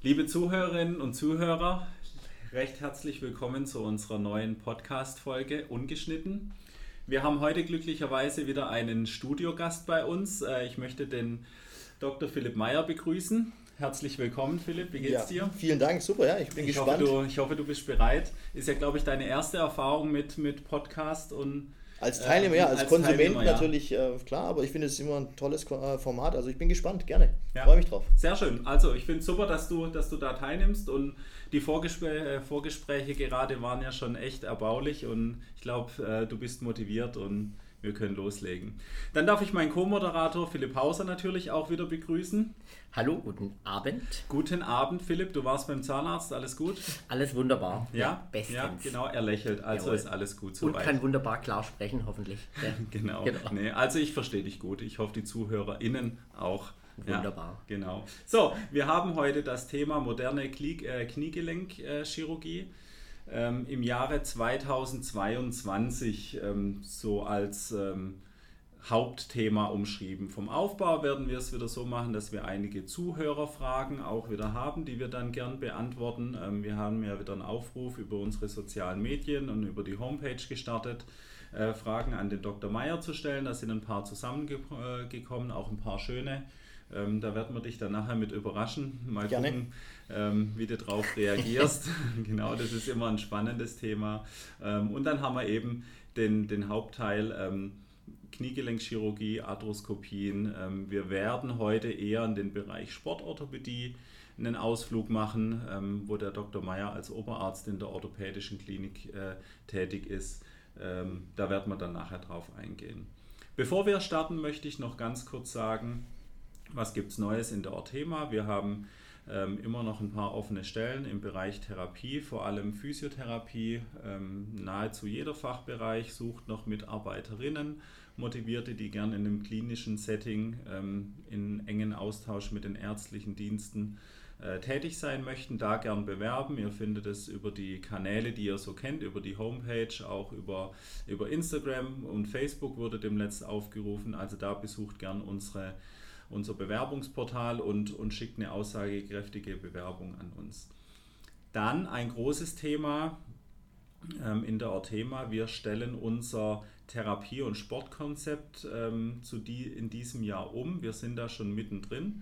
Liebe Zuhörerinnen und Zuhörer, recht herzlich willkommen zu unserer neuen Podcast-Folge Ungeschnitten. Wir haben heute glücklicherweise wieder einen Studiogast bei uns. Ich möchte den Dr. Philipp Meyer begrüßen. Herzlich willkommen, Philipp. Wie geht's dir? Vielen Dank, super, ja, ich bin gespannt. Ich hoffe, du bist bereit. Ist ja, glaube ich, deine erste Erfahrung mit Podcast und als Teilnehmer, ja, als Konsument Teilnehmer, natürlich, klar, aber ich finde es immer ein tolles Format, also ich bin gespannt, gerne, freue mich drauf. Sehr schön, also ich finde es super, dass du da teilnimmst und die Vorgespräche gerade waren ja schon echt erbaulich und ich glaube, du bist motiviert und wir können loslegen. Dann darf ich meinen Co-Moderator Philipp Hauser natürlich auch wieder begrüßen. Hallo, guten Abend. Guten Abend, Philipp. Du warst beim Zahnarzt, alles gut? Alles wunderbar. Ja, bestens. Ja, genau, er lächelt, also Jawohl. Ist alles gut soweit. Und kann wunderbar klar sprechen, hoffentlich. Ja. Genau. Nee, also ich verstehe dich gut. Ich hoffe, die ZuhörerInnen auch. Wunderbar. Ja, genau. So, wir haben heute das Thema moderne Kniegelenkchirurgie. Im Jahre 2022 so als Hauptthema umschrieben. Vom Aufbau werden wir es wieder so machen, dass wir einige Zuhörerfragen auch wieder haben, die wir dann gern beantworten. Wir haben ja wieder einen Aufruf über unsere sozialen Medien und über die Homepage gestartet, Fragen an den Dr. Meyer zu stellen. Da sind ein paar zusammengekommen, auch ein paar schöne. Da werden wir dich dann nachher mit überraschen. Mal Gerne. Gucken, wie du darauf reagierst. Genau, das ist immer ein spannendes Thema. Und dann haben wir eben den Hauptteil Kniegelenkchirurgie, Arthroskopien. Wir werden heute eher in den Bereich Sportorthopädie einen Ausflug machen, wo der Dr. Meyer als Oberarzt in der orthopädischen Klinik tätig ist. Da werden wir dann nachher drauf eingehen. Bevor wir starten, möchte ich noch ganz kurz sagen, was gibt es Neues in der Orthema? Wir haben immer noch ein paar offene Stellen im Bereich Therapie, vor allem Physiotherapie. Nahezu jeder Fachbereich sucht noch Mitarbeiterinnen, Motivierte, die gern in einem klinischen Setting in engen Austausch mit den ärztlichen Diensten tätig sein möchten, da gern bewerben. Ihr findet es über die Kanäle, die ihr so kennt, über die Homepage, auch über Instagram und Facebook wurde demnächst aufgerufen. Also da besucht gern unser Bewerbungsportal und schickt eine aussagekräftige Bewerbung an uns. Dann ein großes Thema in der Orthema. Wir stellen unser Therapie- und Sportkonzept in diesem Jahr um. Wir sind da schon mittendrin.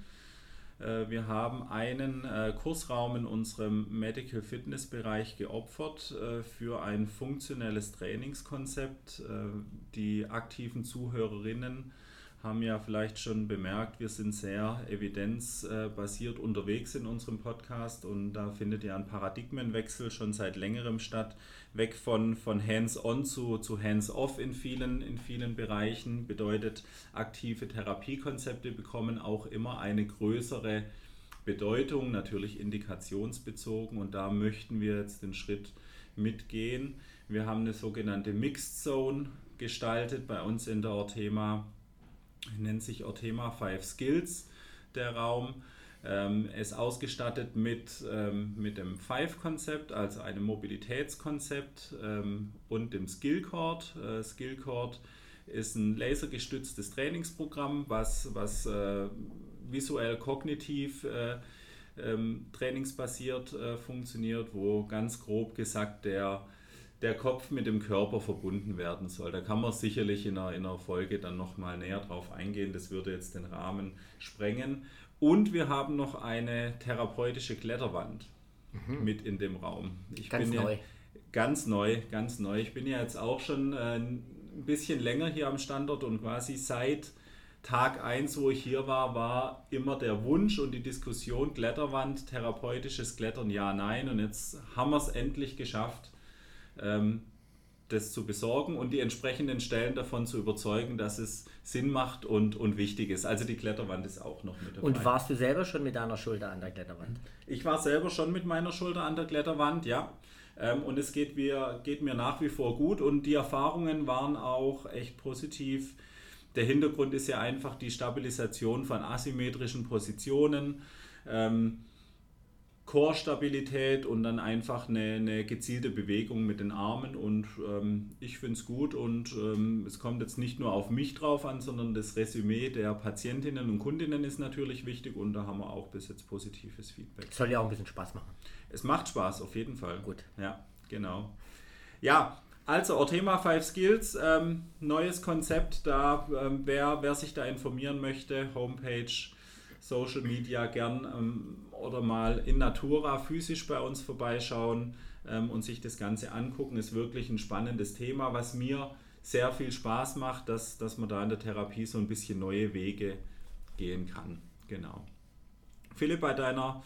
Wir haben einen Kursraum in unserem Medical Fitness Bereich geopfert für ein funktionelles Trainingskonzept. Die aktiven Zuhörerinnen haben ja vielleicht schon bemerkt, wir sind sehr evidenzbasiert unterwegs in unserem Podcast und da findet ja ein Paradigmenwechsel schon seit längerem statt, weg von hands-on zu hands-off in vielen Bereichen, bedeutet aktive Therapiekonzepte bekommen auch immer eine größere Bedeutung, natürlich indikationsbezogen und da möchten wir jetzt den Schritt mitgehen. Wir haben eine sogenannte Mixed Zone gestaltet bei uns in der Orthema. Nennt sich Orthema 5 Skills, der Raum. Ist ausgestattet mit dem 5-Konzept, also einem Mobilitätskonzept und dem Skill-Cord. Skill-Cord ist ein lasergestütztes Trainingsprogramm, was visuell-kognitiv trainingsbasiert funktioniert, wo ganz grob gesagt der Kopf mit dem Körper verbunden werden soll. Da kann man sicherlich in einer Folge dann nochmal näher drauf eingehen. Das würde jetzt den Rahmen sprengen. Und wir haben noch eine therapeutische Kletterwand mit in dem Raum. Ganz neu. Ich bin ja jetzt auch schon ein bisschen länger hier am Standort und quasi seit Tag 1, wo ich hier war immer der Wunsch und die Diskussion Kletterwand, therapeutisches Klettern, ja, nein. Und jetzt haben wir es endlich geschafft, das zu besorgen und die entsprechenden Stellen davon zu überzeugen, dass es Sinn macht und wichtig ist. Also die Kletterwand ist auch noch mit dabei. Und warst du selber schon mit deiner Schulter an der Kletterwand? Ich war selber schon mit meiner Schulter an der Kletterwand, ja. Und es geht mir nach wie vor gut und die Erfahrungen waren auch echt positiv. Der Hintergrund ist ja einfach die Stabilisation von asymmetrischen Positionen. Core-Stabilität und dann einfach eine gezielte Bewegung mit den Armen und ich finde es gut und es kommt jetzt nicht nur auf mich drauf an, sondern das Resümee der Patientinnen und Kundinnen ist natürlich wichtig und da haben wir auch bis jetzt positives Feedback. Soll ja auch ein bisschen Spaß machen. Es macht Spaß, auf jeden Fall. Gut. Ja, genau. Ja, also Orthema 5 Skills, neues Konzept, da wer sich da informieren möchte, Homepage, Social Media gern oder mal in Natura physisch bei uns vorbeischauen und sich das Ganze angucken. Ist wirklich ein spannendes Thema, was mir sehr viel Spaß macht, dass man da in der Therapie so ein bisschen neue Wege gehen kann. Genau. Philipp, bei deiner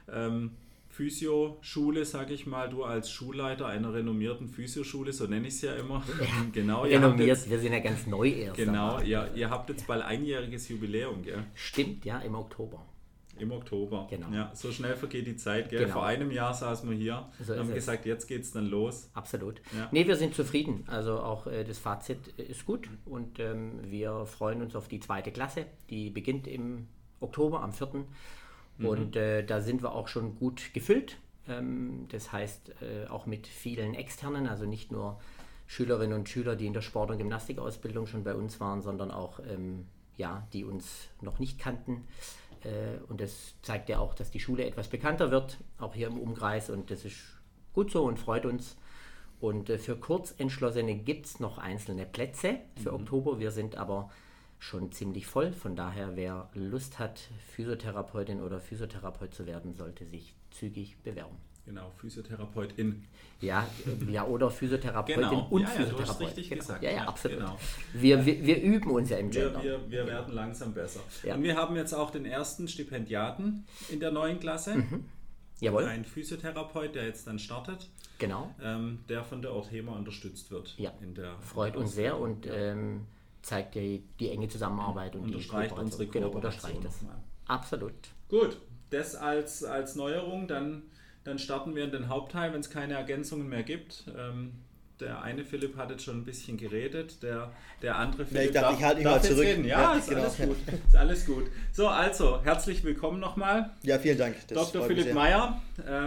Physioschule, sage ich mal, du als Schulleiter einer renommierten Physioschule, so nenne ich es ja immer. Genau, renommiert, wir sind ja ganz neu erst. Genau, ihr habt jetzt bald einjähriges Jubiläum, gell? Stimmt, ja, im Oktober. Im Oktober, genau. Ja, so schnell vergeht die Zeit, gell? Genau. Vor einem Jahr saßen wir hier und haben gesagt, jetzt geht es dann los. Absolut. Ja. Nee, wir sind zufrieden, also auch das Fazit ist gut und wir freuen uns auf die 2. Klasse, die beginnt im Oktober, am 4. Und da sind wir auch schon gut gefüllt. Das heißt, auch mit vielen Externen, also nicht nur Schülerinnen und Schüler, die in der Sport- und Gymnastikausbildung schon bei uns waren, sondern auch, die uns noch nicht kannten. Und das zeigt ja auch, dass die Schule etwas bekannter wird, auch hier im Umkreis. Und das ist gut so und freut uns. Und für Kurzentschlossene gibt es noch einzelne Plätze für Oktober. Wir sind aber schon ziemlich voll. Von daher, wer Lust hat, Physiotherapeutin oder Physiotherapeut zu werden, sollte sich zügig bewerben. Genau, Physiotherapeutin. Ja, oder Physiotherapeutin und Physiotherapeut. Du hast richtig gesagt. Ja, absolut. Genau. Wir üben uns ja im Gender. Wir werden langsam besser. Ja. Und wir haben jetzt auch den ersten Stipendiaten in der 9. Klasse. Jawohl. Ein Physiotherapeut, der jetzt dann startet. Genau. Der von der Orthema unterstützt wird. Ja, freut uns sehr und zeigt die enge Zusammenarbeit und unterstreicht die unsere Kooperation. Unterstreicht das. Absolut. Gut, das als Neuerung, dann starten wir in den Hauptteil, wenn es keine Ergänzungen mehr gibt. Der eine Philipp hat jetzt schon ein bisschen geredet, der andere Philipp ich halte mich mal zurück. Reden. Ja, ist genau. Alles gut. Ist alles gut. So, also, herzlich willkommen nochmal. Ja, vielen Dank. Dr. Philipp Meyer,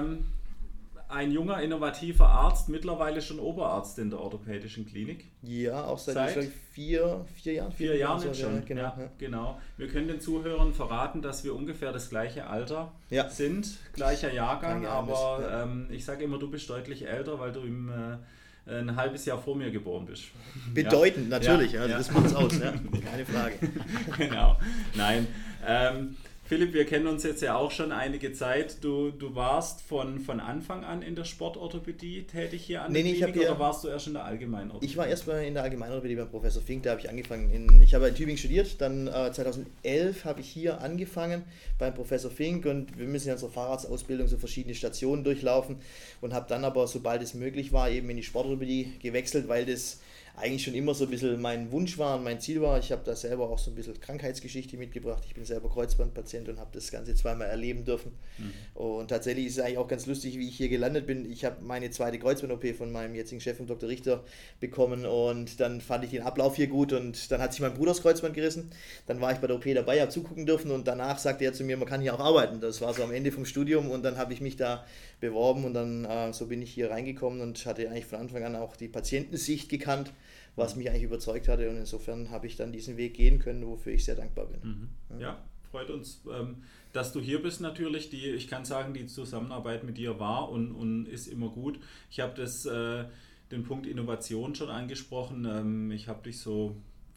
ein junger, innovativer Arzt, mittlerweile schon Oberarzt in der orthopädischen Klinik. Ja, auch seit 4 Jahren. 4 Jahren jetzt schon, genau. Ja, genau. Wir können den Zuhörern verraten, dass wir ungefähr das gleiche Alter sind, gleicher Jahrgang, aber ich sage immer, du bist deutlich älter, weil du ein halbes Jahr vor mir geboren bist. Bedeutend, natürlich, also das macht es aus, keine Frage. Genau, nein. Philipp, wir kennen uns jetzt ja auch schon einige Zeit. Du warst von Anfang an in der Sportorthopädie tätig hier an der Klinik oder warst du erst in der Allgemeinorthopädie? Ich war erst mal in der Allgemeinorthopädie beim Professor Fink, da habe ich angefangen. Ich habe in Tübingen studiert, dann 2011 habe ich hier angefangen beim Professor Fink und wir müssen ja in unserer Facharztausbildung so verschiedene Stationen durchlaufen und habe dann aber, sobald es möglich war, eben in die Sportorthopädie gewechselt, weil das eigentlich schon immer so ein bisschen mein Wunsch war und mein Ziel war. Ich habe da selber auch so ein bisschen Krankheitsgeschichte mitgebracht. Ich bin selber Kreuzbandpatient und habe das Ganze zweimal erleben dürfen. Und tatsächlich ist es eigentlich auch ganz lustig, wie ich hier gelandet bin. Ich habe meine 2. Kreuzband-OP von meinem jetzigen Chef, Dr. Richter, bekommen und dann fand ich den Ablauf hier gut und dann hat sich mein Bruder das Kreuzband gerissen. Dann war ich bei der OP dabei, habe zugucken dürfen und danach sagte er zu mir, man kann hier auch arbeiten. Das war so am Ende vom Studium und dann habe ich mich da beworben und dann so bin ich hier reingekommen und hatte eigentlich von Anfang an auch die Patientensicht gekannt, was mich eigentlich überzeugt hatte und insofern habe ich dann diesen Weg gehen können, wofür ich sehr dankbar bin. Ja, freut uns, dass du hier bist natürlich. Ich kann sagen, die Zusammenarbeit mit dir war und ist immer gut. Ich habe den Punkt Innovation schon angesprochen. Ich habe dich so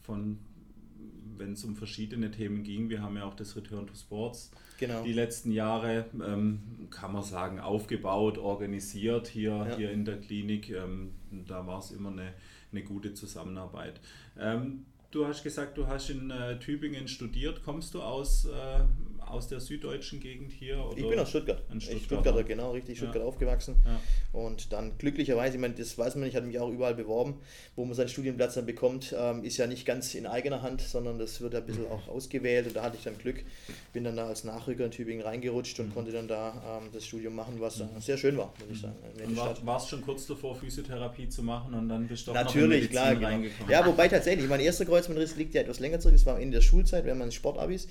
wenn es um verschiedene Themen ging, wir haben ja auch das Return to Sports die letzten Jahre, kann man sagen, aufgebaut, organisiert hier in der Klinik. Da war es immer eine gute Zusammenarbeit. Du hast gesagt, du hast in Tübingen studiert. Kommst du aus der süddeutschen Gegend hier? Oder? Ich bin aus Stuttgart. Stuttgarter, genau, richtig, Stuttgart aufgewachsen. Ja. Und dann glücklicherweise, ich meine, das weiß man nicht, ich hatte mich auch überall beworben, wo man seinen Studienplatz dann bekommt, ist ja nicht ganz in eigener Hand, sondern das wird ein bisschen auch ausgewählt und da hatte ich dann Glück, bin dann da als Nachrücker in Tübingen reingerutscht und konnte dann da das Studium machen, was sehr schön war, muss ich sagen. Warst schon kurz davor, Physiotherapie zu machen und dann bist du auch natürlich, noch in Medizin reingekommen? Ja, wobei tatsächlich, mein erster Kreuzbandriss liegt ja etwas länger zurück, das war in der Schulzeit, wenn man Sportabis.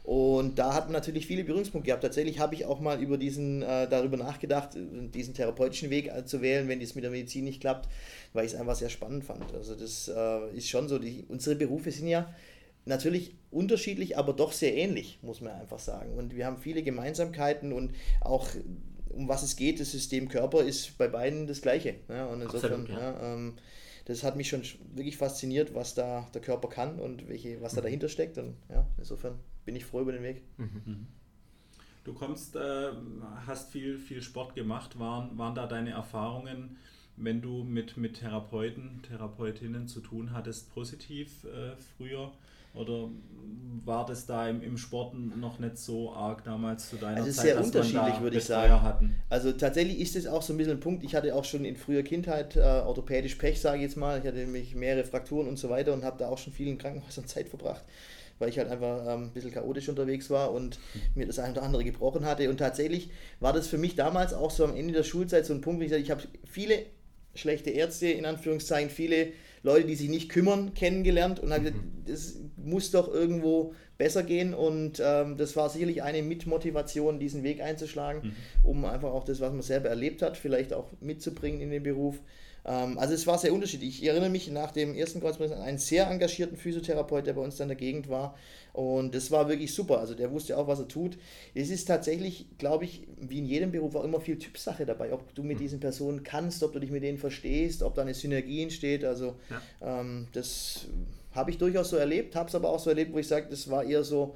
Und da hat man natürlich viele Berührungspunkte gehabt. Tatsächlich habe ich auch mal darüber nachgedacht, diesen therapeutischen Weg zu wählen, wenn das mit der Medizin nicht klappt, weil ich es einfach sehr spannend fand. Also das ist schon so, unsere Berufe sind ja natürlich unterschiedlich, aber doch sehr ähnlich, muss man einfach sagen. Und wir haben viele Gemeinsamkeiten und auch um was es geht, das System Körper ist bei beiden das Gleiche. Ja, und insofern, Absolut, ja. Das hat mich schon wirklich fasziniert, was da der Körper kann und was da dahinter steckt. Und ja, insofern bin ich froh über den Weg. Du hast viel Sport gemacht. Waren da deine Erfahrungen, wenn du mit Therapeutinnen zu tun hattest, positiv früher? Oder war das da im Sport noch nicht so arg damals zu deiner Zeit? Also Zeit, sehr unterschiedlich, würde ich sagen. Hatten? Also tatsächlich ist es auch so ein bisschen ein Punkt. Ich hatte auch schon in früher Kindheit orthopädisch Pech, sage ich jetzt mal. Ich hatte nämlich mehrere Frakturen und so weiter und habe da auch schon viel in Krankenhäusern Zeit verbracht, weil ich halt einfach ein bisschen chaotisch unterwegs war und mir das eine oder andere gebrochen hatte. Und tatsächlich war das für mich damals auch so am Ende der Schulzeit so ein Punkt, wo ich sage, ich habe viele schlechte Ärzte, in Anführungszeichen, viele Leute, die sich nicht kümmern, kennengelernt und habe gesagt, das muss doch irgendwo besser gehen und das war sicherlich eine Mitmotivation, diesen Weg einzuschlagen, um einfach auch das, was man selber erlebt hat, vielleicht auch mitzubringen in den Beruf. Also es war sehr unterschiedlich. Ich erinnere mich nach dem ersten Kreuzband an einen sehr engagierten Physiotherapeut, der bei uns dann in der Gegend war und das war wirklich super. Also der wusste auch, was er tut. Es ist tatsächlich, glaube ich, wie in jedem Beruf auch immer viel Typsache dabei, ob du mit diesen Personen kannst, ob du dich mit denen verstehst, ob da eine Synergie entsteht. Also das habe ich durchaus so erlebt, habe es aber auch so erlebt, wo ich sage, das war eher so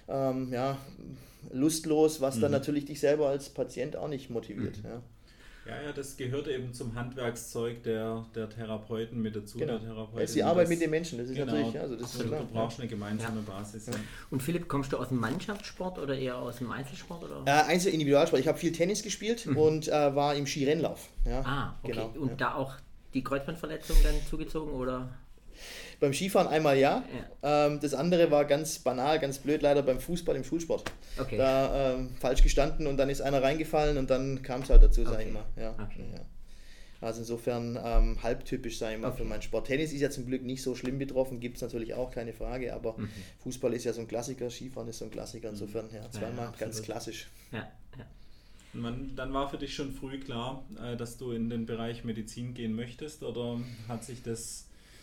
lustlos, was dann natürlich dich selber als Patient auch nicht motiviert. Ja. Ja, das gehört eben zum Handwerkszeug der Therapeuten mit dazu. Genau. Der Therapeuten. Es ist die Arbeit mit den Menschen, das ist genau, natürlich, also das ist klar. Du brauchst eine gemeinsame Basis. Ja. Und Philipp, kommst du aus dem Mannschaftssport oder eher aus dem Einzelsport? Oder? Einzel-Individualsport. Ich habe viel Tennis gespielt und war im Skirennlauf. Ja, okay. Genau, und da auch die Kreuzbandverletzung dann zugezogen, oder? Beim Skifahren einmal ja. Das andere war ganz banal, ganz blöd, leider beim Fußball im Schulsport. Okay. Da falsch gestanden und dann ist einer reingefallen und dann kam es halt dazu, sag ich mal. Ja. Okay. Ja. Also insofern halbtypisch, sag ich mal, für meinen Sport. Tennis ist ja zum Glück nicht so schlimm betroffen, gibt es natürlich auch, keine Frage, aber Fußball ist ja so ein Klassiker, Skifahren ist so ein Klassiker, insofern zweimal ganz klassisch. Ja. Und dann war für dich schon früh klar, dass du in den Bereich Medizin gehen möchtest, oder hat sich das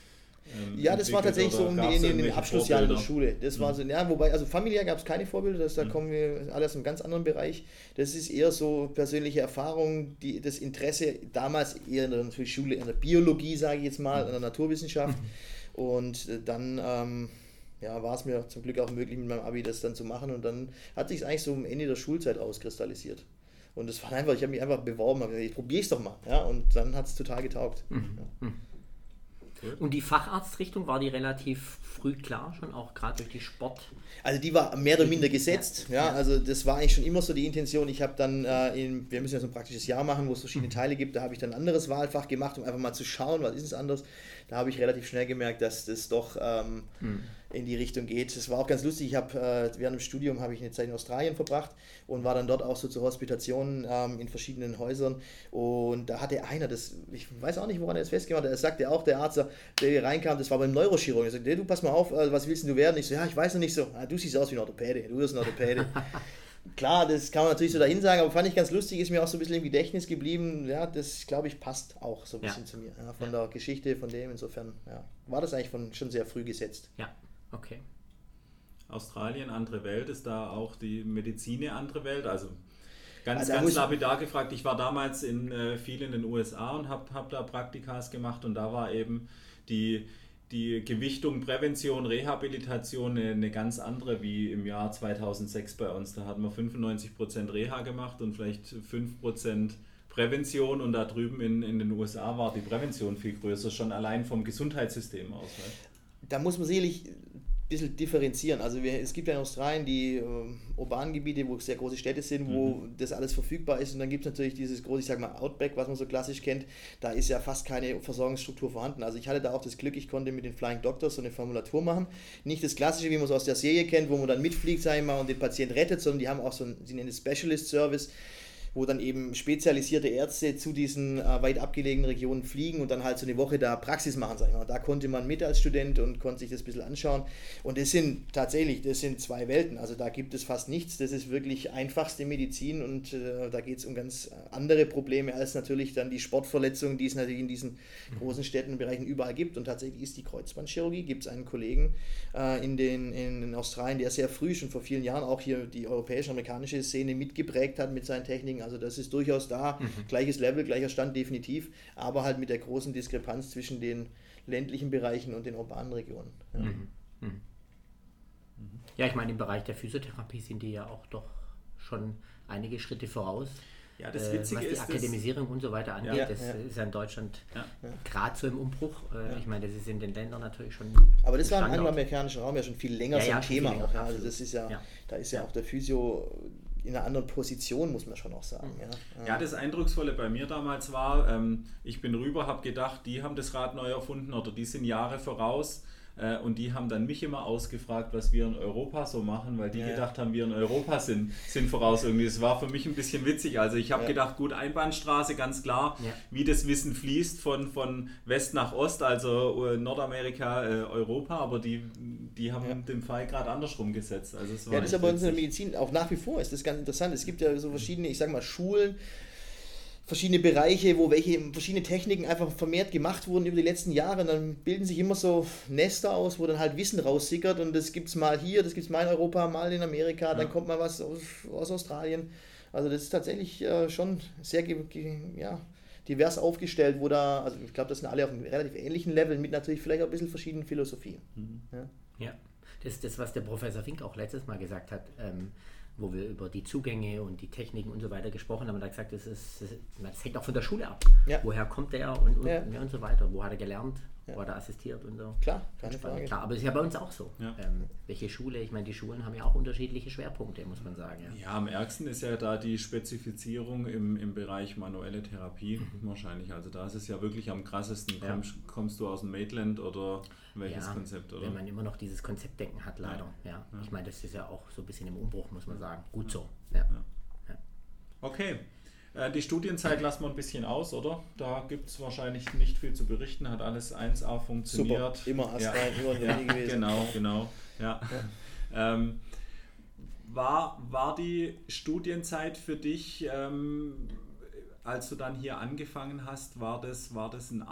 ja, das war tatsächlich so in den Abschlussjahren der Schule. Das war so, ja, wobei, also familiär gab es keine Vorbilder, da kommen wir alles in einem ganz anderen Bereich. Das ist eher so persönliche Erfahrung, das Interesse damals eher in der Schule, in der Biologie, sage ich jetzt mal, in der Naturwissenschaft. Und dann war es mir zum Glück auch möglich, mit meinem Abi das dann zu machen. Und dann hat sich es eigentlich so am Ende der Schulzeit rauskristallisiert. Und das war einfach, ich habe mich einfach beworben, habe gesagt, ich probiere es doch mal. Ja, und dann hat es total getaugt. Ja. Und die Facharztrichtung, war die relativ früh klar, schon auch gerade durch die Sport? Also die war mehr oder minder gesetzt, also das war eigentlich schon immer so die Intention. Ich habe dann, wir müssen ja so ein praktisches Jahr machen, wo es verschiedene Teile gibt, da habe ich dann ein anderes Wahlfach gemacht, um einfach mal zu schauen, was ist es anders. Da habe ich relativ schnell gemerkt, dass das doch in die Richtung geht. Das war auch ganz lustig, ich habe während dem Studium habe ich eine Zeit in Australien verbracht und war dann dort auch so zur Hospitation in verschiedenen Häusern und da hatte einer, ich weiß auch nicht, woran er es festgemacht hat, er sagte auch, der Arzt, der hier reinkam, das war beim Neurochirurgen, er sagte, du pass mal auf, was willst du werden? Ich so, ja, ich weiß noch nicht so, du siehst aus wie ein Orthopäde, du wirst ein Orthopäde. Klar, das kann man natürlich so dahin sagen, aber fand ich ganz lustig, ist mir auch so ein bisschen im Gedächtnis geblieben. Ja, das, glaube ich, passt auch so ein bisschen zu mir. Ja, von der Geschichte, von dem, insofern war das eigentlich schon sehr früh gesetzt. Ja, okay. Australien, andere Welt, ist da auch die Medizin eine andere Welt? Also ganz lapidar gefragt, ich war damals viel in den USA und hab da Praktikas gemacht und da war eben die Gewichtung Prävention, Rehabilitation eine ganz andere wie im Jahr 2006 bei uns. Da hatten wir 95% Reha gemacht und vielleicht 5% Prävention und da drüben in den USA war die Prävention viel größer, schon allein vom Gesundheitssystem aus. Ne? Da muss man sicherlich ein bisschen differenzieren. Also es gibt ja in Australien die urbanen Gebiete, wo sehr große Städte sind, wo das alles verfügbar ist und dann gibt es natürlich dieses große, ich sag mal Outback, was man so klassisch kennt, da ist ja fast keine Versorgungsstruktur vorhanden. Also ich hatte da auch das Glück, ich konnte mit den Flying Doctors so eine Formulatur machen. Nicht das klassische, wie man es aus der Serie kennt, wo man dann mitfliegt, sag ich mal, und den Patient rettet, sondern die haben auch sie nennen es Specialist Service, wo dann eben spezialisierte Ärzte zu diesen weit abgelegenen Regionen fliegen und dann halt so eine Woche da Praxis machen, sag ich mal. Da konnte man mit als Student und konnte sich das ein bisschen anschauen. Und das sind zwei Welten. Also da gibt es fast nichts. Das ist wirklich einfachste Medizin und da geht es um ganz andere Probleme als natürlich dann die Sportverletzungen, die es natürlich in diesen großen Städten und Bereichen überall gibt. Und tatsächlich ist die Kreuzbandchirurgie, gibt es einen Kollegen in Australien, der sehr früh, schon vor vielen Jahren, auch hier die europäische, amerikanische Szene mitgeprägt hat mit seinen Techniken. Also das ist durchaus da, gleiches Level, gleicher Stand definitiv, aber halt mit der großen Diskrepanz zwischen den ländlichen Bereichen und den urbanen Regionen. Ja. Ja, ich meine, im Bereich der Physiotherapie sind die ja auch doch schon einige Schritte voraus. Ja, das Witzige was die ist, Akademisierung und so weiter angeht, das ist ja in Deutschland gerade so im Umbruch. Ich meine, das ist in den Ländern natürlich schon. Aber das war im angloamerikanischen Raum ja schon viel länger so ein Thema. Länger, auch, also das ist da ist ja auch der Physio in einer anderen Position, muss man schon auch sagen. Ja, das Eindrucksvolle bei mir damals war, ich bin rüber, habe gedacht, die haben das Rad neu erfunden oder die sind Jahre voraus. Und die haben dann mich immer ausgefragt, was wir in Europa so machen, weil die gedacht haben, wir in Europa sind voraus irgendwie. Es war für mich ein bisschen witzig. Also ich habe gedacht, gut, Einbahnstraße, ganz klar, wie das Wissen fließt von West nach Ost, also Nordamerika, Europa, aber die haben den Pfeil gerade andersrum gesetzt. Also es war das ist aber in der Medizin auch nach wie vor, ist das ganz interessant. Es gibt ja so verschiedene, ich sag mal, Schulen, verschiedene Bereiche, wo verschiedene Techniken einfach vermehrt gemacht wurden über die letzten Jahre. Und dann bilden sich immer so Nester aus, wo dann halt Wissen raussickert und das gibt es mal hier, das gibt es mal in Europa, mal in Amerika, dann kommt mal was aus Australien. Also das ist tatsächlich schon sehr divers aufgestellt, also ich glaube, das sind alle auf einem relativ ähnlichen Level mit natürlich vielleicht auch ein bisschen verschiedenen Philosophien. Ja, das ist das, was der Professor Fink auch letztes Mal gesagt hat, wo wir über die Zugänge und die Techniken und so weiter gesprochen haben. Und er hat gesagt, das hängt auch von der Schule ab. Ja. Woher kommt der und so weiter? Wo hat er gelernt? Wo hat er assistiert und so? Klar, keine Frage. Klar, aber es ist ja bei uns auch so. Ja. Welche Schule? Ich meine, die Schulen haben ja auch unterschiedliche Schwerpunkte, muss man sagen. Ja, am ärgsten ist ja da die Spezifizierung im Bereich manuelle Therapie wahrscheinlich. Also da ist es ja wirklich am krassesten. Kommst du aus dem Maitland oder welches Konzept? Oder? Wenn man immer noch dieses Konzeptdenken hat, leider. Ja. Ich meine, das ist ja auch so ein bisschen im Umbruch, muss man sagen. Gut so. Ja. Okay. Die Studienzeit lassen wir ein bisschen aus, oder? Da gibt es wahrscheinlich nicht viel zu berichten, hat alles 1A funktioniert. Super, immer astrein, immer gewesen. Genau. Ja. War die Studienzeit für dich, als du dann hier angefangen hast, war das eine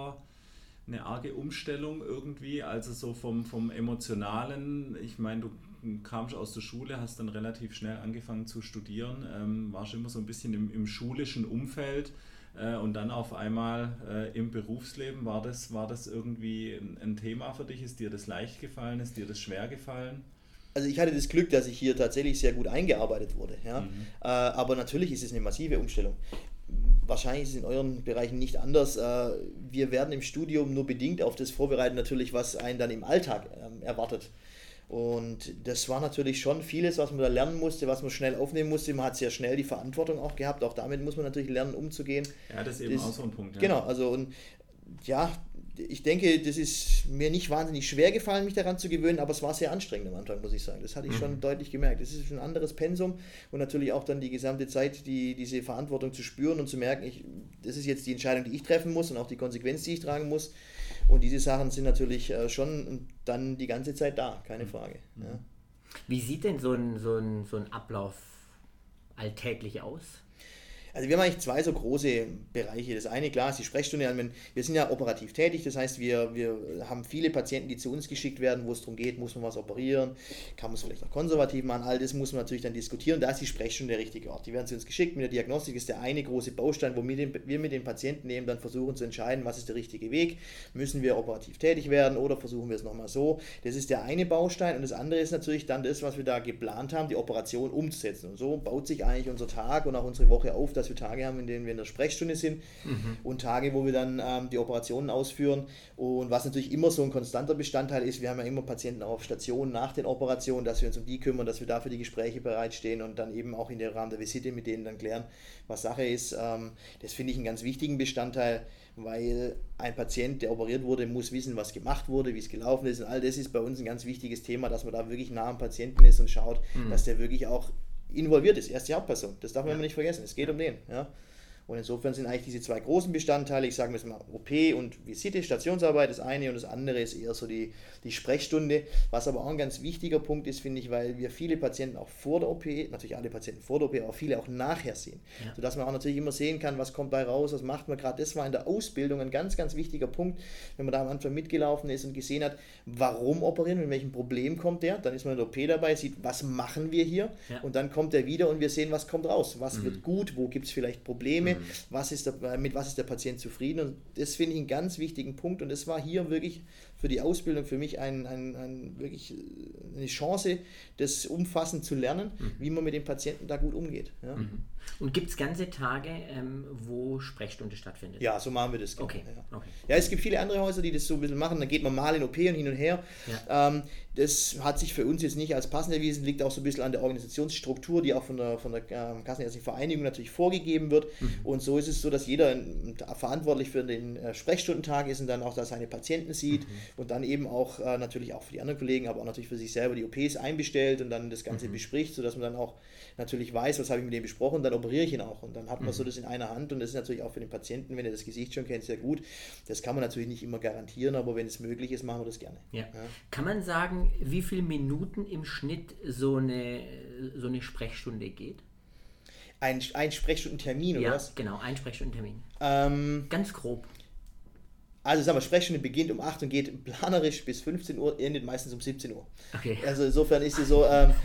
arge Umstellung irgendwie, also so vom Emotionalen? Ich meine, du kamst aus der Schule, hast dann relativ schnell angefangen zu studieren, warst immer so ein bisschen im schulischen Umfeld und dann auf einmal im Berufsleben. War das irgendwie ein Thema für dich? Ist dir das leicht gefallen? Ist dir das schwer gefallen? Also ich hatte das Glück, dass ich hier tatsächlich sehr gut eingearbeitet wurde. Ja? Aber natürlich ist es eine massive Umstellung. Wahrscheinlich ist es in euren Bereichen nicht anders. Wir werden im Studium nur bedingt auf das vorbereiten, natürlich, was einen dann im Alltag erwartet. Und das war natürlich schon vieles, was man da lernen musste, was man schnell aufnehmen musste. Man hat sehr schnell die Verantwortung auch gehabt. Auch damit muss man natürlich lernen, umzugehen. Ja, das ist eben auch so ein Punkt. Ja. Genau, also und ja, ich denke, das ist mir nicht wahnsinnig schwer gefallen, mich daran zu gewöhnen, aber es war sehr anstrengend am Anfang, muss ich sagen. Das hatte ich schon deutlich gemerkt. Das ist ein anderes Pensum und natürlich auch dann die gesamte Zeit, diese Verantwortung zu spüren und zu merken, das ist jetzt die Entscheidung, die ich treffen muss und auch die Konsequenz, die ich tragen muss. Und diese Sachen sind natürlich schon dann die ganze Zeit da, keine Frage. Ja. Wie sieht denn so ein Ablauf alltäglich aus? Also wir haben eigentlich zwei so große Bereiche. Das eine, klar, ist die Sprechstunde. Wir sind ja operativ tätig, das heißt, wir haben viele Patienten, die zu uns geschickt werden, wo es darum geht, muss man was operieren, kann man es vielleicht auch konservativ machen, all das muss man natürlich dann diskutieren. Da ist die Sprechstunde der richtige Ort. Die werden zu uns geschickt, mit der Diagnostik ist der eine große Baustein, wo wir mit den Patienten eben dann versuchen zu entscheiden, was ist der richtige Weg, müssen wir operativ tätig werden oder versuchen wir es nochmal so. Das ist der eine Baustein und das andere ist natürlich dann das, was wir da geplant haben, die Operation umzusetzen. Und so baut sich eigentlich unser Tag und auch unsere Woche auf, dass wir Tage haben, in denen wir in der Sprechstunde sind und Tage, wo wir dann die Operationen ausführen. Und was natürlich immer so ein konstanter Bestandteil ist, wir haben ja immer Patienten auf Station nach den Operationen, dass wir uns um die kümmern, dass wir dafür die Gespräche bereitstehen und dann eben auch in dem Rahmen der Visite mit denen dann klären, was Sache ist. Das finde ich einen ganz wichtigen Bestandteil, weil ein Patient, der operiert wurde, muss wissen, was gemacht wurde, wie es gelaufen ist und all das ist bei uns ein ganz wichtiges Thema, dass man da wirklich nah am Patienten ist und schaut, dass der wirklich auch involviert ist. Er ist die Hauptperson. Das darf man immer nicht vergessen. Es geht um den. Ja. Und insofern sind eigentlich diese zwei großen Bestandteile, ich sage mal OP und Visite, Stationsarbeit, das eine, und das andere ist eher so die Sprechstunde, was aber auch ein ganz wichtiger Punkt ist, finde ich, weil wir viele Patienten auch vor der OP, natürlich alle Patienten vor der OP, aber viele auch nachher sehen, sodass man auch natürlich immer sehen kann, was kommt bei raus, was macht man gerade. Das war in der Ausbildung ein ganz, ganz wichtiger Punkt, wenn man da am Anfang mitgelaufen ist und gesehen hat, warum operieren, mit welchem Problem kommt der, dann ist man in der OP dabei, sieht, was machen wir hier, und dann kommt er wieder und wir sehen, was kommt raus, was wird gut, wo gibt es vielleicht Probleme, mit was ist der Patient zufrieden, und das finde ich einen ganz wichtigen Punkt, und das war hier wirklich für die Ausbildung für mich wirklich eine Chance, das umfassend zu lernen, wie man mit dem Patienten da gut umgeht. Ja. Und gibt es ganze Tage, wo Sprechstunde stattfindet? Ja, so machen wir das. Okay. Ja, es gibt viele andere Häuser, die das so ein bisschen machen, dann geht man mal in OP und hin und her. Ja. Das hat sich für uns jetzt nicht als passend erwiesen, liegt auch so ein bisschen an der Organisationsstruktur, die auch von der Kassenärztlichen Vereinigung natürlich vorgegeben wird. Und so ist es so, dass jeder verantwortlich für den Sprechstundentag ist und dann auch da seine Patienten sieht und dann eben auch natürlich auch für die anderen Kollegen, aber auch natürlich für sich selber die OPs einbestellt und dann das Ganze bespricht, sodass man dann auch natürlich weiß, was habe ich mit dem besprochen, dann operiere ich ihn auch. Und dann hat man so das in einer Hand, und das ist natürlich auch für den Patienten, wenn er das Gesicht schon kennt, sehr gut. Das kann man natürlich nicht immer garantieren, aber wenn es möglich ist, machen wir das gerne. Ja. Kann man sagen, wie viele Minuten im Schnitt so eine Sprechstunde geht? Ein Sprechstundentermin, oder was? Ja, genau, ein Sprechstundentermin. Ganz grob. Also sagen wir, Sprechstunde beginnt um 8 und geht planerisch bis 15 Uhr, endet meistens um 17 Uhr. Okay. Also insofern ist es so,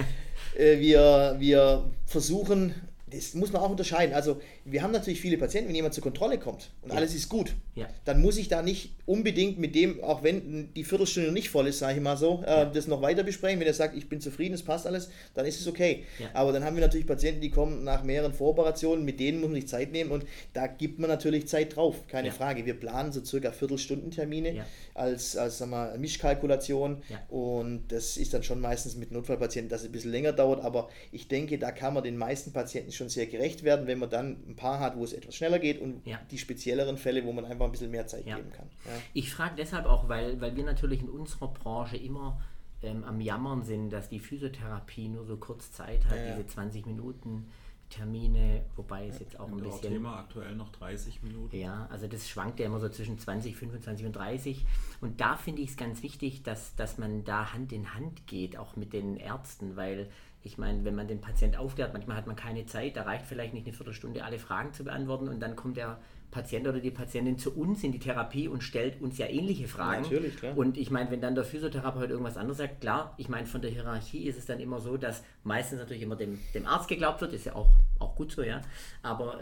wir versuchen, das muss man auch unterscheiden. Also wir haben natürlich viele Patienten, wenn jemand zur Kontrolle kommt und alles ist gut, dann muss ich da nicht unbedingt mit dem, auch wenn die Viertelstunde nicht voll ist, sage ich mal so, das noch weiter besprechen. Wenn er sagt, ich bin zufrieden, es passt alles, dann ist es okay. Ja. Aber dann haben wir natürlich Patienten, die kommen nach mehreren Voroperationen, mit denen muss man sich Zeit nehmen, und da gibt man natürlich Zeit drauf, keine Frage. Wir planen so circa Viertelstundentermine als sagen wir, Mischkalkulation, und das ist dann schon meistens mit Notfallpatienten, dass es ein bisschen länger dauert, aber ich denke, da kann man den meisten Patienten schon sehr gerecht werden, wenn man dann ein paar hat, wo es etwas schneller geht, und die spezielleren Fälle, wo man einfach ein bisschen mehr Zeit geben kann. Ja. Ich frage deshalb auch, weil wir natürlich in unserer Branche immer am Jammern sind, dass die Physiotherapie nur so kurz Zeit hat, diese 20 Minuten Termine, wobei es jetzt auch ein bisschen... Thema aktuell noch 30 Minuten. Ja, also das schwankt ja immer so zwischen 20, 25 und 30, und da finde ich es ganz wichtig, dass man da Hand in Hand geht, auch mit den Ärzten, weil ich meine, wenn man den Patient aufklärt, manchmal hat man keine Zeit, da reicht vielleicht nicht eine Viertelstunde, alle Fragen zu beantworten, und dann kommt der Patient oder die Patientin zu uns in die Therapie und stellt uns ja ähnliche Fragen. Natürlich, klar. Und ich meine, wenn dann der Physiotherapeut irgendwas anderes sagt, klar, ich meine, von der Hierarchie ist es dann immer so, dass meistens natürlich immer dem Arzt geglaubt wird, ist ja auch gut so, ja, aber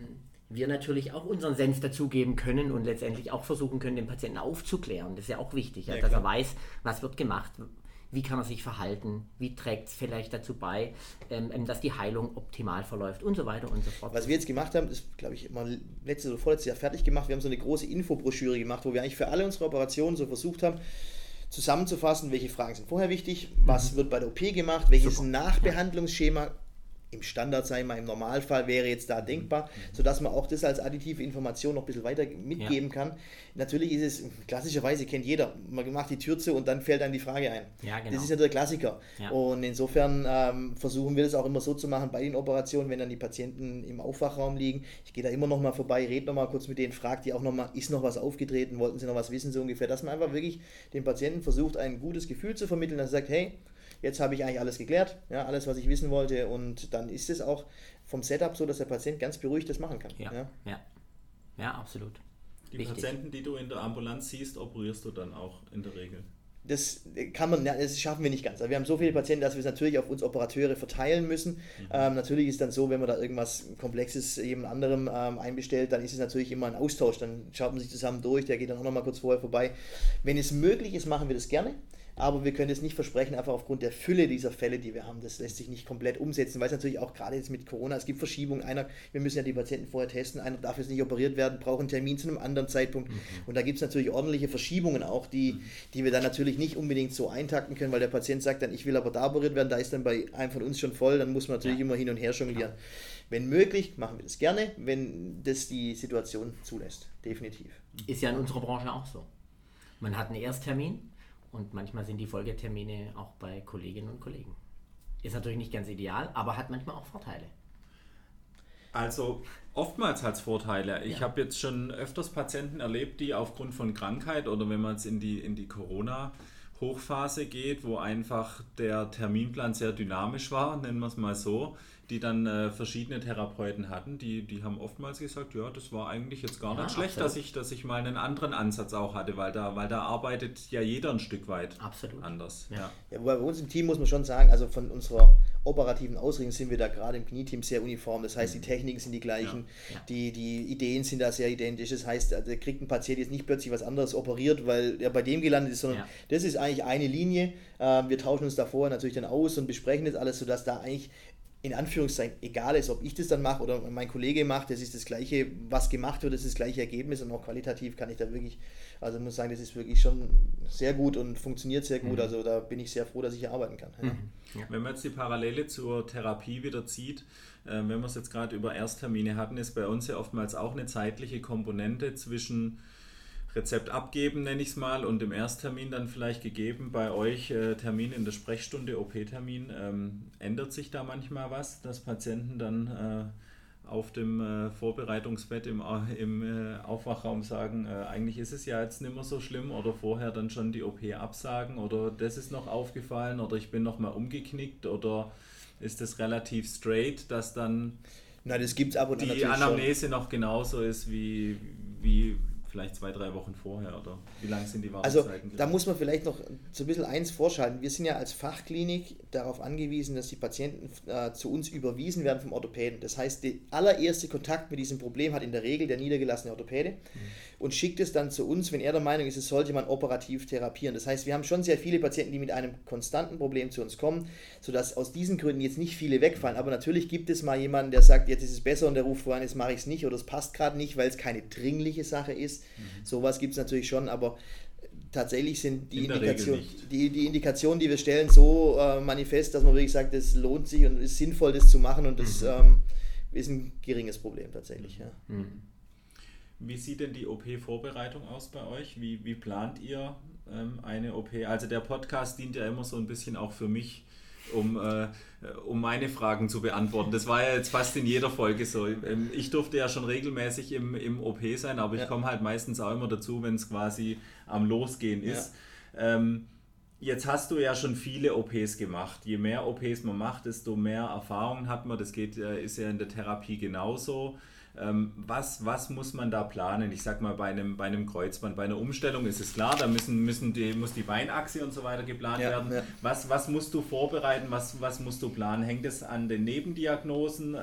wir natürlich auch unseren Senf dazugeben können und letztendlich auch versuchen können, den Patienten aufzuklären. Das ist ja auch wichtig, ja, dass er weiß, was wird gemacht, wie kann er sich verhalten, wie trägt es vielleicht dazu bei, dass die Heilung optimal verläuft und so weiter und so fort. Was wir jetzt gemacht haben, ist, glaube ich, mal letztes oder vorletztes Jahr fertig gemacht. Wir haben so eine große Infobroschüre gemacht, wo wir eigentlich für alle unsere Operationen so versucht haben, zusammenzufassen, welche Fragen sind vorher wichtig, was wird bei der OP gemacht, welches Nachbehandlungsschema im Standard, sagen wir mal, im Normalfall wäre jetzt da denkbar, sodass man auch das als additive Information noch ein bisschen weiter mitgeben kann. Natürlich ist es, klassischerweise kennt jeder, man macht die Tür zu und dann fällt einem die Frage ein. Ja, genau. Das ist ja der Klassiker. Ja. Und insofern versuchen wir das auch immer so zu machen bei den Operationen, wenn dann die Patienten im Aufwachraum liegen. Ich gehe da immer noch mal vorbei, rede noch mal kurz mit denen, frage die auch noch mal, ist noch was aufgetreten, wollten sie noch was wissen, so ungefähr, dass man einfach wirklich dem Patienten versucht, ein gutes Gefühl zu vermitteln, dass er sagt, hey, jetzt habe ich eigentlich alles geklärt, ja, alles, was ich wissen wollte, und dann ist es auch vom Setup so, dass der Patient ganz beruhigt das machen kann. Ja, absolut. Die Wichtig. Patienten, die du in der Ambulanz siehst, operierst du dann auch in der Regel? Das schaffen wir nicht ganz. Also wir haben so viele Patienten, dass wir es natürlich auf uns Operateure verteilen müssen. Natürlich ist es dann so, wenn man da irgendwas Komplexes jemand anderem einbestellt, dann ist es natürlich immer ein Austausch. Dann schaut man sich zusammen durch, der geht dann auch noch mal kurz vorher vorbei. Wenn es möglich ist, machen wir das gerne. Aber wir können es nicht versprechen, einfach aufgrund der Fülle dieser Fälle, die wir haben. Das lässt sich nicht komplett umsetzen, weil es natürlich auch gerade jetzt mit Corona, es gibt Verschiebungen. Wir müssen ja die Patienten vorher testen, einer darf jetzt nicht operiert werden, braucht einen Termin zu einem anderen Zeitpunkt. Und da gibt es natürlich ordentliche Verschiebungen auch, die wir dann natürlich nicht unbedingt so eintakten können, weil der Patient sagt dann, ich will aber da operiert werden, da ist dann bei einem von uns schon voll, dann muss man natürlich immer hin und her jonglieren. Wenn möglich, machen wir das gerne, wenn das die Situation zulässt. Definitiv. Ist ja in unserer Branche auch so. Man hat einen Ersttermin, und manchmal sind die Folgetermine auch bei Kolleginnen und Kollegen. Ist natürlich nicht ganz ideal, aber hat manchmal auch Vorteile. Also oftmals hat es Vorteile. Ich habe jetzt schon öfters Patienten erlebt, die aufgrund von Krankheit oder wenn man jetzt in die Corona-Hochphase geht, wo einfach der Terminplan sehr dynamisch war, nennen wir es mal so, die dann verschiedene Therapeuten hatten, die haben oftmals gesagt, ja, das war eigentlich jetzt gar nicht schlecht, dass ich mal einen anderen Ansatz auch hatte, weil da arbeitet ja jeder ein Stück weit anders. Ja. Ja, wobei bei uns im Team muss man schon sagen, also von unserer operativen Ausrichtung sind wir da gerade im Knieteam sehr uniform. Das heißt, die Techniken sind die gleichen, die Ideen sind da sehr identisch. Das heißt, da kriegt ein Patient jetzt nicht plötzlich was anderes operiert, weil er bei dem gelandet ist, sondern das ist eigentlich eine Linie. Wir tauschen uns da vorher natürlich dann aus und besprechen das alles, sodass da eigentlich in Anführungszeichen egal ist, ob ich das dann mache oder mein Kollege macht, das ist das Gleiche, was gemacht wird, das ist das gleiche Ergebnis und auch qualitativ kann ich da wirklich, also muss sagen, das ist wirklich schon sehr gut und funktioniert sehr gut, also da bin ich sehr froh, dass ich hier arbeiten kann. Ja. Wenn man jetzt die Parallele zur Therapie wieder zieht, wenn wir es jetzt gerade über Ersttermine hatten, ist bei uns ja oftmals auch eine zeitliche Komponente zwischen Rezept abgeben, nenne ich es mal, und im Ersttermin dann vielleicht gegeben. Bei euch Termin in der Sprechstunde, OP-Termin, ändert sich da manchmal was, dass Patienten dann auf dem Vorbereitungsbett im Aufwachraum sagen, eigentlich ist es ja jetzt nicht mehr so schlimm oder vorher dann schon die OP absagen oder das ist noch aufgefallen oder ich bin noch mal umgeknickt oder ist das relativ straight, dass dann das gibt's ab und an die Anamnese noch genauso ist wie vielleicht 2-3 Wochen vorher oder wie lang sind die Wartezeiten? Also da muss man vielleicht noch so ein bisschen eins vorschalten. Wir sind ja als Fachklinik darauf angewiesen, dass die Patienten zu uns überwiesen werden vom Orthopäden. Das heißt, der allererste Kontakt mit diesem Problem hat in der Regel der niedergelassene Orthopäde und schickt es dann zu uns, wenn er der Meinung ist, es sollte man operativ therapieren. Das heißt, wir haben schon sehr viele Patienten, die mit einem konstanten Problem zu uns kommen, sodass aus diesen Gründen jetzt nicht viele wegfallen. Aber natürlich gibt es mal jemanden, der sagt, jetzt ist es besser und der ruft vorhin, jetzt mache ich es nicht oder es passt gerade nicht, weil es keine dringliche Sache ist. Sowas gibt es natürlich schon, aber tatsächlich sind die Indikationen, die wir stellen, so manifest, dass man wirklich sagt, es lohnt sich und es ist sinnvoll, das zu machen und das ist ein geringes Problem tatsächlich. Ja. Wie sieht denn die OP-Vorbereitung aus bei euch? Wie plant ihr eine OP? Also der Podcast dient ja immer so ein bisschen auch für mich, um meine Fragen zu beantworten. Das war ja jetzt fast in jeder Folge so. Ich durfte ja schon regelmäßig im OP sein, aber ich komme halt meistens auch immer dazu, wenn es quasi am Losgehen ist. Ja. Jetzt hast du ja schon viele OPs gemacht. Je mehr OPs man macht, desto mehr Erfahrung hat man. Das ist ja in der Therapie genauso. Was muss man da planen? Ich sag mal, bei einem Kreuzband, bei einer Umstellung ist es klar, da muss die Beinachse und so weiter geplant werden. Ja. Was musst du vorbereiten, was musst du planen? Hängt es an den Nebendiagnosen?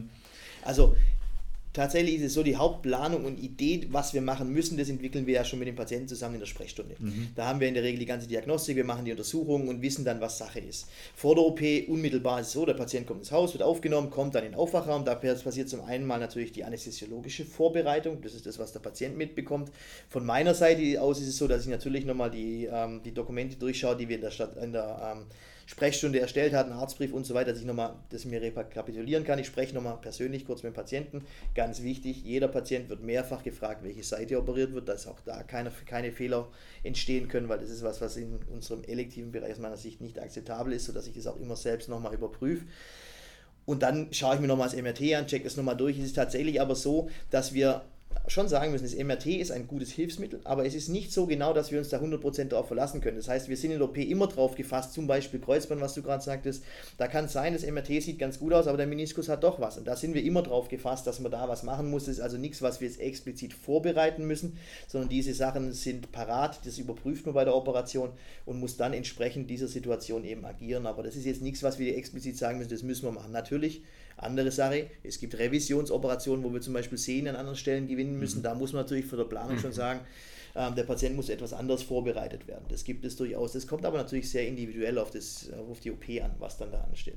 Also tatsächlich ist es so, die Hauptplanung und Idee, was wir machen müssen, das entwickeln wir ja schon mit dem Patienten zusammen in der Sprechstunde. Da haben wir in der Regel die ganze Diagnostik, wir machen die Untersuchungen und wissen dann, was Sache ist. Vor der OP unmittelbar ist es so, der Patient kommt ins Haus, wird aufgenommen, kommt dann in den Aufwachraum, da passiert zum einen mal natürlich die anästhesiologische Vorbereitung, das ist das, was der Patient mitbekommt. Von meiner Seite aus ist es so, dass ich natürlich nochmal die Dokumente durchschaue, die wir in der Sprechstunde erstellt hat, einen Arztbrief und so weiter, dass ich nochmal das mir rekapitulieren kann. Ich spreche nochmal persönlich kurz mit dem Patienten. Ganz wichtig, jeder Patient wird mehrfach gefragt, welche Seite operiert wird, dass auch da keine Fehler entstehen können, weil das ist was in unserem elektiven Bereich aus meiner Sicht nicht akzeptabel ist, sodass ich das auch immer selbst nochmal überprüfe. Und dann schaue ich mir nochmal das MRT an, checke das nochmal durch. Es ist tatsächlich aber so, dass wir schon sagen müssen, das MRT ist ein gutes Hilfsmittel, aber es ist nicht so genau, dass wir uns da 100% darauf verlassen können. Das heißt, wir sind in der OP immer drauf gefasst, zum Beispiel Kreuzband, was du gerade sagtest, da kann es sein, das MRT sieht ganz gut aus, aber der Meniskus hat doch was und da sind wir immer drauf gefasst, dass man da was machen muss. Das ist also nichts, was wir jetzt explizit vorbereiten müssen, sondern diese Sachen sind parat, das überprüft man bei der Operation und muss dann entsprechend dieser Situation eben agieren, aber das ist jetzt nichts, was wir explizit sagen müssen, das müssen wir machen. Natürlich, andere Sache, es gibt Revisionsoperationen, wo wir zum Beispiel Sehnen an anderen Stellen gewinnen müssen. Da muss man natürlich für die Planung schon sagen, der Patient muss etwas anders vorbereitet werden. Das gibt es durchaus. Das kommt aber natürlich sehr individuell auf die OP an, was dann da ansteht.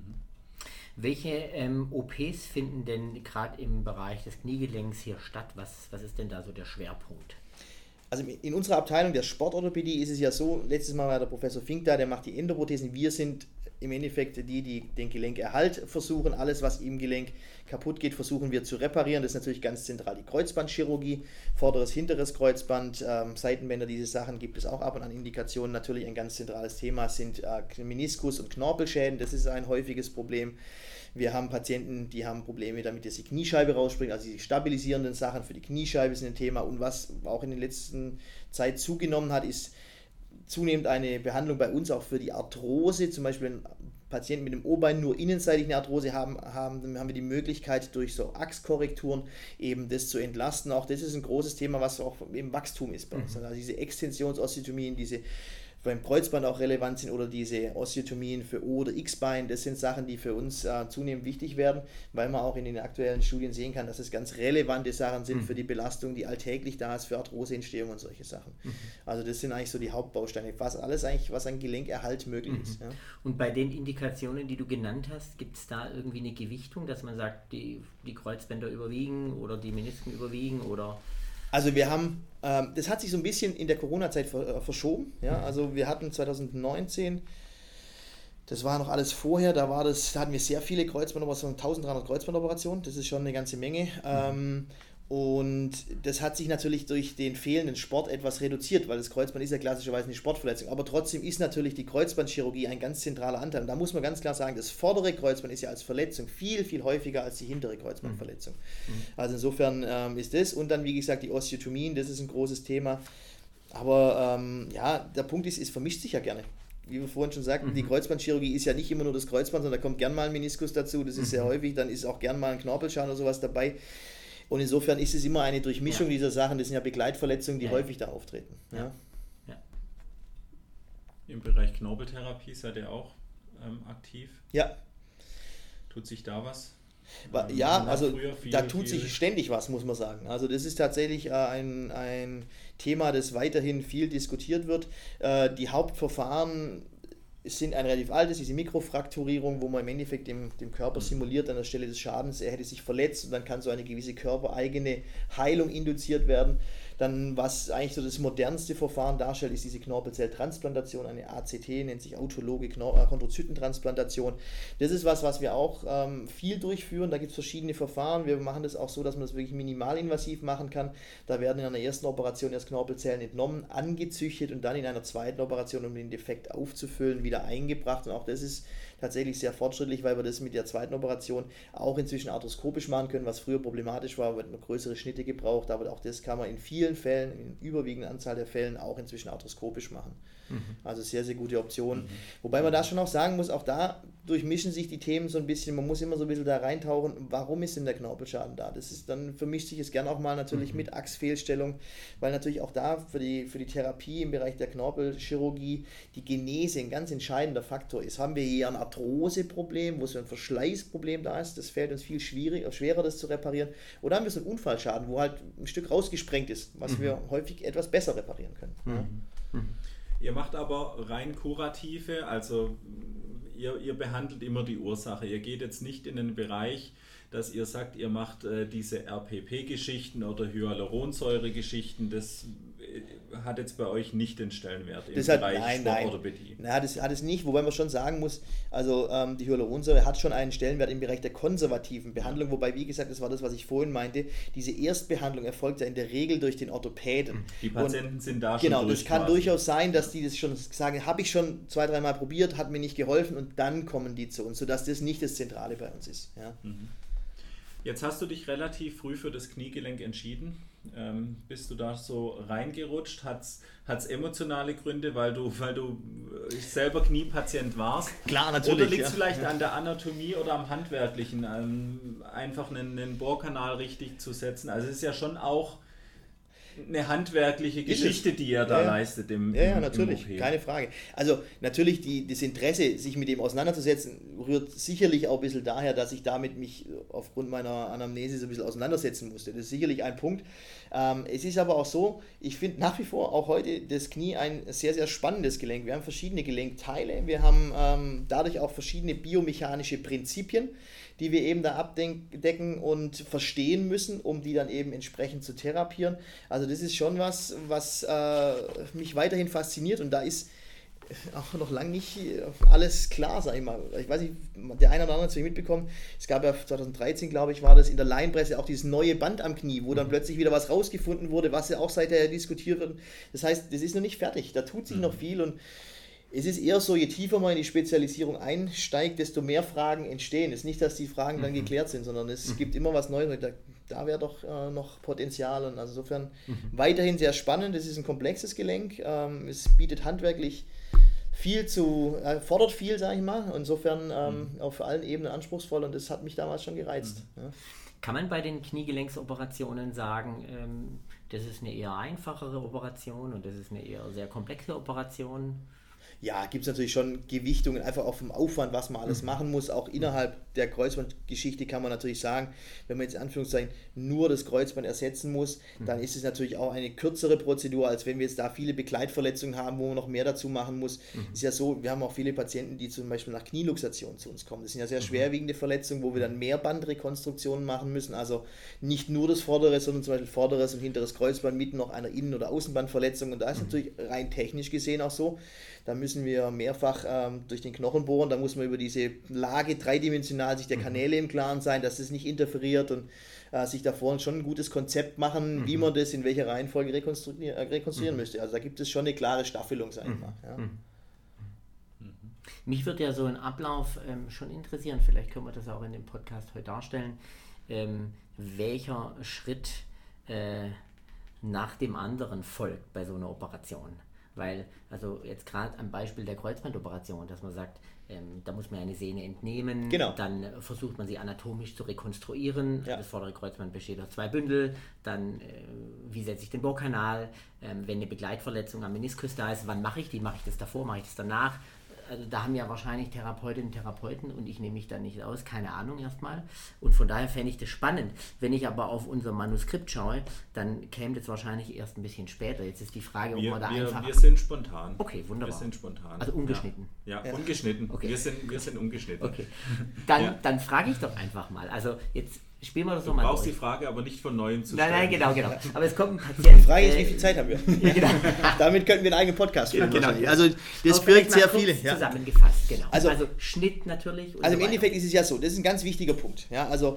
Welche OPs finden denn gerade im Bereich des Kniegelenks hier statt? Was ist denn da so der Schwerpunkt? Also in unserer Abteilung der Sportorthopädie ist es ja so, letztes Mal war der Professor Fink da, der macht die Endoprothesen. Wir sind im Endeffekt die den Gelenkerhalt versuchen. Alles, was im Gelenk kaputt geht, versuchen wir zu reparieren. Das ist natürlich ganz zentral die Kreuzbandchirurgie, vorderes, hinteres Kreuzband, Seitenbänder, diese Sachen gibt es auch ab und an Indikationen. Natürlich ein ganz zentrales Thema sind Meniskus- und Knorpelschäden, das ist ein häufiges Problem. Wir haben Patienten, die haben Probleme damit, dass die Kniescheibe rausspringt, also die stabilisierenden Sachen für die Kniescheibe sind ein Thema. Und was auch in der letzten Zeit zugenommen hat, ist zunehmend eine Behandlung bei uns auch für die Arthrose. Zum Beispiel, wenn Patienten mit dem O-Bein nur innenseitig eine Arthrose haben, dann haben wir die Möglichkeit, durch so Achskorrekturen eben das zu entlasten. Auch das ist ein großes Thema, was auch im Wachstum ist bei uns. Also diese Extensionsosteotomien, diese beim Kreuzband auch relevant sind oder diese Osteotomien für O- oder X-Bein, das sind Sachen, die für uns zunehmend wichtig werden, weil man auch in den aktuellen Studien sehen kann, dass es ganz relevante Sachen sind für die Belastung, die alltäglich da ist, für Arthroseentstehung und solche Sachen. Also das sind eigentlich so die Hauptbausteine, was alles eigentlich, was an Gelenkerhalt möglich ist. Ja. Und bei den Indikationen, die du genannt hast, gibt es da irgendwie eine Gewichtung, dass man sagt, die Kreuzbänder überwiegen oder die Menisken überwiegen oder... Also wir haben, das hat sich so ein bisschen in der Corona-Zeit verschoben. Ja? Also wir hatten 2019, das war noch alles vorher, da hatten wir sehr viele Kreuzbandoperationen, 1300 Kreuzbandoperationen, das ist schon eine ganze Menge. Und das hat sich natürlich durch den fehlenden Sport etwas reduziert, weil das Kreuzband ist ja klassischerweise eine Sportverletzung. Aber trotzdem ist natürlich die Kreuzbandchirurgie ein ganz zentraler Anteil. Und da muss man ganz klar sagen, das vordere Kreuzband ist ja als Verletzung viel, viel häufiger als die hintere Kreuzbandverletzung. Also insofern ist das. Und dann, wie gesagt, die Osteotomien, das ist ein großes Thema. Aber ja, der Punkt ist, es vermischt sich ja gerne. Wie wir vorhin schon sagten, die Kreuzbandchirurgie ist ja nicht immer nur das Kreuzband, sondern da kommt gern mal ein Meniskus dazu, das ist sehr häufig, dann ist auch gern mal ein Knorpelschaden oder sowas dabei. Und insofern ist es immer eine Durchmischung dieser Sachen, das sind ja Begleitverletzungen, die häufig da auftreten. Ja. Im Bereich Knorpeltherapie seid ihr auch aktiv? Ja. Tut sich da was? Ja, also da tut sich ständig was, muss man sagen. Also das ist tatsächlich ein Thema, das weiterhin viel diskutiert wird. Die Hauptverfahren sind ein relativ altes, diese Mikrofrakturierung, wo man im Endeffekt dem Körper simuliert an der Stelle des Schadens, er hätte sich verletzt und dann kann so eine gewisse körpereigene Heilung induziert werden. Dann, was eigentlich so das modernste Verfahren darstellt, ist diese Knorpelzelltransplantation, eine ACT, nennt sich autologe Chondrozytentransplantation. Das ist was wir auch viel durchführen, da gibt es verschiedene Verfahren. Wir machen das auch so, dass man das wirklich minimalinvasiv machen kann. Da werden in einer ersten Operation erst Knorpelzellen entnommen, angezüchtet und dann in einer zweiten Operation, um den Defekt aufzufüllen, wieder eingebracht. Und auch das ist tatsächlich sehr fortschrittlich, weil wir das mit der zweiten Operation auch inzwischen arthroskopisch machen können, was früher problematisch war, wird noch größere Schnitte gebraucht, aber auch das kann man in vielen Fällen, in überwiegender Anzahl der Fällen auch inzwischen arthroskopisch machen. Also sehr, sehr gute Option. Wobei man da schon auch sagen muss, auch da durchmischen sich die Themen so ein bisschen, man muss immer so ein bisschen da reintauchen, warum ist denn der Knorpelschaden da? Das ist dann, vermischt sich es gern auch mal natürlich mit Achsfehlstellung, weil natürlich auch da für die Therapie im Bereich der Knorpelchirurgie die Genese ein ganz entscheidender Faktor ist. Haben wir hier ein Arthroseproblem, wo so ein Verschleißproblem da ist, das fällt uns viel schwerer, das zu reparieren, oder haben wir so einen Unfallschaden, wo halt ein Stück rausgesprengt ist, was wir häufig etwas besser reparieren können. Ja. Ihr macht aber rein kurative, also ihr behandelt immer die Ursache. Ihr geht jetzt nicht in den Bereich, dass ihr sagt, ihr macht diese RPP-Geschichten oder Hyaluronsäure-Geschichten. Das hat jetzt bei euch nicht den Stellenwert im Bereich Sportorthopädie. Nein, das hat es nicht, wobei man schon sagen muss, also die Hyaluronsäure hat schon einen Stellenwert im Bereich der konservativen Behandlung, wobei, wie gesagt, das war das, was ich vorhin meinte, diese Erstbehandlung erfolgt ja in der Regel durch den Orthopäden. Die Patienten sind da schon Genau, das kann durchaus sein, dass die das schon sagen, habe ich schon 2-3 Mal probiert, hat mir nicht geholfen und dann kommen die zu uns, sodass das nicht das Zentrale bei uns ist. Ja. Jetzt hast du dich relativ früh für das Kniegelenk entschieden. Bist du da so reingerutscht? Hat's emotionale Gründe, weil du selber Kniepatient warst? Klar, natürlich. Oder liegt es vielleicht an der Anatomie oder am Handwerklichen, einfach einen Bohrkanal richtig zu setzen? Also es ist ja schon auch eine handwerkliche Geschichte, die er da leistet im natürlich, im OP. Keine Frage. Also natürlich das Interesse, sich mit dem auseinanderzusetzen, rührt sicherlich auch ein bisschen daher, dass ich damit mich aufgrund meiner Anamnese so ein bisschen auseinandersetzen musste. Das ist sicherlich ein Punkt. Es ist aber auch so, ich finde nach wie vor auch heute das Knie ein sehr, sehr spannendes Gelenk. Wir haben verschiedene Gelenkteile, wir haben dadurch auch verschiedene biomechanische Prinzipien, die wir eben da abdecken und verstehen müssen, um die dann eben entsprechend zu therapieren. Also das ist schon was mich weiterhin fasziniert und da ist auch noch lange nicht alles klar, sag ich mal. Ich weiß nicht, der eine oder andere hat es mitbekommen. Es gab ja 2013, glaube ich, war das in der Laienpresse auch dieses neue Band am Knie, wo dann plötzlich wieder was rausgefunden wurde, was ja auch seither diskutiert wird. Das heißt, das ist noch nicht fertig. Da tut sich noch viel und es ist eher so, je tiefer man in die Spezialisierung einsteigt, desto mehr Fragen entstehen. Es ist nicht, dass die Fragen dann geklärt sind, sondern es gibt immer was Neues. Da wäre doch noch Potenzial. Und also insofern weiterhin sehr spannend. Es ist ein komplexes Gelenk. Es bietet handwerklich fordert viel, sage ich mal. Insofern auf allen Ebenen anspruchsvoll und das hat mich damals schon gereizt. Ja. Kann man bei den Kniegelenksoperationen sagen, das ist eine eher einfachere Operation und das ist eine eher sehr komplexe Operation? Ja, gibt es natürlich schon Gewichtungen, einfach auch vom Aufwand, was man alles machen muss. Auch innerhalb der Kreuzbandgeschichte kann man natürlich sagen, wenn man jetzt in Anführungszeichen nur das Kreuzband ersetzen muss, dann ist es natürlich auch eine kürzere Prozedur, als wenn wir jetzt da viele Begleitverletzungen haben, wo man noch mehr dazu machen muss. Ist ja so, wir haben auch viele Patienten, die zum Beispiel nach Knieluxation zu uns kommen. Das sind ja sehr schwerwiegende Verletzungen, wo wir dann mehr Bandrekonstruktionen machen müssen. Also nicht nur das vordere, sondern zum Beispiel vorderes und hinteres Kreuzband mit noch einer Innen- oder Außenbandverletzung. Und da ist natürlich rein technisch gesehen auch so, da müssen wir mehrfach durch den Knochen bohren, da muss man über diese Lage dreidimensional sich der Kanäle im Klaren sein, dass das nicht interferiert und sich davor schon ein gutes Konzept machen, wie man das in welcher Reihenfolge rekonstruieren müsste. Also da gibt es schon eine klare Staffelung, sag ich mal. Ja. Mich würde ja so ein Ablauf schon interessieren, vielleicht können wir das auch in dem Podcast heute darstellen, welcher Schritt nach dem anderen folgt bei so einer Operation. Weil, also jetzt gerade am Beispiel der Kreuzbandoperation, dass man sagt, da muss man eine Sehne entnehmen, dann versucht man sie anatomisch zu rekonstruieren. Ja. Das vordere Kreuzband besteht aus 2 Bündel, dann wie setze ich den Bohrkanal, wenn eine Begleitverletzung am Meniskus da ist, wann mache ich die, mache ich das davor, mache ich das danach? Also da haben ja wahrscheinlich Therapeutinnen und Therapeuten und ich nehme mich da nicht aus, keine Ahnung erstmal. Und von daher fände ich das spannend. Wenn ich aber auf unser Manuskript schaue, dann käme das wahrscheinlich erst ein bisschen später. Jetzt ist die Frage, ob man da einfach... Wir sind spontan. Okay, wunderbar. Wir sind spontan. Also ungeschnitten. Ja, ungeschnitten. Okay. Wir sind ungeschnitten. Okay. Dann frage ich doch einfach mal. Also jetzt... Spielen wir das nochmal. Du brauchst die Frage aber nicht von Neuem zu stellen. Nein, genau. Aber es kommt ein Patient. Die Frage ist, wie viel Zeit haben wir? Ja, genau. Damit könnten wir einen eigenen Podcast führen. Genau. Also das birgt sehr viele. Zusammengefasst, genau. Also Schnitt natürlich. Also im Endeffekt ist es ja so, das ist ein ganz wichtiger Punkt. Ja, also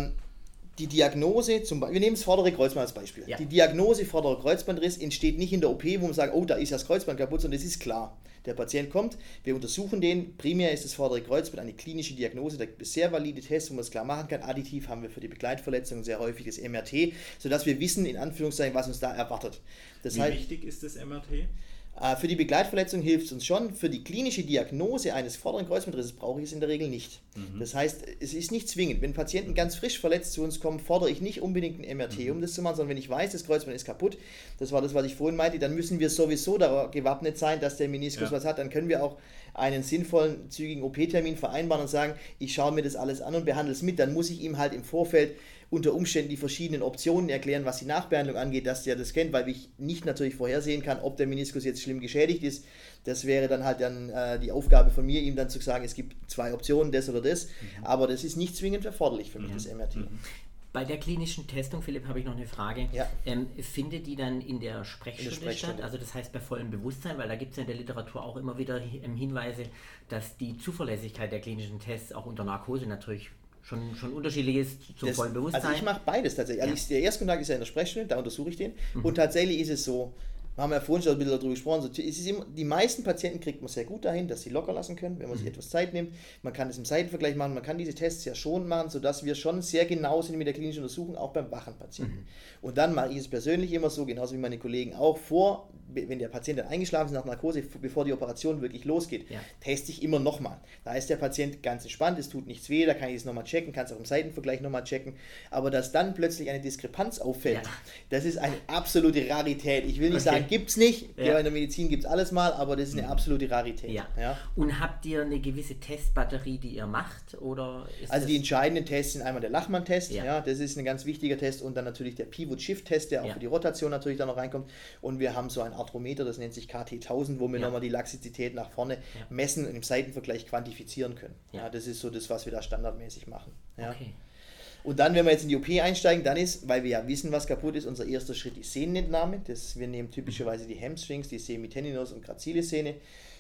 die Diagnose, wir nehmen das vordere Kreuzband als Beispiel. Ja. Die Diagnose vorderer Kreuzbandriss entsteht nicht in der OP, wo man sagt, oh, da ist ja das Kreuzband kaputt, sondern das ist klar. Der Patient kommt, wir untersuchen den, primär ist das vordere Kreuzband eine klinische Diagnose, da gibt es sehr valide Tests, wo man es klar machen kann. Additiv haben wir für die Begleitverletzung sehr häufig das MRT, sodass wir wissen, in Anführungszeichen, was uns da erwartet. Wie wichtig ist das MRT? Für die Begleitverletzung hilft es uns schon. Für die klinische Diagnose eines vorderen Kreuzbandrisses brauche ich es in der Regel nicht. Das heißt, es ist nicht zwingend. Wenn Patienten ganz frisch verletzt zu uns kommen, fordere ich nicht unbedingt ein MRT, um das zu machen, sondern wenn ich weiß, das Kreuzband ist kaputt, das war das, was ich vorhin meinte, dann müssen wir sowieso da gewappnet sein, dass der Meniskus was hat. Dann können wir auch einen sinnvollen, zügigen OP-Termin vereinbaren und sagen, ich schaue mir das alles an und behandle es mit. Dann muss ich ihm halt im Vorfeld unter Umständen die verschiedenen Optionen erklären, was die Nachbehandlung angeht, dass der das kennt, weil ich nicht natürlich vorhersehen kann, ob der Meniskus jetzt schlimm geschädigt ist. Das wäre dann halt die Aufgabe von mir, ihm dann zu sagen, es gibt 2 Optionen, das oder das, aber das ist nicht zwingend erforderlich für mich, das MRT. Bei der klinischen Testung, Philipp, habe ich noch eine Frage. Ja. Findet die dann in der Sprechstunde statt? Also das heißt bei vollem Bewusstsein, weil da gibt es ja in der Literatur auch immer wieder Hinweise, dass die Zuverlässigkeit der klinischen Tests auch unter Narkose natürlich schon unterschiedlich ist zum vollen Bewusstsein. Also ich mache beides tatsächlich. Also der Erstkontakt ist ja in der Sprechstunde, da untersuche ich den. Und tatsächlich ist es so, wir haben ja vorhin schon ein bisschen darüber gesprochen, die meisten Patienten kriegt man sehr gut dahin, dass sie locker lassen können, wenn man sich etwas Zeit nimmt. Man kann es im Seitenvergleich machen, man kann diese Tests ja schon machen, sodass wir schon sehr genau sind mit der klinischen Untersuchung, auch beim wachen Patienten. Und dann mache ich es persönlich immer so, genauso wie meine Kollegen auch, wenn der Patient dann eingeschlafen ist nach Narkose, bevor die Operation wirklich losgeht, teste ich immer nochmal. Da ist der Patient ganz entspannt, es tut nichts weh, da kann ich es nochmal checken, kann es auch im Seitenvergleich nochmal checken. Aber dass dann plötzlich eine Diskrepanz auffällt, das ist eine absolute Rarität. Ich will nicht sagen, gibt es nicht. Ja. In der Medizin gibt es alles mal, aber das ist eine absolute Rarität. Ja. Ja. Und habt ihr eine gewisse Testbatterie, die ihr macht? Oder ist also die entscheidenden Tests sind einmal der Lachmann-Test, das ist ein ganz wichtiger Test, und dann natürlich der Pivot-Shift-Test, der auch für die Rotation natürlich dann noch reinkommt. Und wir haben so ein Arthrometer, das nennt sich KT 1000, wo wir nochmal die Laxizität nach vorne messen und im Seitenvergleich quantifizieren können. Ja, das ist so das, was wir da standardmäßig machen. Ja. Okay. Und dann, wenn wir jetzt in die OP einsteigen, dann ist, weil wir ja wissen, was kaputt ist, unser erster Schritt die Sehnenentnahme. Wir nehmen typischerweise die Hamstrings, die Semitendinous und Gracilis-Sehne.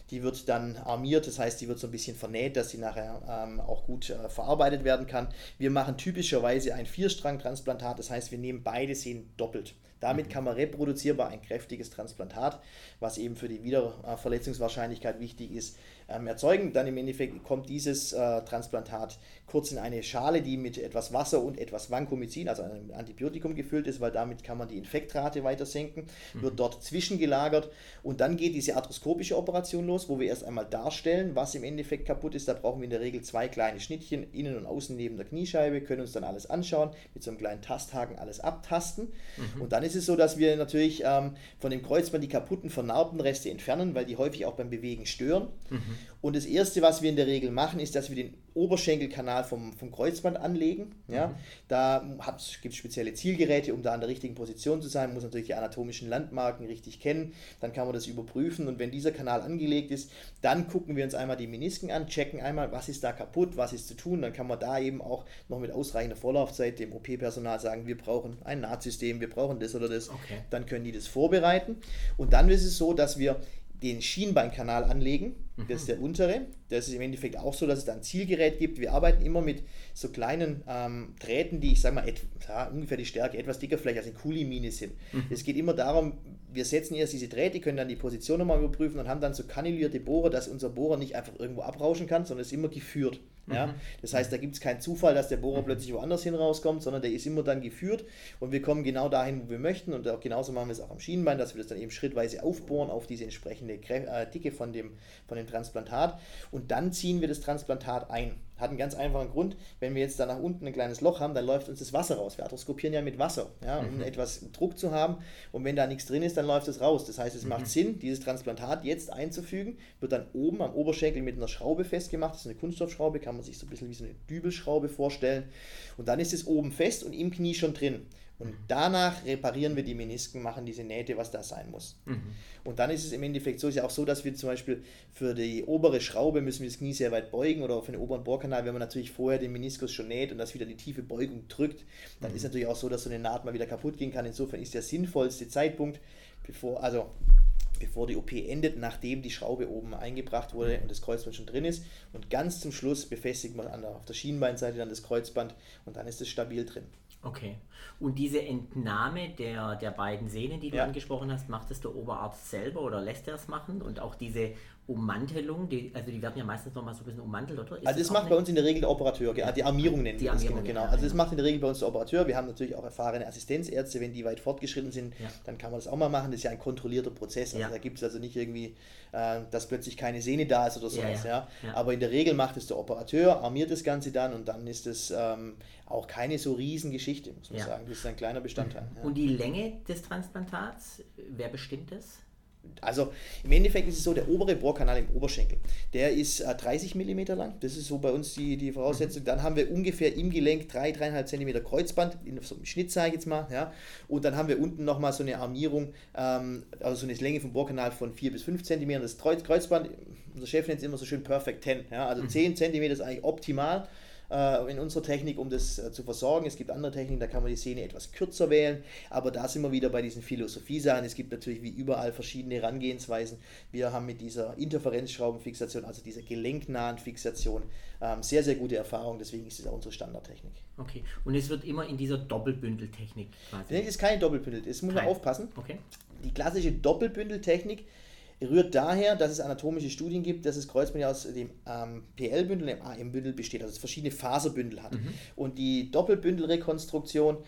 die wird dann armiert, das heißt, die wird so ein bisschen vernäht, dass sie nachher auch gut verarbeitet werden kann. Wir machen typischerweise ein 4-Strang-Transplantat, das heißt, wir nehmen beide Sehnen doppelt. Damit kann man reproduzierbar ein kräftiges Transplantat, was eben für die Wiederverletzungswahrscheinlichkeit wichtig ist, erzeugen. Dann im Endeffekt kommt dieses Transplantat kurz in eine Schale, die mit etwas Wasser und etwas Vancomycin, also einem Antibiotikum, gefüllt ist, weil damit kann man die Infektrate weiter senken, wird dort zwischengelagert und dann geht diese arthroskopische Operation los, wo wir erst einmal darstellen, was im Endeffekt kaputt ist. Da brauchen wir in der Regel 2 kleine Schnittchen, innen und außen neben der Kniescheibe, können uns dann alles anschauen, mit so einem kleinen Tasthaken alles abtasten. Und dann ist es so, dass wir natürlich von dem Kreuzband die kaputten, vernarbten Reste entfernen, weil die häufig auch beim Bewegen stören. Und das Erste, was wir in der Regel machen, ist, dass wir den Oberschenkelkanal vom Kreuzband anlegen. Ja? Da gibt es spezielle Zielgeräte, um da in der richtigen Position zu sein. Man muss natürlich die anatomischen Landmarken richtig kennen. Dann kann man das überprüfen. Und wenn dieser Kanal angelegt ist, dann gucken wir uns einmal die Menisken an, checken einmal, was ist da kaputt, was ist zu tun. Dann kann man da eben auch noch mit ausreichender Vorlaufzeit dem OP-Personal sagen, wir brauchen ein Nahtsystem, wir brauchen das oder das. Okay. Dann können die das vorbereiten. Und dann ist es so, dass wir den Schienbeinkanal anlegen, das ist der untere. Das ist im Endeffekt auch so, dass es da ein Zielgerät gibt. Wir arbeiten immer mit so kleinen Drähten, die, ich sage mal, ungefähr die Stärke etwas dicker vielleicht als eine Kulimine sind. Es geht immer darum, wir setzen erst diese Drähte, können dann die Position nochmal überprüfen und haben dann so kanülierte Bohrer, dass unser Bohrer nicht einfach irgendwo abrauschen kann, sondern es ist immer geführt. Ja? Das heißt, da gibt es keinen Zufall, dass der Bohrer plötzlich woanders hin rauskommt, sondern der ist immer dann geführt und wir kommen genau dahin, wo wir möchten und auch genauso machen wir es auch am Schienbein, dass wir das dann eben schrittweise aufbohren auf diese entsprechende Dicke von dem Transplantat und dann ziehen wir das Transplantat ein. Hat einen ganz einfachen Grund, wenn wir jetzt da nach unten ein kleines Loch haben, dann läuft uns das Wasser raus. Wir arthroskopieren ja mit Wasser, ja, um etwas Druck zu haben und wenn da nichts drin ist, dann läuft es raus. Das heißt, es macht Sinn, dieses Transplantat jetzt einzufügen, wird dann oben am Oberschenkel mit einer Schraube festgemacht, das ist eine Kunststoffschraube, kann man sich so ein bisschen wie so eine Dübelschraube vorstellen und dann ist es oben fest und im Knie schon drin. Und danach reparieren wir die Menisken, machen diese Nähte, was da sein muss. Und dann ist es im Endeffekt so, ist ja auch so, dass wir zum Beispiel für die obere Schraube müssen wir das Knie sehr weit beugen oder für den oberen Bohrkanal, wenn man natürlich vorher den Meniskus schon näht und das wieder die tiefe Beugung drückt, dann ist natürlich auch so, dass so eine Naht mal wieder kaputt gehen kann. Insofern ist der sinnvollste Zeitpunkt, bevor die OP endet, nachdem die Schraube oben eingebracht wurde und das Kreuzband schon drin ist. Und ganz zum Schluss befestigt man auf der Schienbeinseite dann das Kreuzband und dann ist es stabil drin. Okay. Und diese Entnahme der beiden Sehnen, die du angesprochen hast, macht es der Oberarzt selber oder lässt er es machen? Und auch diese Ummantelung, die werden ja meistens nochmal so ein bisschen ummantelt, oder? Also das macht bei uns in der Regel der Operateur, die Armierung nennen wir das, genau. Also das macht in der Regel bei uns der Operateur. Wir haben natürlich auch erfahrene Assistenzärzte, wenn die weit fortgeschritten sind, dann kann man das auch mal machen. Das ist ja ein kontrollierter Prozess, also da gibt es also nicht irgendwie, dass plötzlich keine Sehne da ist oder sowas. Ja. Aber in der Regel macht es der Operateur, armiert das Ganze dann und dann ist es auch keine so riesen Geschichte, muss man sagen. Das ist ein kleiner Bestandteil. Ja. Und die Länge des Transplantats, wer bestimmt das? Also im Endeffekt ist es so, der obere Bohrkanal im Oberschenkel, der ist 30 mm lang, das ist so bei uns die Voraussetzung. Dann haben wir ungefähr im Gelenk 3,5 cm Kreuzband, in so einem Schnitt sage ich jetzt mal, ja. Und dann haben wir unten nochmal so eine Armierung, also so eine Länge vom Bohrkanal von 4 bis 5 cm. Das Kreuzband, unser Chef nennt es immer so schön Perfect 10, ja. Also 10 cm ist eigentlich optimal in unserer Technik, um das zu versorgen. Es gibt andere Techniken, da kann man die Sehne etwas kürzer wählen, aber da sind wir wieder bei diesen Philosophie-Sachen. Es gibt natürlich wie überall verschiedene Herangehensweisen. Wir haben mit dieser Interferenzschraubenfixation, also dieser gelenknahen Fixation, sehr, sehr gute Erfahrung, deswegen ist das auch unsere Standardtechnik. Okay, und es wird immer in dieser Doppelbündeltechnik quasi? Nee, das ist keine Doppelbündel, das muss man aufpassen. Okay. Die klassische Doppelbündeltechnik rührt daher, dass es anatomische Studien gibt, dass das Kreuzband ja aus dem PL-Bündel und dem AM-Bündel besteht, also es verschiedene Faserbündel hat. Und die Doppelbündelrekonstruktion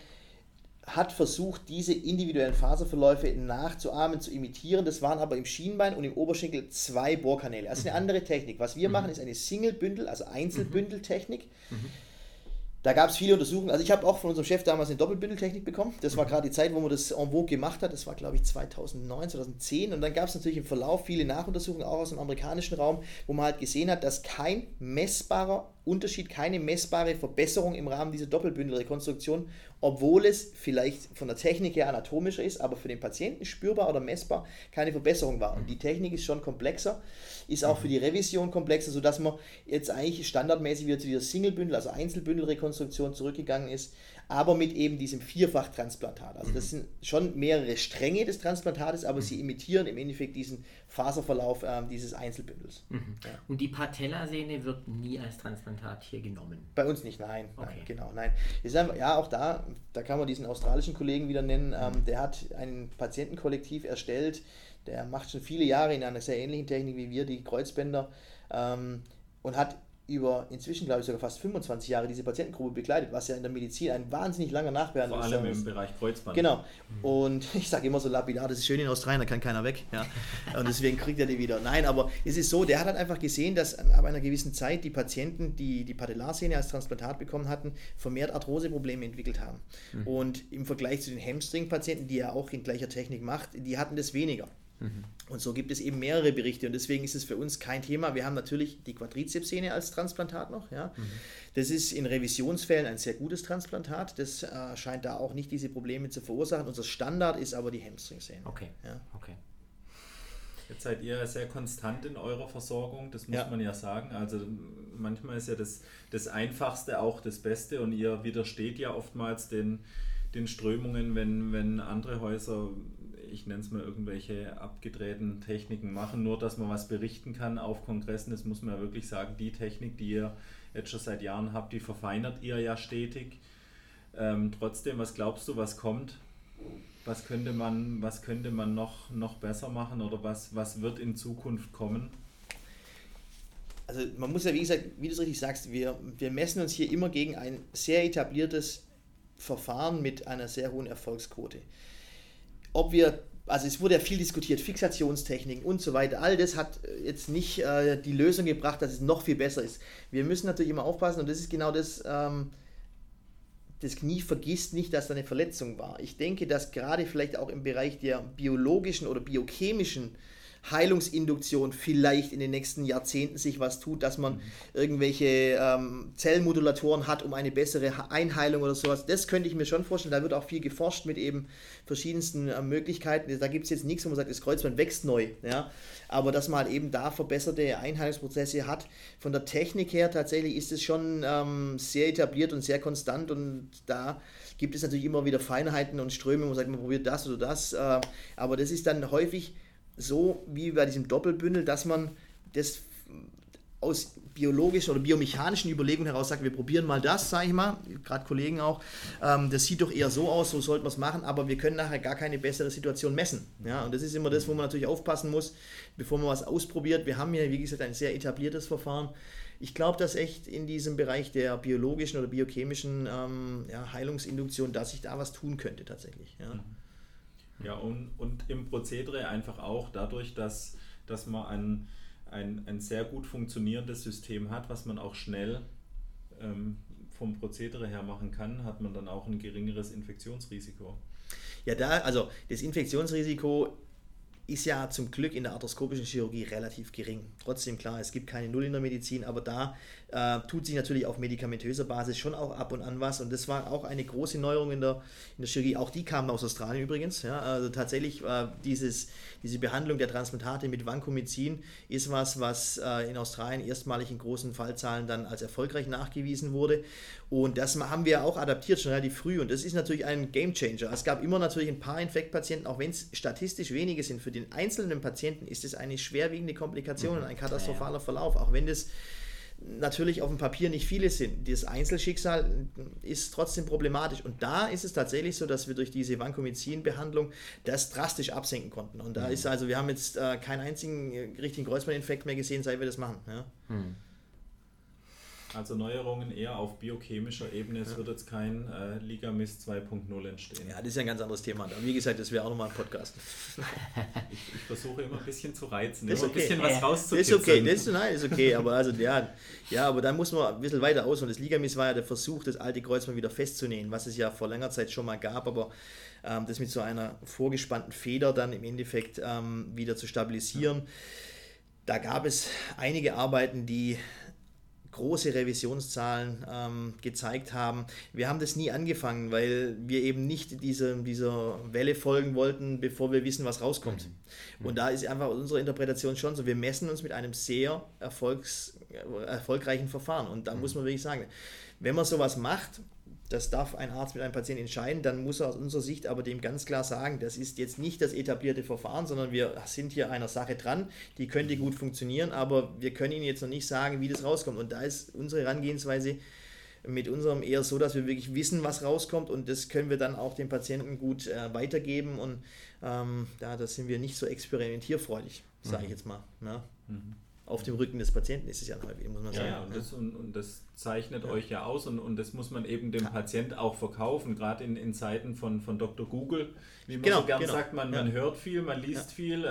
hat versucht, diese individuellen Faserverläufe nachzuahmen, zu imitieren. Das waren aber im Schienbein und im Oberschenkel 2 Bohrkanäle. Also eine andere Technik. Was wir machen, ist eine Single-Bündel, also Einzelbündeltechnik. Da gab es viele Untersuchungen. Also ich habe auch von unserem Chef damals eine Doppelbündeltechnik bekommen. Das war gerade die Zeit, wo man das en vogue gemacht hat. Das war, glaube ich, 2009, 2010. Und dann gab es natürlich im Verlauf viele Nachuntersuchungen, auch aus dem amerikanischen Raum, wo man halt gesehen hat, dass kein messbarer Unterschied, keine messbare Verbesserung im Rahmen dieser Doppelbündelrekonstruktion, obwohl es vielleicht von der Technik her anatomischer ist, aber für den Patienten spürbar oder messbar keine Verbesserung war. Und die Technik ist schon komplexer, ist auch für die Revision komplexer, sodass man jetzt eigentlich standardmäßig wieder zu dieser Singlebündel, also Einzelbündelrekonstruktion zurückgegangen ist. aber mit eben diesem Vierfachtransplantat. Also das sind schon mehrere Stränge des Transplantates, aber sie imitieren im Endeffekt diesen Faserverlauf dieses Einzelbündels. Ja. Und die Patellasehne wird nie als Transplantat hier genommen? Bei uns nicht, nein. Okay. Nein, genau, nein. Ist einfach, ja, auch da kann man diesen australischen Kollegen wieder nennen, der hat ein Patientenkollektiv erstellt, der macht schon viele Jahre in einer sehr ähnlichen Technik wie wir, die Kreuzbänder, und hat über inzwischen, glaube ich, sogar fast 25 Jahre diese Patientengruppe begleitet, was ja in der Medizin ein wahnsinnig langer Nachbehandlung ist. Vor allem im Bereich Kreuzband. Genau. Und ich sage immer so lapidar, das ist schön in Australien, da kann keiner weg. Ja. Und deswegen kriegt er die wieder. Nein, aber es ist so, der hat halt einfach gesehen, dass ab einer gewissen Zeit die Patienten, die die Patellarsehne als Transplantat bekommen hatten, vermehrt Arthroseprobleme entwickelt haben. Und im Vergleich zu den Hamstring-Patienten, die er auch in gleicher Technik macht, die hatten das weniger. Und so gibt es eben mehrere Berichte und deswegen ist es für uns kein Thema. Wir haben natürlich die Quadrizepssehne als Transplantat noch. Ja. Das ist in Revisionsfällen ein sehr gutes Transplantat. Das scheint da auch nicht diese Probleme zu verursachen. Unser Standard ist aber die Hamstring-Sehne. Okay. Ja. Okay. Jetzt seid ihr sehr konstant in eurer Versorgung, das muss man ja sagen. Also manchmal ist ja das Einfachste auch das Beste und ihr widersteht ja oftmals den Strömungen, wenn andere Häuser, ich nenne es mal, irgendwelche abgedrehten Techniken machen, nur dass man was berichten kann auf Kongressen. Das muss man ja wirklich sagen, die Technik, die ihr jetzt schon seit Jahren habt, die verfeinert ihr ja stetig. Trotzdem, was glaubst du, was kommt? Was könnte man noch besser machen oder was wird in Zukunft kommen? Also man muss ja, wie gesagt, wie du es richtig sagst, wir messen uns hier immer gegen ein sehr etabliertes Verfahren mit einer sehr hohen Erfolgsquote. Also es wurde ja viel diskutiert, Fixationstechniken und so weiter, all das hat jetzt nicht die Lösung gebracht, dass es noch viel besser ist. Wir müssen natürlich immer aufpassen und das ist genau das, das Knie vergisst nicht, dass da eine Verletzung war. Ich denke, dass gerade vielleicht auch im Bereich der biologischen oder biochemischen Heilungsinduktion vielleicht in den nächsten Jahrzehnten sich was tut, dass man irgendwelche Zellmodulatoren hat, um eine bessere Einheilung oder sowas. Das könnte ich mir schon vorstellen. Da wird auch viel geforscht mit eben verschiedensten Möglichkeiten. Da gibt es jetzt nichts, wo man sagt, das Kreuzband wächst neu. Ja? Aber dass man halt eben da verbesserte Einheilungsprozesse hat. Von der Technik her tatsächlich ist es schon sehr etabliert und sehr konstant und da gibt es natürlich immer wieder Feinheiten und Ströme, wo man sagt, man probiert das oder das. Aber das ist dann häufig so wie bei diesem Doppelbündel, dass man das aus biologischen oder biomechanischen Überlegungen heraus sagt, wir probieren mal das, sage ich mal, gerade Kollegen auch, das sieht doch eher so aus, so sollten wir es machen, aber wir können nachher gar keine bessere Situation messen. Ja? Und das ist immer das, wo man natürlich aufpassen muss, bevor man was ausprobiert. Wir haben hier, wie gesagt, ein sehr etabliertes Verfahren. Ich glaube, dass echt in diesem Bereich der biologischen oder biochemischen Heilungsinduktion, dass sich da was tun könnte tatsächlich. Ja. Ja, und im Prozedere einfach auch dadurch, dass man ein sehr gut funktionierendes System hat, was man auch schnell vom Prozedere her machen kann, hat man dann auch ein geringeres Infektionsrisiko. Ja, also das Infektionsrisiko ist ja zum Glück in der arthroskopischen Chirurgie relativ gering. Trotzdem, klar, es gibt keine Null in der Medizin, aber da tut sich natürlich auf medikamentöser Basis schon auch ab und an was und das war auch eine große Neuerung in der Chirurgie. Auch die kamen aus Australien übrigens. Ja, also tatsächlich diese Behandlung der Transplantate mit Vancomycin ist was in Australien erstmalig in großen Fallzahlen dann als erfolgreich nachgewiesen wurde und das haben wir auch adaptiert schon relativ früh und das ist natürlich ein Gamechanger. Es gab immer natürlich ein paar Infektpatienten, auch wenn es statistisch wenige sind, für den einzelnen Patienten ist es eine schwerwiegende Komplikation und ein katastrophaler Verlauf, auch wenn das natürlich auf dem Papier nicht viele sind. Das Einzelschicksal ist trotzdem problematisch und da ist es tatsächlich so, dass wir durch diese Vancomycin-Behandlung das drastisch absenken konnten und da ist also, wir haben jetzt keinen einzigen richtigen Kreuzbandinfekt mehr gesehen, seit wir das machen. Ja. Also Neuerungen eher auf biochemischer Ebene, es wird jetzt kein Ligamist 2.0 entstehen. Ja, das ist ja ein ganz anderes Thema. Wie gesagt, das wäre auch nochmal ein Podcast. Ich versuche immer ein bisschen zu reizen, das immer okay. ein bisschen was rauszukitzeln. Das ist okay, aber also aber dann muss man ein bisschen weiter aus und das Ligamist war ja der Versuch, das alte Kreuzband wieder festzunähen, was es ja vor langer Zeit schon mal gab, aber das mit so einer vorgespannten Feder dann im Endeffekt wieder zu stabilisieren. Da gab es einige Arbeiten, die große Revisionszahlen gezeigt haben. Wir haben das nie angefangen, weil wir eben nicht dieser Welle folgen wollten, bevor wir wissen, was rauskommt. Und da ist einfach unsere Interpretation schon so, wir messen uns mit einem sehr erfolgreichen Verfahren. Und da muss man wirklich sagen, wenn man sowas macht, das darf ein Arzt mit einem Patienten entscheiden, dann muss er aus unserer Sicht aber dem ganz klar sagen, das ist jetzt nicht das etablierte Verfahren, sondern wir sind hier einer Sache dran, die könnte gut funktionieren, aber wir können Ihnen jetzt noch nicht sagen, wie das rauskommt. Und da ist unsere Herangehensweise mit unserem eher so, dass wir wirklich wissen, was rauskommt, und das können wir dann auch den Patienten gut weitergeben, und da sind wir nicht so experimentierfreudig, sage ich jetzt mal. Ne? Auf dem Rücken des Patienten ist es ja häufig, muss man sagen. Ja, und das zeichnet euch ja aus, und das muss man eben dem Patient auch verkaufen, gerade in Zeiten von Dr. Google, wie man so gern sagt, man hört viel, man liest viel,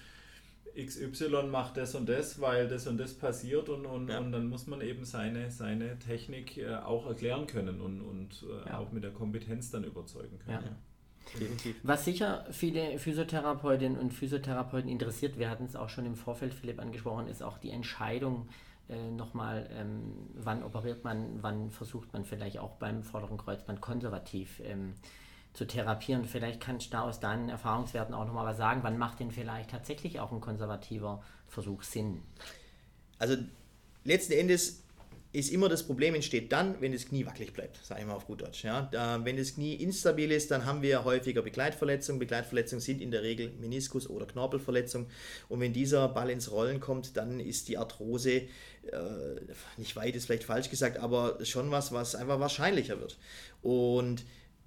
XY macht das und das, weil das und das passiert, und dann muss man eben seine Technik auch erklären können und auch mit der Kompetenz dann überzeugen können. Ja. Definitiv. Was sicher viele Physiotherapeutinnen und Physiotherapeuten interessiert, wir hatten es auch schon im Vorfeld, Philipp, angesprochen, ist auch die Entscheidung nochmal, wann operiert man, wann versucht man vielleicht auch beim vorderen Kreuzband konservativ zu therapieren. Vielleicht kannst du da aus deinen Erfahrungswerten auch nochmal was sagen, wann macht denn vielleicht tatsächlich auch ein konservativer Versuch Sinn? Also letzten Endes ist immer das Problem, entsteht dann, wenn das Knie wackelig bleibt, sage ich mal auf gut Deutsch. Ja? Wenn das Knie instabil ist, dann haben wir häufiger Begleitverletzungen. Begleitverletzungen sind in der Regel Meniskus- oder Knorpelverletzungen. Und wenn dieser Ball ins Rollen kommt, dann ist die Arthrose, nicht weit ist vielleicht falsch gesagt, aber schon was einfach wahrscheinlicher wird. Und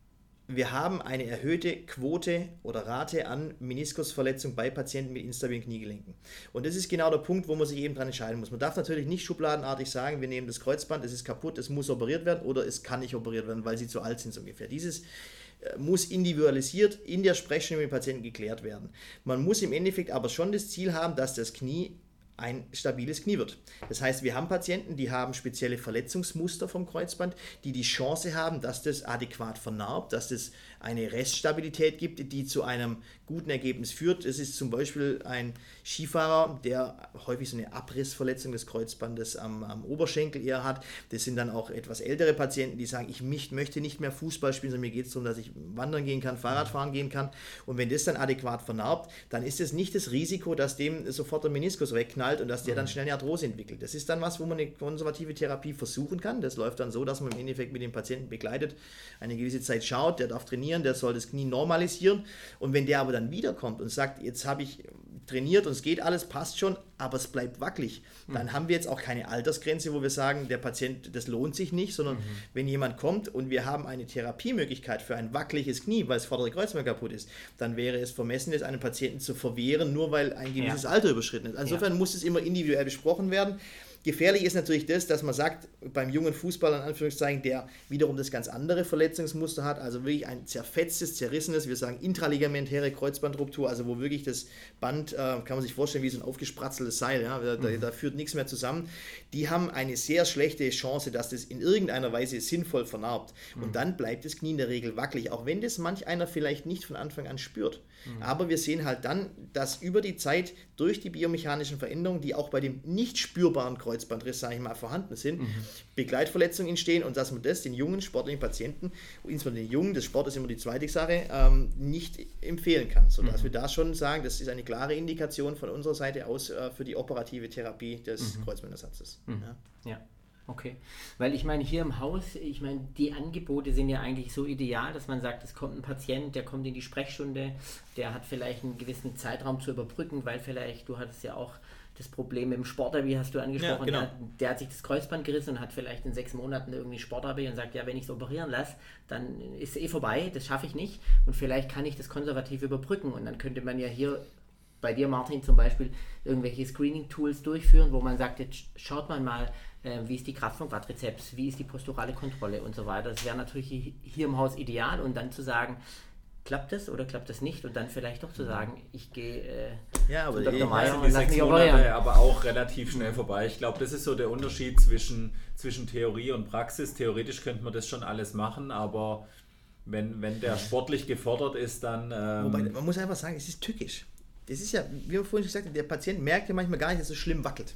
wir haben eine erhöhte Quote oder Rate an Meniskusverletzungen bei Patienten mit instabilen Kniegelenken. Und das ist genau der Punkt, wo man sich eben dran entscheiden muss. Man darf natürlich nicht schubladenartig sagen, wir nehmen das Kreuzband, es ist kaputt, es muss operiert werden, oder es kann nicht operiert werden, weil sie zu alt sind so ungefähr. Dieses muss individualisiert in der Sprechstunde mit dem Patienten geklärt werden. Man muss im Endeffekt aber schon das Ziel haben, dass das Knie ein stabiles Knie wird. Das heißt, wir haben Patienten, die haben spezielle Verletzungsmuster vom Kreuzband, die Chance haben, dass das adäquat vernarbt, dass das eine Reststabilität gibt, die zu einem guten Ergebnis führt. Es ist zum Beispiel ein Skifahrer, der häufig so eine Abrissverletzung des Kreuzbandes am Oberschenkel eher hat. Das sind dann auch etwas ältere Patienten, die sagen, ich möchte nicht mehr Fußball spielen, sondern mir geht es darum, dass ich wandern gehen kann, Fahrradfahren gehen kann. Und wenn das dann adäquat vernarbt, dann ist es nicht das Risiko, dass dem sofort der Meniskus wegknallt und dass der dann schnell eine Arthrose entwickelt. Das ist dann was, wo man eine konservative Therapie versuchen kann. Das läuft dann so, dass man im Endeffekt mit dem Patienten begleitet, eine gewisse Zeit schaut, der darf trainieren, der soll das Knie normalisieren, und wenn der aber dann wiederkommt und sagt, jetzt habe ich trainiert und es geht alles, passt schon, aber es bleibt wackelig, dann haben wir jetzt auch keine Altersgrenze, wo wir sagen, der Patient, das lohnt sich nicht, sondern wenn jemand kommt und wir haben eine Therapiemöglichkeit für ein wackeliges Knie, weil das vordere Kreuzband kaputt ist, dann wäre es vermessen, es einem Patienten zu verwehren, nur weil ein gewisses Alter überschritten ist. Insofern muss es immer individuell besprochen werden. Gefährlich ist natürlich das, dass man sagt, beim jungen Fußballer in Anführungszeichen, der wiederum das ganz andere Verletzungsmuster hat, also wirklich ein zerfetztes, zerrissenes, wir sagen intraligamentäre Kreuzbandruptur, also wo wirklich das Band, kann man sich vorstellen, wie so ein aufgespratzeltes Seil, ja, da führt nichts mehr zusammen. Die haben eine sehr schlechte Chance, dass das in irgendeiner Weise sinnvoll vernarbt. Und dann bleibt das Knie in der Regel wackelig, auch wenn das manch einer vielleicht nicht von Anfang an spürt. Aber wir sehen halt dann, dass über die Zeit durch die biomechanischen Veränderungen, die auch bei dem nicht spürbaren Kreuzbandriss, sage ich mal, vorhanden sind, Begleitverletzungen entstehen, und dass man das den jungen sportlichen Patienten, insbesondere den Jungen, das Sport ist immer die zweite Sache, nicht empfehlen kann. Sodass wir da schon sagen, das ist eine klare Indikation von unserer Seite aus für die operative Therapie des Kreuzbandersatzes. Ja. Okay, weil ich meine, hier im Haus, die Angebote sind ja eigentlich so ideal, dass man sagt, es kommt ein Patient, der kommt in die Sprechstunde, der hat vielleicht einen gewissen Zeitraum zu überbrücken, weil vielleicht, du hattest ja auch das Problem mit dem Sportler, wie hast du angesprochen, ja, genau. der hat sich das Kreuzband gerissen und hat vielleicht in 6 Monaten irgendwie Sportarbeit und sagt, ja, wenn ich es operieren lasse, dann ist es vorbei, das schaffe ich nicht, und vielleicht kann ich das konservativ überbrücken, und dann könnte man ja hier bei dir, Martin, zum Beispiel irgendwelche Screening-Tools durchführen, wo man sagt, jetzt schaut man mal, wie ist die Kraft vom Quadrizeps, wie ist die posturale Kontrolle und so weiter. Das wäre natürlich hier im Haus ideal, und dann zu sagen, klappt das oder klappt das nicht, und dann vielleicht doch zu sagen, ich gehe zu Dr. Meyer und lass mich operieren. Aber auch relativ schnell vorbei. Ich glaube, das ist so der Unterschied zwischen Theorie und Praxis. Theoretisch könnte man das schon alles machen, aber wenn der sportlich gefordert ist, dann... Wobei, man muss einfach sagen, es ist tückisch. Das ist ja, wie wir vorhin gesagt haben, der Patient merkt ja manchmal gar nicht, dass es so schlimm wackelt.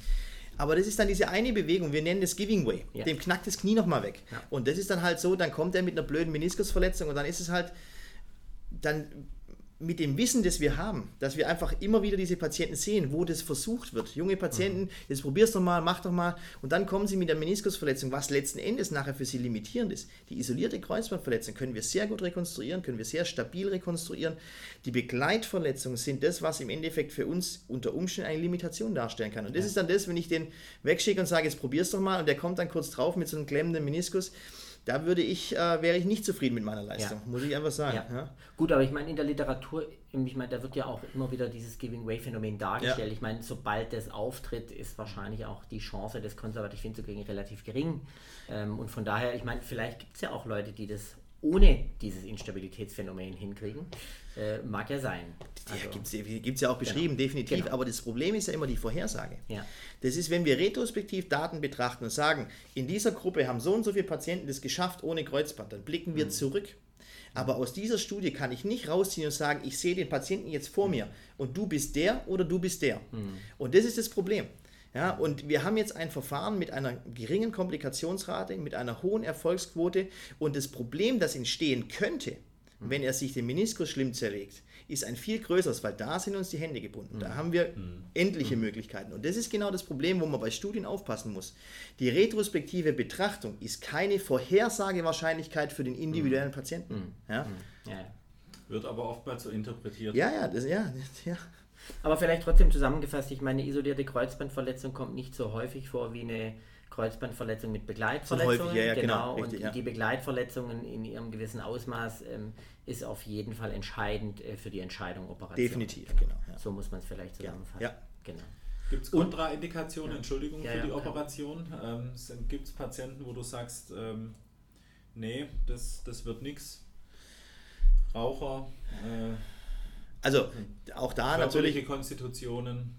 Aber das ist dann diese eine Bewegung, wir nennen das Giving Way. Ja. Dem knackt das Knie nochmal weg. Ja. Und das ist dann halt so, dann kommt er mit einer blöden Meniskusverletzung, und dann ist es halt, dann mit dem Wissen, das wir haben, dass wir einfach immer wieder diese Patienten sehen, wo das versucht wird. Junge Patienten, jetzt probier's doch mal, mach doch mal. Und dann kommen sie mit der Meniskusverletzung, was letzten Endes nachher für sie limitierend ist. Die isolierte Kreuzbandverletzung können wir sehr gut rekonstruieren, können wir sehr stabil rekonstruieren. Die Begleitverletzungen sind das, was im Endeffekt für uns unter Umständen eine Limitation darstellen kann. Und das ist dann das, wenn ich den wegschicke und sage, jetzt probier's doch mal, und der kommt dann kurz drauf mit so einem klemmenden Meniskus. Da wäre ich nicht zufrieden mit meiner Leistung, muss ich einfach sagen. Ja. Ja. Gut, aber ich meine, in der Literatur, da wird ja auch immer wieder dieses Giving-Way-Phänomen dargestellt. Ja. Ich meine, sobald das auftritt, ist wahrscheinlich auch die Chance, das konservativ hinzukriegen, relativ gering. Und von daher, ich meine, vielleicht gibt es ja auch Leute, die das ohne dieses Instabilitätsphänomen hinkriegen. Mag ja sein. Also, gibt es ja auch beschrieben, definitiv. Genau. Aber das Problem ist ja immer die Vorhersage. Ja. Das ist, wenn wir retrospektiv Daten betrachten und sagen, in dieser Gruppe haben so und so viele Patienten das geschafft ohne Kreuzband, dann blicken wir zurück. Aber aus dieser Studie kann ich nicht rausziehen und sagen, ich sehe den Patienten jetzt vor mir und du bist der oder du bist der. Und das ist das Problem. Ja, und wir haben jetzt ein Verfahren mit einer geringen Komplikationsrate, mit einer hohen Erfolgsquote, und das Problem, das entstehen könnte, wenn er sich den Meniskus schlimm zerlegt, ist ein viel größeres, weil da sind uns die Hände gebunden. Da haben wir endliche Möglichkeiten. Und das ist genau das Problem, wo man bei Studien aufpassen muss. Die retrospektive Betrachtung ist keine Vorhersagewahrscheinlichkeit für den individuellen Patienten. Ja? Wird aber oftmals so interpretiert. Ja. Aber vielleicht trotzdem zusammengefasst, ich meine, isolierte Kreuzbandverletzung kommt nicht so häufig vor wie eine Kreuzbandverletzung mit Begleitverletzungen. So häufig, genau. Richtig, und die Begleitverletzungen in ihrem gewissen Ausmaß ist auf jeden Fall entscheidend für die Entscheidung Operation. Definitiv, genau. Ja. So muss man es vielleicht zusammenfassen. Ja. Genau. Gibt es Kontraindikationen, für die Operation? Gibt es Patienten, wo du sagst, nee, das wird nichts? Raucher? Also auch da natürlich Konstitutionen.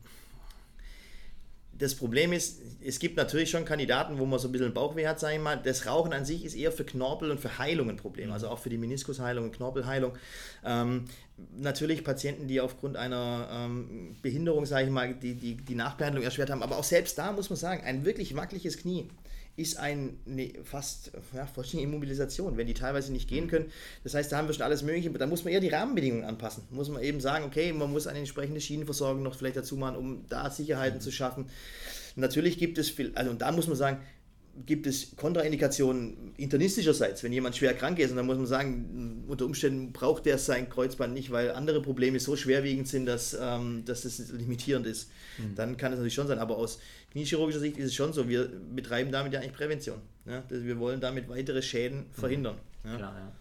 Das Problem ist, es gibt natürlich schon Kandidaten, wo man so ein bisschen Bauchweh hat, sage ich mal. Das Rauchen an sich ist eher für Knorpel und für Heilung ein Problem, also auch für die Meniskusheilung und Knorpelheilung. Natürlich Patienten, die aufgrund einer Behinderung, sage ich mal, die Nachbehandlung erschwert haben, aber auch selbst da muss man sagen, ein wirklich wackeliges Knie ist fast vollständige Immobilisation, wenn die teilweise nicht gehen können. Das heißt, da haben wir schon alles Mögliche. Da muss man eher die Rahmenbedingungen anpassen. Muss man eben sagen, okay, man muss eine entsprechende Schienenversorgung noch vielleicht dazu machen, um da Sicherheiten zu schaffen. Natürlich gibt es und da muss man sagen, gibt es Kontraindikationen internistischerseits, wenn jemand schwer krank ist, und dann muss man sagen, unter Umständen braucht der sein Kreuzband nicht, weil andere Probleme so schwerwiegend sind, dass es limitierend ist. Dann kann es natürlich schon sein, aber aus kniechirurgischer Sicht ist es schon so, wir betreiben damit ja eigentlich Prävention. Ja? Wir wollen damit weitere Schäden verhindern. Ja? Klar, ja.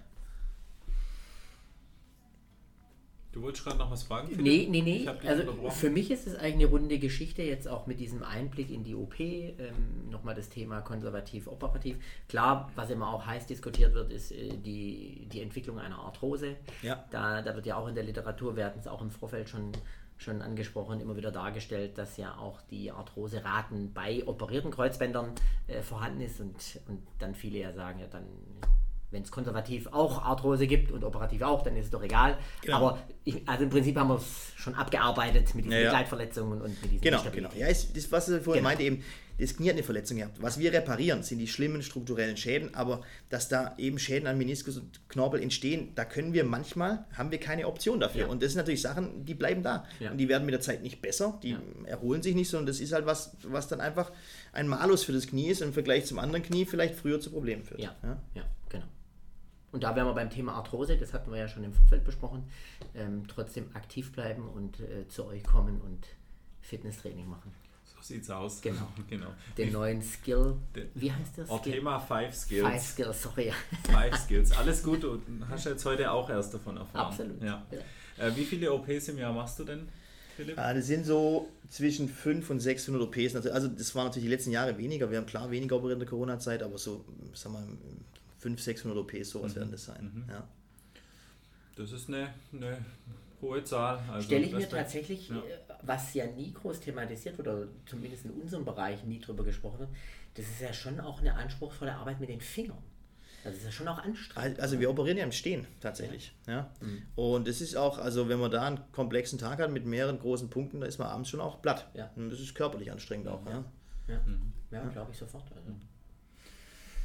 Du wolltest gerade noch was fragen? Nee. Also für mich ist es eigentlich eine runde Geschichte, jetzt auch mit diesem Einblick in die OP, nochmal das Thema konservativ-operativ. Klar, was immer auch heiß diskutiert wird, ist die Entwicklung einer Arthrose. Ja. Da wird ja auch in der Literatur, wir hatten es auch im Vorfeld schon angesprochen, immer wieder dargestellt, dass ja auch die Arthroseraten bei operierten Kreuzbändern vorhanden ist und dann viele ja sagen, ja dann, wenn es konservativ auch Arthrose gibt und operativ auch, dann ist es doch egal. Genau. Aber im Prinzip haben wir es schon abgearbeitet mit diesen Begleitverletzungen und mit diesen Genau. Ja, das, was ich vorhin meinte, eben, das Knie hat eine Verletzung gehabt. Was wir reparieren, sind die schlimmen strukturellen Schäden, aber dass da eben Schäden an Meniskus und Knorpel entstehen, da haben wir keine Option dafür. Ja. Und das sind natürlich Sachen, die bleiben da. Ja. Und die werden mit der Zeit nicht besser, die erholen sich nicht, sondern das ist halt was dann einfach ein Malus für das Knie ist und im Vergleich zum anderen Knie vielleicht früher zu Problemen führt. Ja, genau. Und da wären wir beim Thema Arthrose, das hatten wir ja schon im Vorfeld besprochen, trotzdem aktiv bleiben und zu euch kommen und Fitnesstraining machen. So sieht's aus. Genau. Den neuen Skill, wie heißt das? Thema 5 Skills. 5 Skills, sorry. 5 Skills, alles gut. Du hast jetzt heute auch erst davon erfahren. Absolut. Ja. Wie viele OPs im Jahr machst du denn, Philipp? Das sind so zwischen 500 und 600 OPs. Also das war natürlich die letzten Jahre weniger. Wir haben klar weniger operiert in der Corona-Zeit, aber so, sagen wir 500, 600 OPs, sowas werden das sein. Ja. Das ist eine hohe Zahl. Also stelle ich mir tatsächlich, was ja nie groß thematisiert wird, oder zumindest in unserem Bereich nie drüber gesprochen wird, das ist ja schon auch eine anspruchsvolle Arbeit mit den Fingern. Das ist ja schon auch anstrengend. Also wir operieren ja im Stehen tatsächlich. Ja. Und es ist auch, also wenn man da einen komplexen Tag hat mit mehreren großen Punkten, da ist man abends schon auch platt. Ja. Und das ist körperlich anstrengend auch. Ja, glaube ich sofort. Also.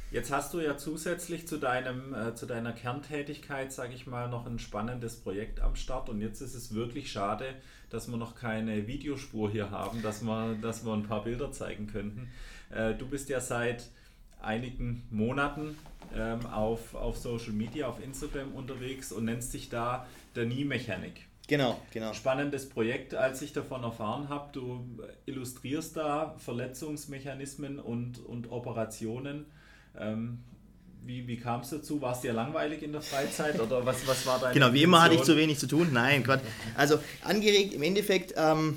Jetzt hast du ja zusätzlich zu deiner Kerntätigkeit, sage ich mal, noch ein spannendes Projekt am Start und jetzt ist es wirklich schade, dass wir noch keine Videospur hier haben, dass wir ein paar Bilder zeigen könnten. Du bist ja seit einigen Monaten auf Social Media, auf Instagram unterwegs und nennst dich da der Knee Mechanic. Genau. Spannendes Projekt, als ich davon erfahren habe. Du illustrierst da Verletzungsmechanismen und Operationen. Wie kam es dazu? War es dir langweilig in der Freizeit oder was war deine Genau, wie Intention? immer hatte ich zu wenig zu tun. Nein, Gott. Also angeregt im Endeffekt,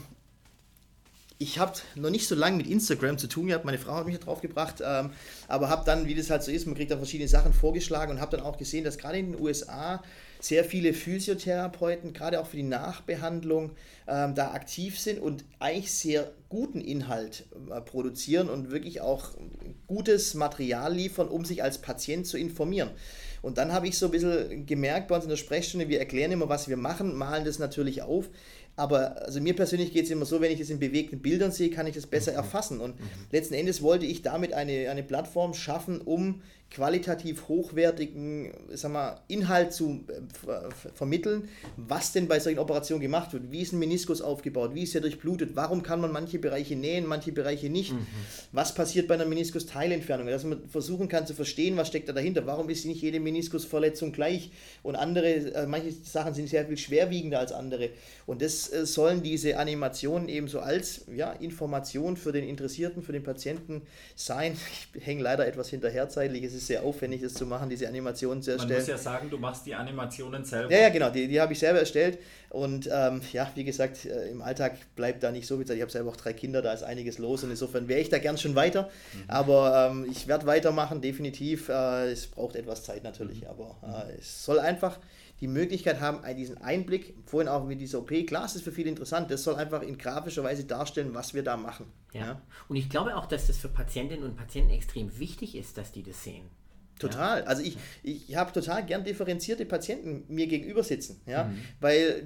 ich habe noch nicht so lange mit Instagram zu tun gehabt, meine Frau hat mich da drauf gebracht, aber habe dann, wie das halt so ist, man kriegt dann verschiedene Sachen vorgeschlagen und habe dann auch gesehen, dass gerade in den USA sehr viele Physiotherapeuten, gerade auch für die Nachbehandlung, da aktiv sind und eigentlich sehr guten Inhalt produzieren und wirklich auch gutes Material liefern, um sich als Patient zu informieren. Und dann habe ich so ein bisschen gemerkt bei uns in der Sprechstunde, wir erklären immer, was wir machen, malen das natürlich auf. Aber also mir persönlich geht es immer so, wenn ich das in bewegten Bildern sehe, kann ich das besser erfassen. Und letzten Endes wollte ich damit eine Plattform schaffen, um qualitativ hochwertigen Inhalt zu vermitteln, was denn bei solchen Operationen gemacht wird. Wie ist ein Meniskus aufgebaut? Wie ist er durchblutet? Warum kann man manche Bereiche nähen, manche Bereiche nicht? Was passiert bei einer Meniskus-Teilentfernung? Dass man versuchen kann zu verstehen, was steckt da dahinter. Warum ist nicht jede Meniskusverletzung gleich? Und manche Sachen sind sehr viel schwerwiegender als andere. Und das sollen diese Animationen eben so als Information für den Interessierten, für den Patienten sein. Ich hänge leider etwas hinterher zeitlich. Es ist sehr aufwendig, das zu machen, diese Animationen zu erstellen. Man muss ja sagen, du machst die Animationen selber. Ja, genau, die habe ich selber erstellt und wie gesagt, im Alltag bleibt da nicht so viel Zeit. Ich habe selber auch 3 Kinder, da ist einiges los und insofern wäre ich da gern schon weiter, aber ich werde weitermachen, definitiv. Es braucht etwas Zeit natürlich, aber es soll einfach die Möglichkeit haben, diesen Einblick, vorhin auch mit dieser OP, klar, es ist für viele interessant, das soll einfach in grafischer Weise darstellen, was wir da machen. Ja. Und ich glaube auch, dass das für Patientinnen und Patienten extrem wichtig ist, dass die das sehen. Total. Ja. Also ich habe total gern differenzierte Patienten mir gegenüber sitzen, weil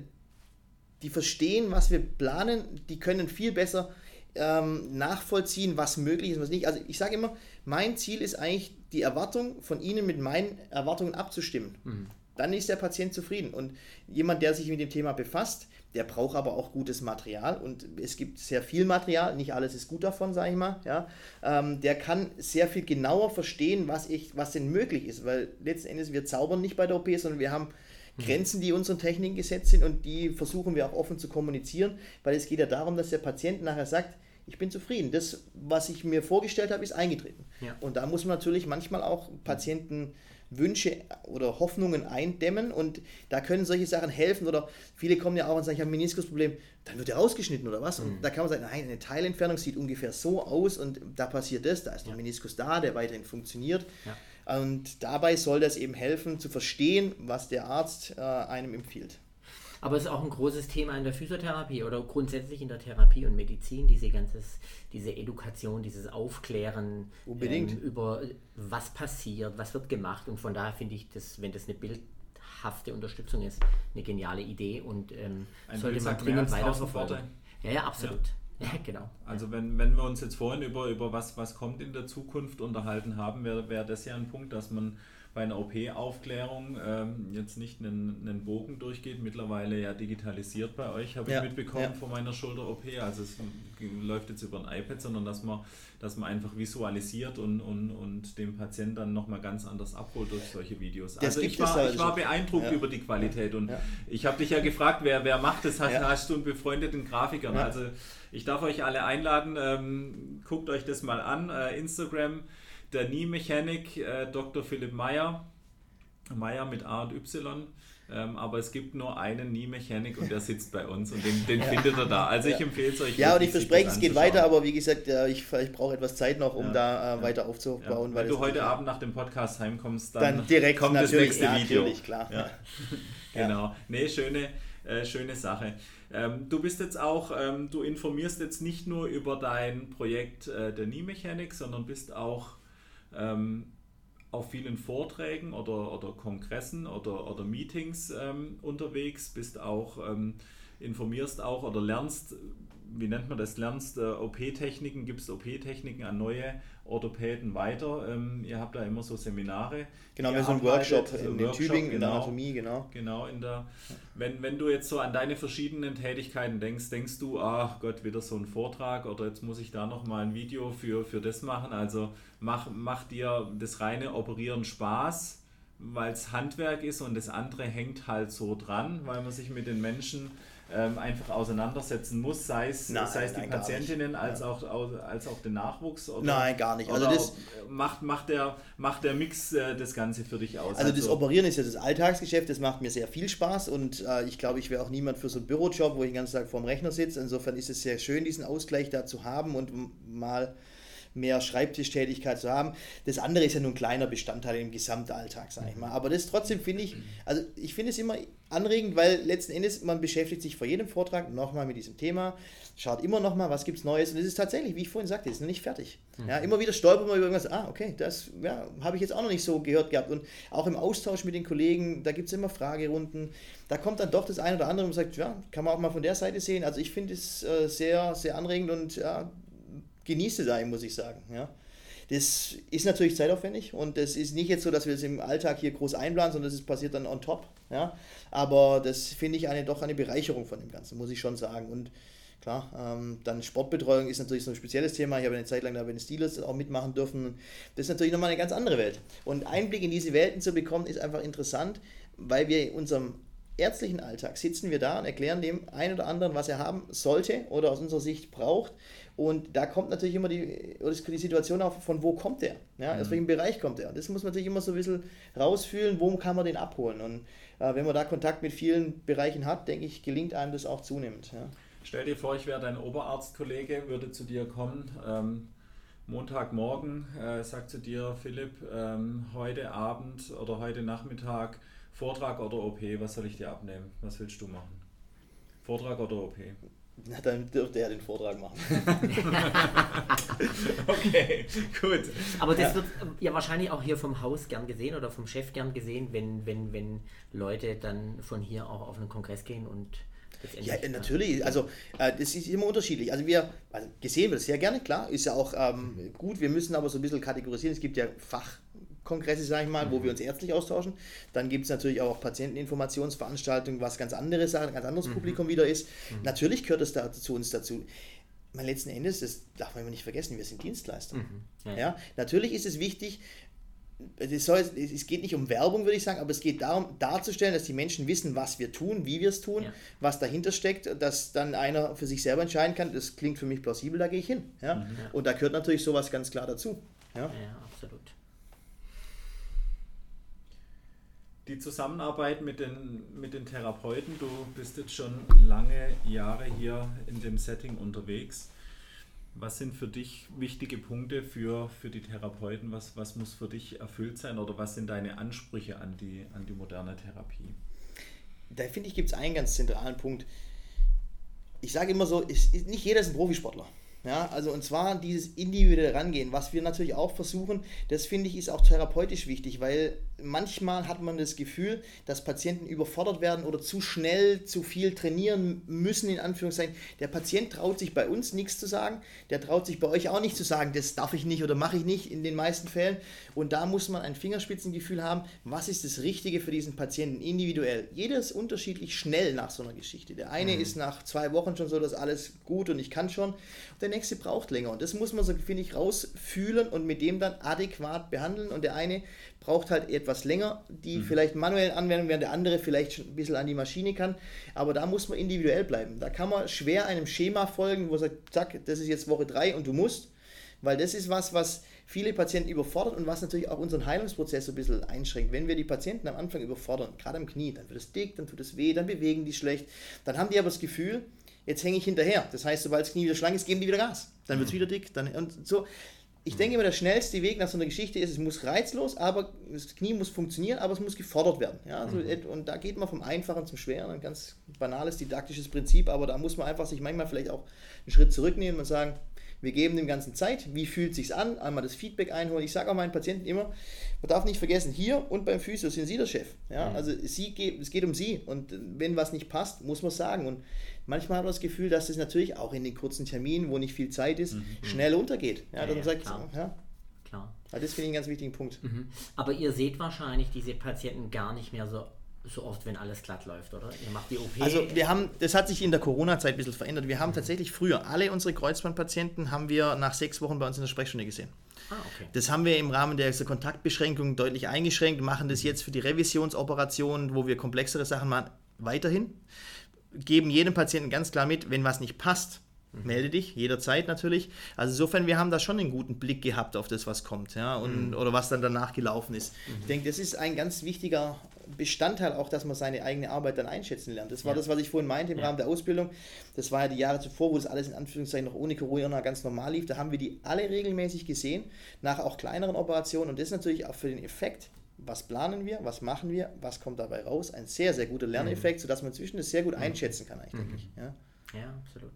die verstehen, was wir planen, die können viel besser nachvollziehen, was möglich ist und was nicht. Also ich sage immer, mein Ziel ist eigentlich, die Erwartung von Ihnen mit meinen Erwartungen abzustimmen. Dann ist der Patient zufrieden. Und jemand, der sich mit dem Thema befasst, der braucht aber auch gutes Material. Und es gibt sehr viel Material, nicht alles ist gut davon, sage ich mal. Ja. Der kann sehr viel genauer verstehen, was denn möglich ist. Weil letzten Endes, wir zaubern nicht bei der OP, sondern wir haben Grenzen, die unseren Techniken gesetzt sind und die versuchen wir auch offen zu kommunizieren, weil es geht ja darum, dass der Patient nachher sagt, ich bin zufrieden. Das, was ich mir vorgestellt habe, ist eingetreten. Ja. Und da muss man natürlich manchmal auch Patientenwünsche oder Hoffnungen eindämmen und da können solche Sachen helfen oder viele kommen ja auch und sagen, ich habe ein Meniskusproblem, dann wird er ausgeschnitten oder was? Und da kann man sagen, nein, eine Teilentfernung sieht ungefähr so aus und da passiert das, da ist der Meniskus da, der weiterhin funktioniert. Ja. Und dabei soll das eben helfen, zu verstehen, was der Arzt einem empfiehlt. Aber es ist auch ein großes Thema in der Physiotherapie oder grundsätzlich in der Therapie und Medizin, diese Edukation, dieses Aufklären über was passiert, was wird gemacht. Und von daher finde ich, wenn das eine bildhafte Unterstützung ist, eine geniale Idee und sollte man dringend weiterverfolgen. Ja, absolut. Ja, genau. Also wenn wir uns jetzt vorhin über was kommt in der Zukunft unterhalten haben, wäre das ja ein Punkt, dass man bei einer OP-Aufklärung jetzt nicht einen Bogen durchgeht, mittlerweile ja digitalisiert bei euch, habe ich mitbekommen von meiner Schulter-OP, also es läuft jetzt über ein iPad, sondern dass man einfach visualisiert und den Patienten dann nochmal ganz anders abholt durch solche Videos. Also ich war beeindruckt über die Qualität und ich habe dich ja gefragt, wer macht das, hast du einen befreundeten Grafiker, also ich darf euch alle einladen, guckt euch das mal an, Instagram, der Knee Mechanic, Dr. Philipp Meyer mit A und Y, aber es gibt nur einen Knee Mechanic und der sitzt bei uns und den findet ihr da. Also ich empfehle es euch. Ja, und ich verspreche, es geht weiter, aber wie gesagt, ich brauche etwas Zeit noch, um da weiter aufzubauen. Wenn du heute Abend nach dem Podcast heimkommst, dann direkt kommt das nächste Video. Natürlich, klar. Ja. Genau. Nee, schöne Sache. Du bist jetzt auch, du informierst jetzt nicht nur über dein Projekt der Knee Mechanic, sondern bist auch auf vielen Vorträgen oder Kongressen oder Meetings unterwegs, bist auch informierst auch oder lernst, wie nennt man das, lernst OP-Techniken, gibst OP-Techniken an neue Orthopäden weiter. Ihr habt da immer so Seminare. Genau, wir haben so einen Workshop in Tübingen, in der Anatomie, genau. Genau, wenn du jetzt so an deine verschiedenen Tätigkeiten denkst du, ach Gott, wieder so ein Vortrag oder jetzt muss ich da nochmal ein Video für das machen. Also mach dir das reine Operieren Spaß, weil es Handwerk ist und das andere hängt halt so dran, weil man sich mit den Menschen einfach auseinandersetzen muss, sei es die Patientinnen als auch den Nachwuchs? Oder, nein, gar nicht. Also das macht der Mix das Ganze für dich aus? Also das Operieren ist ja das Alltagsgeschäft, das macht mir sehr viel Spaß und ich glaube, ich wäre auch niemand für so einen Bürojob, wo ich den ganzen Tag vorm Rechner sitze. Insofern ist es sehr schön, diesen Ausgleich da zu haben und mal mehr Schreibtischtätigkeit zu haben. Das andere ist ja nur ein kleiner Bestandteil im Gesamtalltag, sage ich mal. Aber das trotzdem finde ich es immer anregend, weil letzten Endes man beschäftigt sich vor jedem Vortrag nochmal mit diesem Thema, schaut immer nochmal, was gibt es Neues und es ist tatsächlich, wie ich vorhin sagte, ist noch nicht fertig. Ja, immer wieder stolpert man über irgendwas, okay, das habe ich jetzt auch noch nicht so gehört gehabt und auch im Austausch mit den Kollegen, da gibt es immer Fragerunden, da kommt dann doch das eine oder andere und sagt, ja, kann man auch mal von der Seite sehen. Also ich finde es sehr, sehr anregend und genieße es eigentlich, muss ich sagen. Ja. Das ist natürlich zeitaufwendig und das ist nicht jetzt so, dass wir es im Alltag hier groß einplanen, sondern das passiert dann on top. Ja. Aber das finde ich doch eine Bereicherung von dem Ganzen, muss ich schon sagen. Und klar, dann Sportbetreuung ist natürlich so ein spezielles Thema. Ich habe eine Zeit lang da bei den Steelers auch mitmachen dürfen. Das ist natürlich nochmal eine ganz andere Welt. Und Einblick in diese Welten zu bekommen, ist einfach interessant, weil wir in unserem ärztlichen Alltag sitzen wir da und erklären dem einen oder anderen, was er haben sollte oder aus unserer Sicht braucht. Und da kommt natürlich immer die Situation auf, von wo kommt der? Ja, aus welchem Bereich kommt der? Und das muss man natürlich immer so ein bisschen rausfühlen, wo kann man den abholen. Und wenn man da Kontakt mit vielen Bereichen hat, denke ich, gelingt einem das auch zunehmend. Ja. Stell dir vor, ich wäre dein Oberarztkollege, würde zu dir kommen, Montagmorgen, sagt zu dir, Philipp, heute Abend oder heute Nachmittag Vortrag oder OP, was soll ich dir abnehmen? Was willst du machen? Vortrag oder OP? Na, dann dürfte er den Vortrag machen. Okay, gut. Aber das wird ja wahrscheinlich auch hier vom Haus gern gesehen oder vom Chef gern gesehen, wenn Leute dann von hier auch auf einen Kongress gehen und ja, natürlich. Also das ist immer unterschiedlich. Also gesehen wird es sehr gerne, klar, ist ja auch gut. Wir müssen aber so ein bisschen kategorisieren. Es gibt ja Fachkongresse, sage ich mal, wo wir uns ärztlich austauschen. Dann gibt es natürlich auch Patienteninformationsveranstaltungen, was ganz anderes, ein ganz anderes Publikum wieder ist. Natürlich gehört es zu uns dazu. Letzten Endes, das darf man immer nicht vergessen, wir sind Dienstleister. Ja, natürlich ist es wichtig, es geht nicht um Werbung, würde ich sagen, aber es geht darum, darzustellen, dass die Menschen wissen, was wir tun, wie wir es tun, was dahinter steckt, dass dann einer für sich selber entscheiden kann, das klingt für mich plausibel, da gehe ich hin. Ja? Und da gehört natürlich sowas ganz klar dazu. Ja, absolut. Die Zusammenarbeit mit den Therapeuten, du bist jetzt schon lange Jahre hier in dem Setting unterwegs. Was sind für dich wichtige Punkte für die Therapeuten? Was muss für dich erfüllt sein oder was sind deine Ansprüche an die moderne Therapie? Da finde ich, gibt es einen ganz zentralen Punkt. Ich sage immer so, nicht jeder ist ein Profisportler. Ja, also und zwar dieses individuelle Rangehen, was wir natürlich auch versuchen, das finde ich ist auch therapeutisch wichtig, weil manchmal hat man das Gefühl, dass Patienten überfordert werden oder zu schnell, zu viel trainieren müssen, in Anführungszeichen. Der Patient traut sich bei uns nichts zu sagen, der traut sich bei euch auch nicht zu sagen, das darf ich nicht oder mache ich nicht in den meisten Fällen. Und da muss man ein Fingerspitzengefühl haben, was ist das Richtige für diesen Patienten individuell. Jeder ist unterschiedlich schnell nach so einer Geschichte. Der eine ist nach 2 Wochen schon so, dass alles gut und ich kann schon. Der nächste braucht länger und das muss man so, finde ich, rausfühlen und mit dem dann adäquat behandeln und der eine braucht halt etwas länger, die vielleicht manuell Anwendung, während der andere vielleicht schon ein bisschen an die Maschine kann, aber da muss man individuell bleiben. Da kann man schwer einem Schema folgen, wo man sagt, zack, das ist jetzt Woche 3 und du musst, weil das ist was viele Patienten überfordert und was natürlich auch unseren Heilungsprozess so ein bisschen einschränkt. Wenn wir die Patienten am Anfang überfordern, gerade am Knie, dann wird es dick, dann tut es weh, dann bewegen die schlecht, dann haben die aber das Gefühl, jetzt hänge ich hinterher. Das heißt, sobald das Knie wieder schlank ist, geben die wieder Gas. Dann wird es wieder dick. Und so. Ich denke immer, der schnellste Weg nach so einer Geschichte ist, es muss reizlos, aber das Knie muss funktionieren, aber es muss gefordert werden. Ja? Und da geht man vom Einfachen zum Schweren. Ein ganz banales, didaktisches Prinzip, aber da muss man einfach sich manchmal vielleicht auch einen Schritt zurücknehmen und sagen, Wir geben dem Ganzen Zeit. Wie fühlt es sich an? Einmal das Feedback einholen. Ich sage auch meinen Patienten immer, man darf nicht vergessen, hier und beim Physio sind Sie der Chef. Ja? Also es geht um Sie. Und wenn was nicht passt, muss man sagen. Und manchmal hat man das Gefühl, dass das natürlich auch in den kurzen Terminen, wo nicht viel Zeit ist, schnell untergeht. Ja, dass man sagt, klar. Ja, das finde ich einen ganz wichtigen Punkt. Aber ihr seht wahrscheinlich diese Patienten gar nicht mehr so oft, wenn alles glatt läuft, oder? Ihr macht die OP. Also das hat sich in der Corona-Zeit ein bisschen verändert. Wir haben tatsächlich früher alle unsere Kreuzbandpatienten haben wir nach 6 Wochen bei uns in der Sprechstunde gesehen. Okay. Das haben wir im Rahmen der Kontaktbeschränkungen deutlich eingeschränkt, machen das jetzt für die Revisionsoperationen, wo wir komplexere Sachen machen, weiterhin. Geben jedem Patienten ganz klar mit, wenn was nicht passt, melde dich, jederzeit natürlich. Also insofern, wir haben da schon einen guten Blick gehabt auf das, was kommt, ja, oder was dann danach gelaufen ist. Ich denke, das ist ein ganz wichtiger Bestandteil auch, dass man seine eigene Arbeit dann einschätzen lernt. Das war das, was ich vorhin meinte im Rahmen der Ausbildung. Das war ja die Jahre zuvor, wo das alles in Anführungszeichen noch ohne Corona ganz normal lief. Da haben wir die alle regelmäßig gesehen, nach auch kleineren Operationen. Und das ist natürlich auch für den Effekt, was planen wir, was machen wir, was kommt dabei raus, ein sehr, sehr guter Lerneffekt, sodass man inzwischen das sehr gut einschätzen kann, eigentlich, denke ich. Ja, absolut.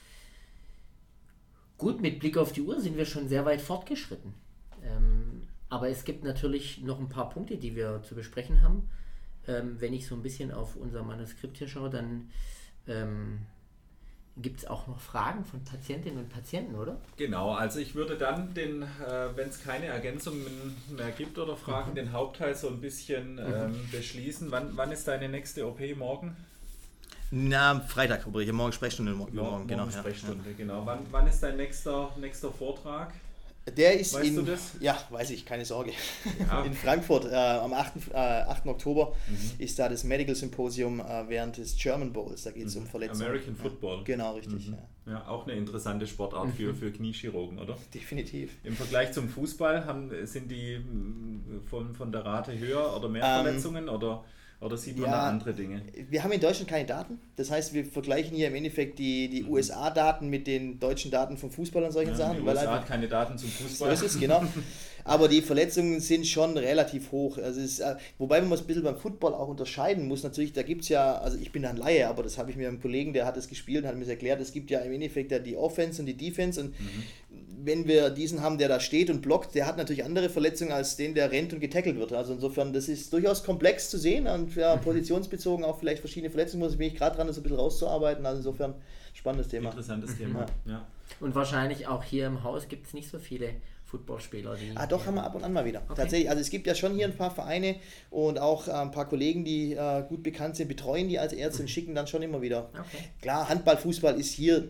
Gut, mit Blick auf die Uhr sind wir schon sehr weit fortgeschritten. Aber es gibt natürlich noch ein paar Punkte, die wir zu besprechen haben. Wenn ich so ein bisschen auf unser Manuskript hier schaue, dann gibt es auch noch Fragen von Patientinnen und Patienten, oder? Genau, also ich würde dann wenn es keine Ergänzungen mehr gibt oder Fragen, den Hauptteil so ein bisschen beschließen. Wann ist deine nächste OP morgen? Na, Freitag, aber ich habe morgen Sprechstunde. Morgen genau. Sprechstunde, genau. Wann ist dein nächster Vortrag? Der ist weißt du das? Ja, weiß ich, keine Sorge. Ja. In Frankfurt am 8. Oktober ist da das Medical Symposium während des German Bowls. Da geht es um Verletzungen. American Football. Genau, richtig. Ja, auch eine interessante Sportart für Kniechirurgen, oder? Definitiv. Im Vergleich zum Fußball sind die von der Rate höher oder mehr Verletzungen oder sieht man da andere Dinge? Wir haben in Deutschland keine Daten. Das heißt, wir vergleichen hier im Endeffekt die USA-Daten mit den deutschen Daten vom Fußball und solchen Sachen. Die USA hat keine Daten zum Fußball. So ist es, genau. Aber die Verletzungen sind schon relativ hoch. Also wobei man es ein bisschen beim Football auch unterscheiden muss. Natürlich, da gibt es ja, also ich bin ein Laie, aber das habe ich mir einem Kollegen, der hat das gespielt und hat mir das erklärt, es gibt ja im Endeffekt ja die Offense und die Defense und wenn wir diesen haben, der da steht und blockt, der hat natürlich andere Verletzungen als den, der rennt und getackelt wird. Also insofern, das ist durchaus komplex zu sehen und positionsbezogen auch vielleicht verschiedene Verletzungen. Bin ich gerade dran, das ein bisschen rauszuarbeiten. Also insofern, spannendes Thema. Interessantes Thema, ja. Und wahrscheinlich auch hier im Haus gibt es nicht so viele Footballspieler, die... Doch, haben wir ab und an mal wieder. Okay. Tatsächlich, also es gibt ja schon hier ein paar Vereine und auch ein paar Kollegen, die gut bekannt sind, betreuen die als Ärzte und schicken dann schon immer wieder. Okay. Klar, Handball, Fußball ist hier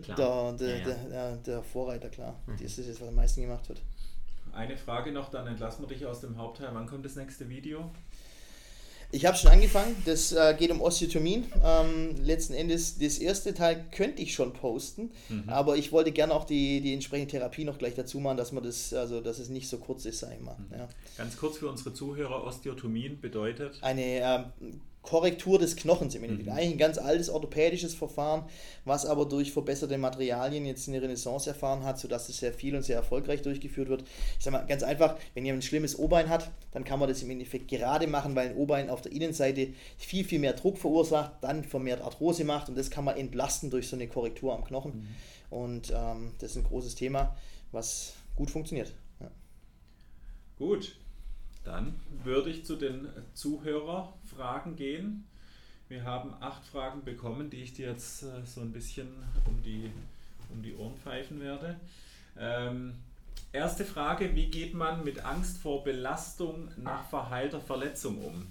der der Vorreiter, klar. Das ist jetzt, was am meisten gemacht wird. Eine Frage noch, dann entlassen wir dich aus dem Hauptteil. Wann kommt das nächste Video? Ich habe schon angefangen, das geht um Osteotomien. Letzten Endes, das erste Teil könnte ich schon posten, aber ich wollte gerne auch die entsprechende Therapie noch gleich dazu machen, dass man dass es nicht so kurz ist, sag ich mal. Ja. Ganz kurz für unsere Zuhörer, Osteotomien bedeutet? Eine Korrektur des Knochens im Endeffekt. Eigentlich ein ganz altes orthopädisches Verfahren, was aber durch verbesserte Materialien jetzt eine Renaissance erfahren hat, sodass es sehr viel und sehr erfolgreich durchgeführt wird. Ich sage mal ganz einfach, wenn jemand ein schlimmes O-Bein hat, dann kann man das im Endeffekt gerade machen, weil ein O-Bein auf der Innenseite viel, viel mehr Druck verursacht, dann vermehrt Arthrose macht und das kann man entlasten durch so eine Korrektur am Knochen. Und das ist ein großes Thema, was gut funktioniert. Ja. Gut. Dann würde ich zu den Zuhörerfragen gehen. Wir haben 8 Fragen bekommen, die ich dir jetzt so ein bisschen um die Ohren pfeifen werde. Erste Frage, wie geht man mit Angst vor Belastung nach verheilter Verletzung um?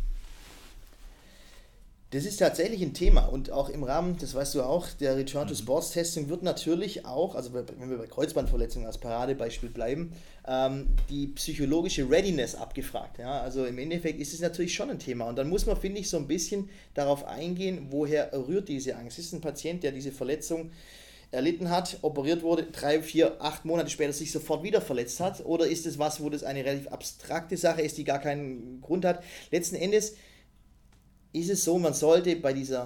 Das ist tatsächlich ein Thema und auch im Rahmen, das weißt du auch, der Return to Sports Testing wird natürlich auch, also wenn wir bei Kreuzbandverletzungen als Paradebeispiel bleiben, die psychologische Readiness abgefragt. Ja? Also im Endeffekt ist es natürlich schon ein Thema und dann muss man, finde ich, so ein bisschen darauf eingehen, woher rührt diese Angst. Ist ein Patient, der diese Verletzung erlitten hat, operiert wurde, 3, 4, 8 Monate später sich sofort wieder verletzt hat, oder ist es was, wo das eine relativ abstrakte Sache ist, die gar keinen Grund hat? Letzten Endes ist es so, man sollte bei dieser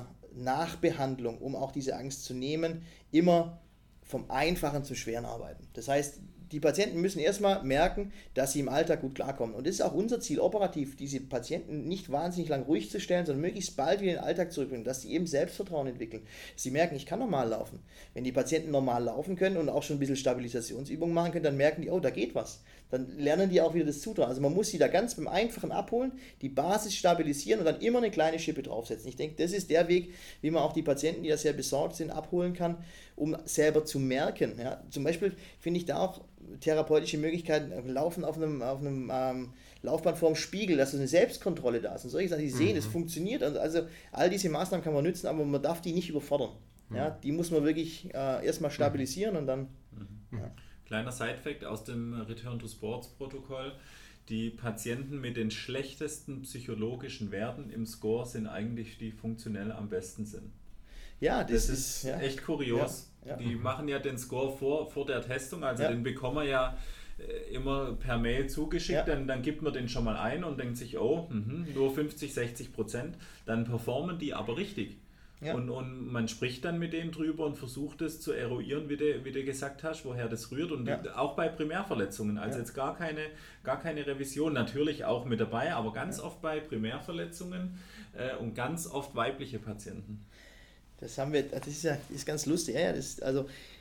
Nachbehandlung, um auch diese Angst zu nehmen, immer vom Einfachen zum Schweren arbeiten. Das heißt, die Patienten müssen erstmal merken, dass sie im Alltag gut klarkommen. Und das ist auch unser Ziel, operativ, diese Patienten nicht wahnsinnig lang ruhig zu stellen, sondern möglichst bald wieder in den Alltag zurückbringen, dass sie eben Selbstvertrauen entwickeln. Sie merken, ich kann normal laufen. Wenn die Patienten normal laufen können und auch schon ein bisschen Stabilisationsübungen machen können, dann merken die, oh, da geht was. Dann lernen die auch wieder das Zutrauen. Also man muss sie da ganz beim Einfachen abholen, die Basis stabilisieren und dann immer eine kleine Schippe draufsetzen. Ich denke, das ist der Weg, wie man auch die Patienten, die ja sehr besorgt sind, abholen kann, um selber zu merken. Ja. Zum Beispiel finde ich da auch therapeutische Möglichkeiten, Laufen auf einem Laufband vorm Spiegel, dass so eine Selbstkontrolle da ist. Und solche Sachen, die sehen, es funktioniert. Also all diese Maßnahmen kann man nutzen, aber man darf die nicht überfordern. Ja. Die muss man wirklich erstmal stabilisieren und dann... Ja. Kleiner Side-Fact aus dem Return to Sports Protokoll: Die Patienten mit den schlechtesten psychologischen Werten im Score sind eigentlich die funktionell am besten sind. Ja, das ist echt kurios. Ja. Die machen ja den Score vor der Testung, also den bekommen wir ja immer per Mail zugeschickt, dann gibt man den schon mal ein und denkt sich, oh, nur 50-60%, dann performen die aber richtig. Ja. Und man spricht dann mit denen drüber und versucht es zu eruieren, wie du gesagt hast, woher das rührt. Und auch bei Primärverletzungen, also jetzt gar keine Revision, natürlich auch mit dabei, aber ganz oft bei Primärverletzungen und ganz oft weibliche Patienten. Das ist ganz lustig. Also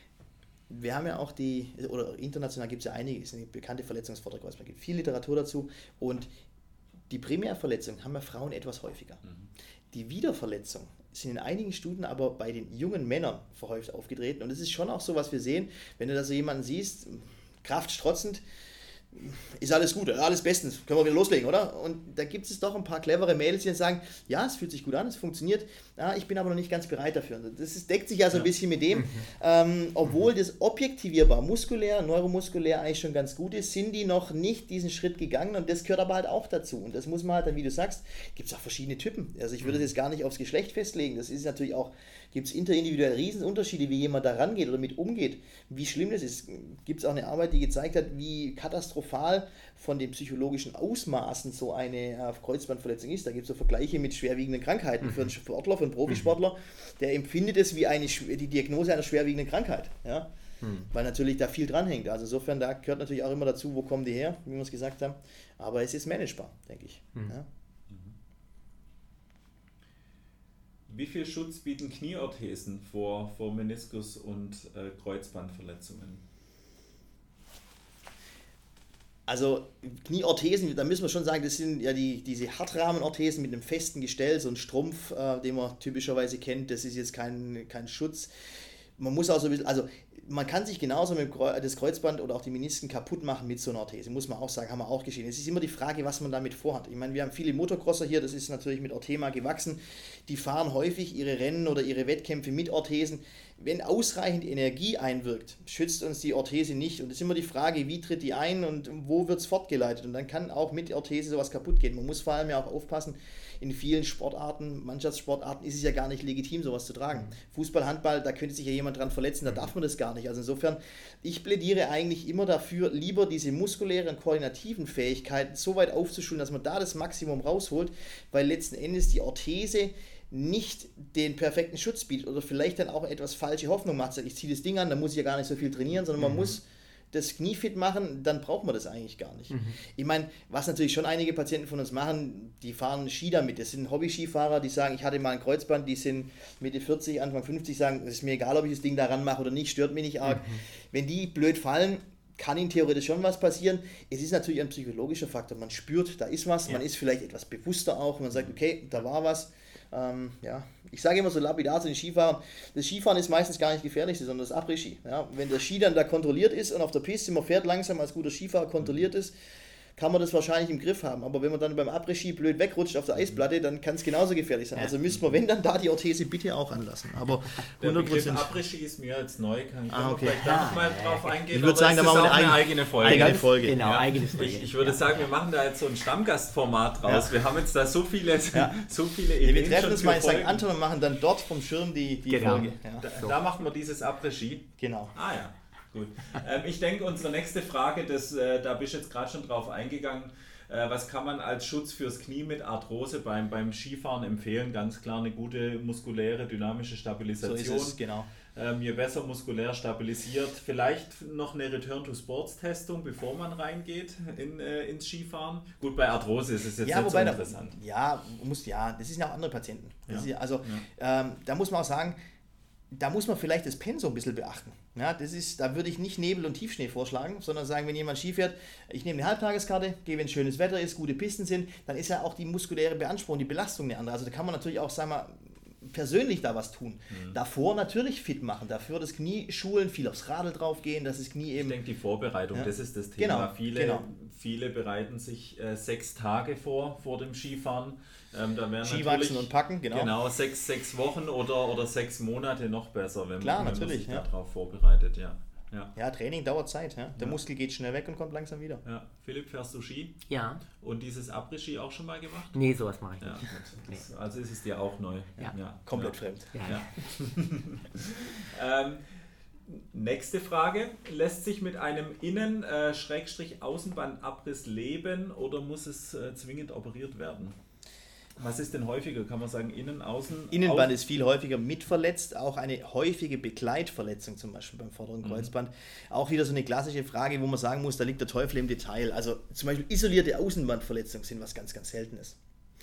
wir haben ja auch oder international gibt es ja einige, ist eine bekannte Verletzungsvorderkreuz, es gibt viel Literatur dazu und die Primärverletzungen haben ja Frauen etwas häufiger. Die Wiederverletzung sind in einigen Studien aber bei den jungen Männern verhäuft aufgetreten. Und das ist schon auch so, was wir sehen, wenn du da so jemanden siehst, kraftstrotzend, ist alles gut, alles bestens, können wir wieder loslegen, oder? Und da gibt es doch ein paar clevere Mädels, die dann sagen, ja, es fühlt sich gut an, es funktioniert, ich bin aber noch nicht ganz bereit dafür. Das deckt sich ja so ein bisschen mit dem, obwohl das objektivierbar, muskulär, neuromuskulär eigentlich schon ganz gut ist, sind die noch nicht diesen Schritt gegangen und das gehört aber halt auch dazu. Und das muss man halt dann, wie du sagst, gibt es auch verschiedene Typen. Also ich würde das jetzt gar nicht aufs Geschlecht festlegen, das ist natürlich auch, gibt es interindividuell Riesenunterschiede, wie jemand da rangeht oder mit umgeht, wie schlimm das ist. Gibt es auch eine Arbeit, die gezeigt hat, wie katastrophal von den psychologischen Ausmaßen so eine Kreuzbandverletzung ist. Da gibt es so Vergleiche mit schwerwiegenden Krankheiten für einen Sportler, für einen Profisportler, der empfindet es wie die Diagnose einer schwerwiegenden Krankheit. Ja? Weil natürlich da viel dranhängt. Also insofern, da gehört natürlich auch immer dazu, wo kommen die her, wie wir es gesagt haben. Aber es ist managebar, denke ich. Ja? Wie viel Schutz bieten Knieorthesen vor Meniskus- und Kreuzbandverletzungen? Also Knieorthesen, da müssen wir schon sagen, das sind ja diese Hartrahmenorthesen mit einem festen Gestell, so ein Strumpf, den man typischerweise kennt, das ist jetzt kein Schutz. Man muss auch so ein bisschen, also man kann sich genauso mit das Kreuzband oder auch die Menisken kaputt machen mit so einer Orthese, muss man auch sagen, haben wir auch geschehen. Es ist immer die Frage, was man damit vorhat. Ich meine, wir haben viele Motocrosser hier, das ist natürlich mit Orthema gewachsen, die fahren häufig ihre Rennen oder ihre Wettkämpfe mit Orthesen. Wenn ausreichend Energie einwirkt, schützt uns die Orthese nicht. Und es ist immer die Frage, wie tritt die ein und wo wird es fortgeleitet. Und dann kann auch mit Orthese sowas kaputt gehen. Man muss vor allem ja auch aufpassen, in vielen Sportarten, Mannschaftssportarten, ist es ja gar nicht legitim, sowas zu tragen. Fußball, Handball, da könnte sich ja jemand dran verletzen, da darf man das gar nicht. Also insofern, ich plädiere eigentlich immer dafür, lieber diese muskulären, koordinativen Fähigkeiten so weit aufzuschulen, dass man da das Maximum rausholt, weil letzten Endes die Orthese nicht den perfekten Schutz bietet oder vielleicht dann auch etwas falsche Hoffnung macht. Ich ziehe das Ding an, dann muss ich ja gar nicht so viel trainieren, sondern man muss das Knie fit machen, dann braucht man das eigentlich gar nicht. Ich meine, was natürlich schon einige Patienten von uns machen, die fahren Ski damit. Das sind Hobby-Skifahrer, die sagen, ich hatte mal ein Kreuzband, die sind Mitte 40, Anfang 50, sagen, es ist mir egal, ob ich das Ding da ranmache oder nicht, stört mich nicht arg. Wenn die blöd fallen, kann ihnen theoretisch schon was passieren. Es ist natürlich ein psychologischer Faktor. Man spürt, da ist was, man ist vielleicht etwas bewusster auch, man sagt, okay, da war was. Ich sage immer so lapidar zu den Skifahrern, das Skifahren ist meistens gar nicht gefährlich, sondern das Après-Ski. Ja, wenn der Ski dann da kontrolliert ist und auf der Piste, man fährt langsam als guter Skifahrer kontrolliert ist, kann man das wahrscheinlich im Griff haben. Aber wenn man dann beim Après-Ski blöd wegrutscht auf der Eisplatte, dann kann es genauso gefährlich sein. Also müsste man, wenn dann da die Orthese bitte auch anlassen. Aber 100%. Après-Ski ist mir jetzt neu, kann ich vielleicht da nochmal drauf eingehen. Ich würde sagen, da machen wir eine eigene Folge. Genau, eigene Folge. Ich würde sagen, wir machen da jetzt so ein Stammgastformat raus. Wir haben jetzt da so viele Events. Wir treffen uns mal in St. Anton und machen dann dort vom Schirm die Folge. Ja. Da machen wir dieses Après-Ski. Genau. Ah ja. Gut. Ich denke, unsere nächste Frage, da bist du jetzt gerade schon drauf eingegangen, Was kann man als Schutz fürs Knie mit Arthrose beim Skifahren empfehlen? Ganz klar eine gute muskuläre, dynamische Stabilisation. So ist es, genau. Je besser muskulär stabilisiert, vielleicht noch eine Return-to-Sports-Testung, bevor man reingeht ins Skifahren. Gut, bei Arthrose ist es jetzt nicht so interessant. Das sind ja auch andere Patienten. Ja. Da muss man auch sagen, da muss man vielleicht das Pensum ein bisschen beachten. Ja, da würde ich nicht Nebel- und Tiefschnee vorschlagen, sondern sagen, wenn jemand Ski fährt, ich nehme eine Halbtageskarte, gehe, wenn schönes Wetter ist, gute Pisten sind, dann ist ja auch die muskuläre Beanspruchung, die Belastung eine andere. Also da kann man natürlich auch, sagen wir, persönlich da was tun. Davor natürlich fit machen, dafür das Knie schulen, viel aufs Radl drauf gehen, dass das Knie eben... Ich denke, die Vorbereitung, das ist das Thema. Viele bereiten sich 6 Tage vor dem Skifahren. Da wären Skiwachsen und packen, genau. Genau, 6 Wochen oder 6 Monate noch besser, wenn man sich darauf vorbereitet, ja. Ja, Training dauert Zeit. Ja. Der Muskel geht schnell weg und kommt langsam wieder. Ja. Philipp, fährst du Ski? Ja. Und dieses Après-Ski auch schon mal gemacht? Nee, sowas mache ich nicht. Ja, also ist es dir auch neu. Ja. Komplett fremd. Ja. Nächste Frage. Lässt sich mit einem Innen-Außenbandabriss leben oder muss es zwingend operiert werden? Was ist denn häufiger? Kann man sagen, innen, außen? Innenband ist viel häufiger mitverletzt, auch eine häufige Begleitverletzung zum Beispiel beim vorderen Kreuzband. Auch wieder so eine klassische Frage, wo man sagen muss, da liegt der Teufel im Detail. Also zum Beispiel isolierte Außenbandverletzungen sind was ganz, ganz Seltenes.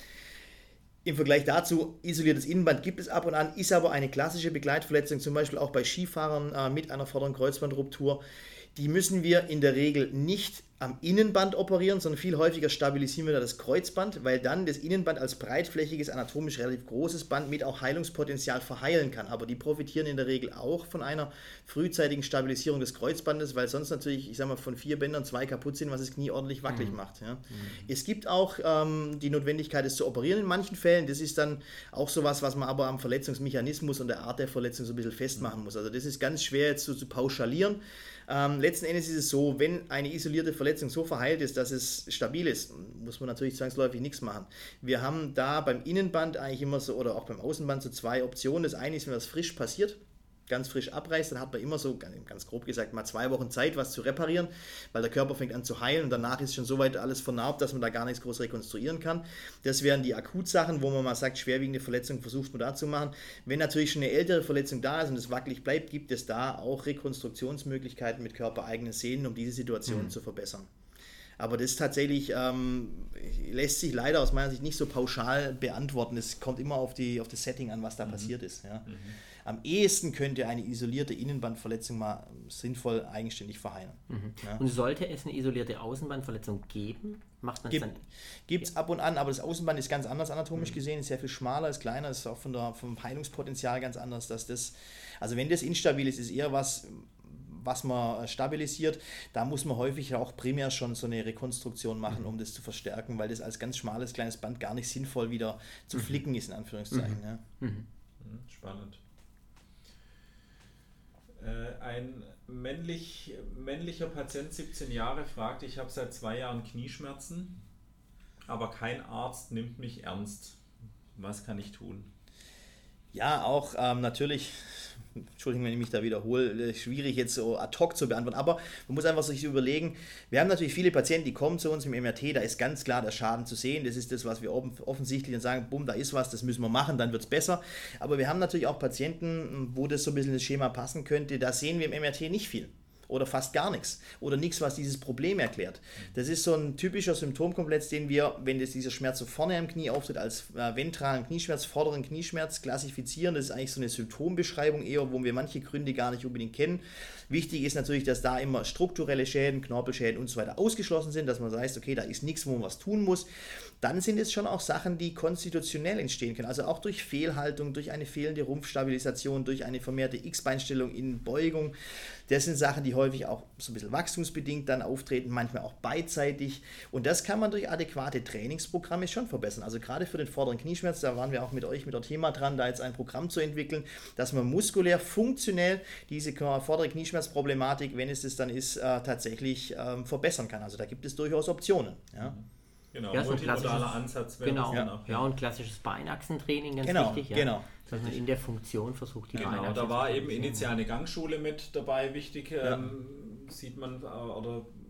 Im Vergleich dazu, isoliertes Innenband gibt es ab und an, ist aber eine klassische Begleitverletzung, zum Beispiel auch bei Skifahrern mit einer vorderen Kreuzbandruptur. Die müssen wir in der Regel nicht am Innenband operieren, sondern viel häufiger stabilisieren wir da das Kreuzband, weil dann das Innenband als breitflächiges, anatomisch relativ großes Band mit auch Heilungspotenzial verheilen kann. Aber die profitieren in der Regel auch von einer frühzeitigen Stabilisierung des Kreuzbandes, weil sonst natürlich, ich sag mal, von 4 Bändern 2 kaputt sind, was das Knie ordentlich wackelig macht. Ja. Es gibt auch die Notwendigkeit, es zu operieren in manchen Fällen. Das ist dann auch sowas, was man aber am Verletzungsmechanismus und der Art der Verletzung so ein bisschen festmachen muss. Also das ist ganz schwer jetzt so zu pauschalieren. Letzten Endes ist es so, wenn eine isolierte Verletzung so verheilt ist, dass es stabil ist, muss man natürlich zwangsläufig nichts machen. Wir haben da beim Innenband eigentlich immer so, oder auch beim Außenband so 2 Optionen. Das eine ist, wenn was frisch passiert, ganz frisch abreißt, dann hat man immer so, ganz grob gesagt, mal 2 Wochen Zeit, was zu reparieren, weil der Körper fängt an zu heilen und danach ist schon soweit alles vernarbt, dass man da gar nichts groß rekonstruieren kann. Das wären die Akutsachen, wo man mal sagt, schwerwiegende Verletzungen versucht man da zu machen. Wenn natürlich schon eine ältere Verletzung da ist und es wackelig bleibt, gibt es da auch Rekonstruktionsmöglichkeiten mit körpereigenen Sehnen, um diese Situation zu verbessern. Aber das tatsächlich lässt sich leider aus meiner Sicht nicht so pauschal beantworten. Es kommt immer auf das Setting an, was da passiert ist. Ja. Am ehesten könnte eine isolierte Innenbandverletzung mal sinnvoll eigenständig verheilen. Ja. Und sollte es eine isolierte Außenbandverletzung geben, macht man es dann? Gibt es ab und an, aber das Außenband ist ganz anders anatomisch gesehen, ist sehr viel schmaler, ist kleiner, ist auch vom Heilungspotenzial ganz anders. Also wenn das instabil ist, ist eher was man stabilisiert, da muss man häufig auch primär schon so eine Rekonstruktion machen, um das zu verstärken, weil das als ganz schmales, kleines Band gar nicht sinnvoll wieder zu flicken ist, in Anführungszeichen. Ja. Spannend. Ein männlicher Patient, 17 Jahre, fragt, ich habe seit 2 Jahren Knieschmerzen, aber kein Arzt nimmt mich ernst. Was kann ich tun? Ja, auch natürlich, Entschuldigung, wenn ich mich da wiederhole, schwierig jetzt so ad hoc zu beantworten, aber man muss einfach sich überlegen, wir haben natürlich viele Patienten, die kommen zu uns im MRT, da ist ganz klar der Schaden zu sehen, das ist das, was wir offensichtlich sagen, bumm, da ist was, das müssen wir machen, dann wird es besser, aber wir haben natürlich auch Patienten, wo das so ein bisschen ins Schema passen könnte, da sehen wir im MRT nicht viel. Oder fast gar nichts. Oder nichts, was dieses Problem erklärt. Das ist so ein typischer Symptomkomplex, den wir, wenn dieser Schmerz so vorne am Knie auftritt, als ventralen Knieschmerz, vorderen Knieschmerz klassifizieren. Das ist eigentlich so eine Symptombeschreibung eher, wo wir manche Gründe gar nicht unbedingt kennen. Wichtig ist natürlich, dass da immer strukturelle Schäden, Knorpelschäden und so weiter ausgeschlossen sind, dass man sagt, okay, da ist nichts, wo man was tun muss. Dann sind es schon auch Sachen, die konstitutionell entstehen können. Also auch durch Fehlhaltung, durch eine fehlende Rumpfstabilisation, durch eine vermehrte X-Beinstellung in Beugung. Das sind Sachen, die häufig auch so ein bisschen wachstumsbedingt dann auftreten, manchmal auch beidseitig. Und das kann man durch adäquate Trainingsprogramme schon verbessern. Also gerade für den vorderen Knieschmerz, da waren wir auch mit euch mit der Thema dran, da jetzt ein Programm zu entwickeln, dass man muskulär, funktionell diese vordere Knieschmerzproblematik, wenn es das dann ist, tatsächlich verbessern kann. Also da gibt es durchaus Optionen. Ja. Genau, ja, multimodaler Ansatz wäre genau, das dann auch. Ja, und klassisches Beinachsentraining, ganz wichtig. Ja. Genau. Dass man in der Funktion versucht, die Beinachsen da war eben initial eine Gangschule mit dabei, wichtig, sieht man, oder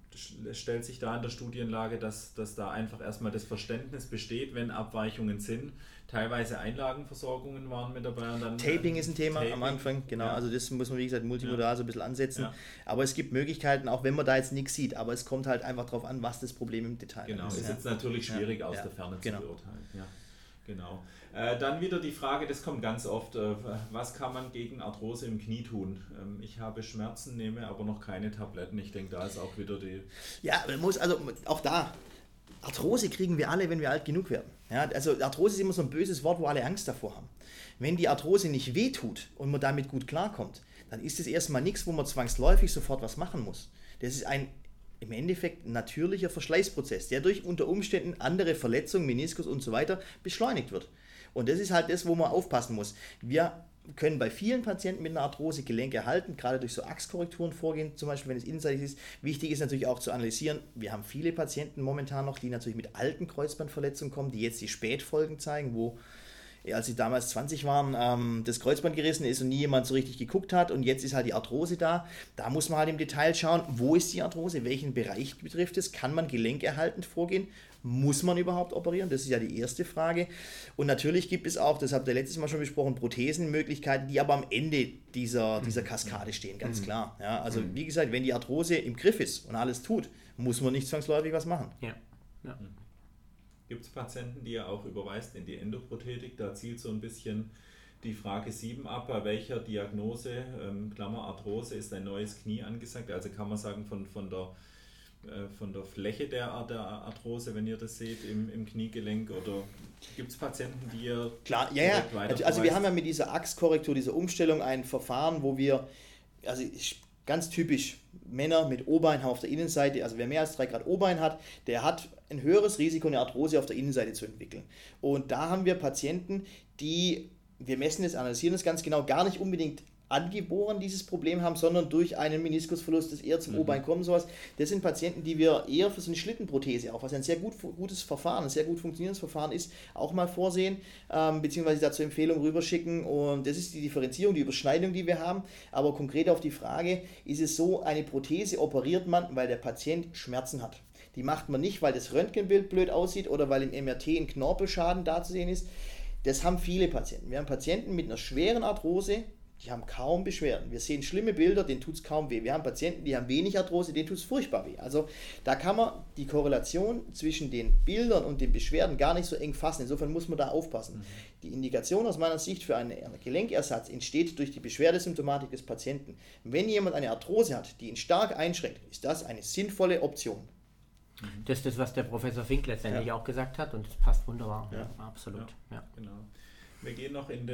stellt sich da in der Studienlage, dass da einfach erstmal das Verständnis besteht, wenn Abweichungen sind. Teilweise Einlagenversorgungen waren mit dabei. Und dann, Taping ist ein Thema am Anfang, genau. Ja. Also das muss man, wie gesagt, multimodal so ein bisschen ansetzen. Ja. Aber es gibt Möglichkeiten, auch wenn man da jetzt nichts sieht, aber es kommt halt einfach darauf an, was das Problem im Detail ist. Genau, ist jetzt natürlich schwierig aus der Ferne zu beurteilen. Ja. Genau. Dann wieder die Frage, das kommt ganz oft, was kann man gegen Arthrose im Knie tun? Ich habe Schmerzen, nehme aber noch keine Tabletten. Ich denke, da ist auch wieder die... Ja, man muss also auch da, Arthrose kriegen wir alle, wenn wir alt genug werden. Ja, also Arthrose ist immer so ein böses Wort, wo alle Angst davor haben. Wenn die Arthrose nicht wehtut und man damit gut klarkommt, dann ist es erstmal nichts, wo man zwangsläufig sofort was machen muss. Das ist im Endeffekt ein natürlicher Verschleißprozess, der durch unter Umständen andere Verletzungen, Meniskus und so weiter beschleunigt wird. Und das ist halt das, wo man aufpassen muss. Wir können bei vielen Patienten mit einer Arthrose Gelenke erhalten, gerade durch so Achskorrekturen vorgehen, zum Beispiel wenn es innenseitig ist. Wichtig ist natürlich auch zu analysieren, wir haben viele Patienten momentan noch, die natürlich mit alten Kreuzbandverletzungen kommen, die jetzt die Spätfolgen zeigen, wo, als sie damals 20 waren, das Kreuzband gerissen ist und nie jemand so richtig geguckt hat und jetzt ist halt die Arthrose da. Da muss man halt im Detail schauen, wo ist die Arthrose, welchen Bereich betrifft es, kann man gelenkerhaltend vorgehen, muss man überhaupt operieren? Das ist ja die erste Frage. Und natürlich gibt es auch, das habt ihr letztes Mal schon besprochen, Prothesenmöglichkeiten, die aber am Ende dieser Kaskade stehen, ganz klar. Ja, also wie gesagt, wenn die Arthrose im Griff ist und alles tut, muss man nicht zwangsläufig was machen. Ja. Ja. Gibt es Patienten, die ihr auch überweist in die Endoprothetik? Da zielt so ein bisschen die Frage 7 ab, bei welcher Diagnose, Klammer Arthrose, ist ein neues Knie angesagt? Also kann man sagen, von der Fläche der Arthrose, wenn ihr das seht, im Kniegelenk, oder gibt es Patienten, die ihr... Klar, ja. Also wir haben ja mit dieser Achskorrektur, dieser Umstellung ein Verfahren, wo wir, also ganz typisch, Männer mit O-Bein haben auf der Innenseite, also wer mehr als 3 Grad O-Bein hat, der hat ein höheres Risiko, eine Arthrose auf der Innenseite zu entwickeln. Und da haben wir Patienten, die, wir messen das, analysieren das ganz genau, gar nicht unbedingt angeboren dieses Problem haben, sondern durch einen Meniskusverlust, das eher zum O-Bein kommen, sowas. Das sind Patienten, die wir eher für so eine Schlittenprothese, auch was ein sehr gutes Verfahren, ein sehr gut funktionierendes Verfahren ist, auch mal vorsehen, beziehungsweise dazu Empfehlungen rüberschicken, und das ist die Differenzierung, die Überschneidung, die wir haben. Aber konkret auf die Frage, ist es so, eine Prothese operiert man, weil der Patient Schmerzen hat. Die macht man nicht, weil das Röntgenbild blöd aussieht oder weil im MRT ein Knorpelschaden da zu sehen ist. Das haben viele Patienten. Wir haben Patienten mit einer schweren Arthrose, die haben kaum Beschwerden. Wir sehen schlimme Bilder, denen tut es kaum weh. Wir haben Patienten, die haben wenig Arthrose, denen tut es furchtbar weh. Also da kann man die Korrelation zwischen den Bildern und den Beschwerden gar nicht so eng fassen. Insofern muss man da aufpassen. Die Indikation aus meiner Sicht für einen Gelenkersatz entsteht durch die Beschwerdesymptomatik des Patienten. Wenn jemand eine Arthrose hat, die ihn stark einschränkt, ist das eine sinnvolle Option. Das ist das, was der Professor Fink letztendlich auch gesagt hat, und das passt wunderbar. Ja. Absolut. Ja. Genau. Wir gehen noch in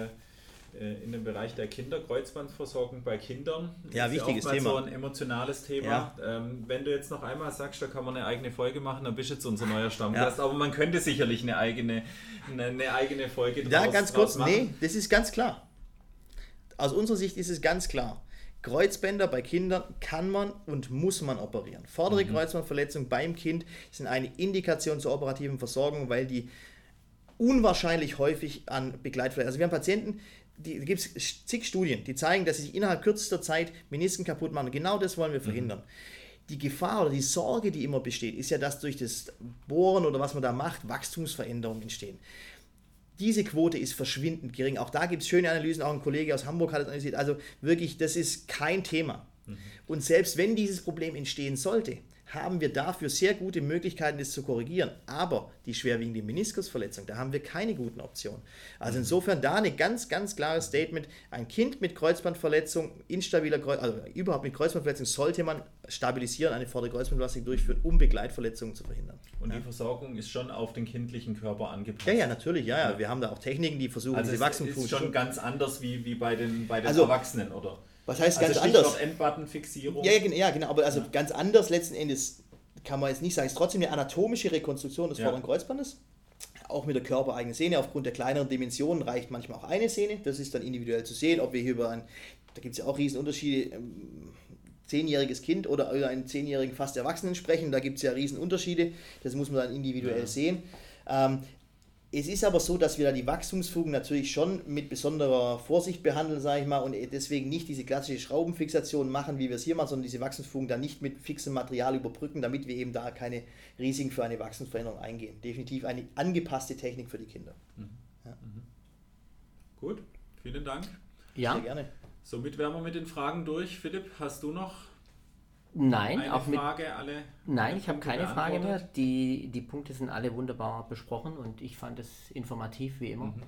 den Bereich der Kinderkreuzbandversorgung bei Kindern. Ja, wichtiges Thema. Thema. So ein emotionales Thema. Ja. Wenn du jetzt noch einmal sagst, da kann man eine eigene Folge machen, dann bist du jetzt unser neuer Stammgast. Ja. Aber man könnte sicherlich eine eigene Folge draus machen. Ja, ganz kurz, nee, das ist ganz klar. Aus unserer Sicht ist es ganz klar. Kreuzbänder bei Kindern kann man und muss man operieren. Vordere Kreuzbandverletzung beim Kind sind eine Indikation zur operativen Versorgung, weil die unwahrscheinlich häufig an Begleitverletzungen, also wir haben Patienten, da gibt es zig Studien, die zeigen, dass sie sich innerhalb kürzester Zeit Menisken kaputt machen. Und genau das wollen wir verhindern. Die Gefahr oder die Sorge, die immer besteht, ist ja, dass durch das Bohren oder was man da macht, Wachstumsveränderungen entstehen. Diese Quote ist verschwindend gering. Auch da gibt es schöne Analysen, auch ein Kollege aus Hamburg hat es analysiert. Also wirklich, das ist kein Thema. Und selbst wenn dieses Problem entstehen sollte, haben wir dafür sehr gute Möglichkeiten, das zu korrigieren. Aber die schwerwiegende Meniskusverletzung, da haben wir keine guten Optionen. Also insofern da eine ganz, ganz klares Statement. Ein Kind mit Kreuzbandverletzung, überhaupt mit Kreuzbandverletzung sollte man stabilisieren, eine vordere Kreuzbandbelastung durchführen, um Begleitverletzungen zu verhindern. Und die Versorgung ist schon auf den kindlichen Körper angepasst? Ja, natürlich. Ja. Wir haben da auch Techniken, die versuchen, diese Wachstumsfunktion... Also es ist schon ganz anders wie bei den Erwachsenen, oder? Was heißt ganz anders? Endbuttonfixierung. Ja, genau, aber also ganz anders letzten Endes kann man jetzt nicht sagen. Es ist trotzdem eine anatomische Rekonstruktion des vorderen Kreuzbandes. Auch mit der körpereigenen Sehne. Aufgrund der kleineren Dimensionen reicht manchmal auch eine Sehne. Das ist dann individuell zu sehen, ob wir hier da gibt es ja auch Riesenunterschiede, 10-jähriges Kind oder über einen 10-jährigen fast Erwachsenen sprechen. Da gibt es ja Riesenunterschiede. Das muss man dann individuell sehen. Es ist aber so, dass wir da die Wachstumsfugen natürlich schon mit besonderer Vorsicht behandeln, sage ich mal, und deswegen nicht diese klassische Schraubenfixation machen, wie wir es hier machen, sondern diese Wachstumsfugen dann nicht mit fixem Material überbrücken, damit wir eben da keine Risiken für eine Wachstumsveränderung eingehen. Definitiv eine angepasste Technik für die Kinder. Ja. Gut, vielen Dank. Ja. Sehr gerne. Somit wären wir mit den Fragen durch. Philipp, hast du noch Nein, eine auch mit, Frage? nein, ich habe Punkte keine Frage mehr. beantwortet? Die Punkte sind alle wunderbar besprochen und ich fand es informativ wie immer.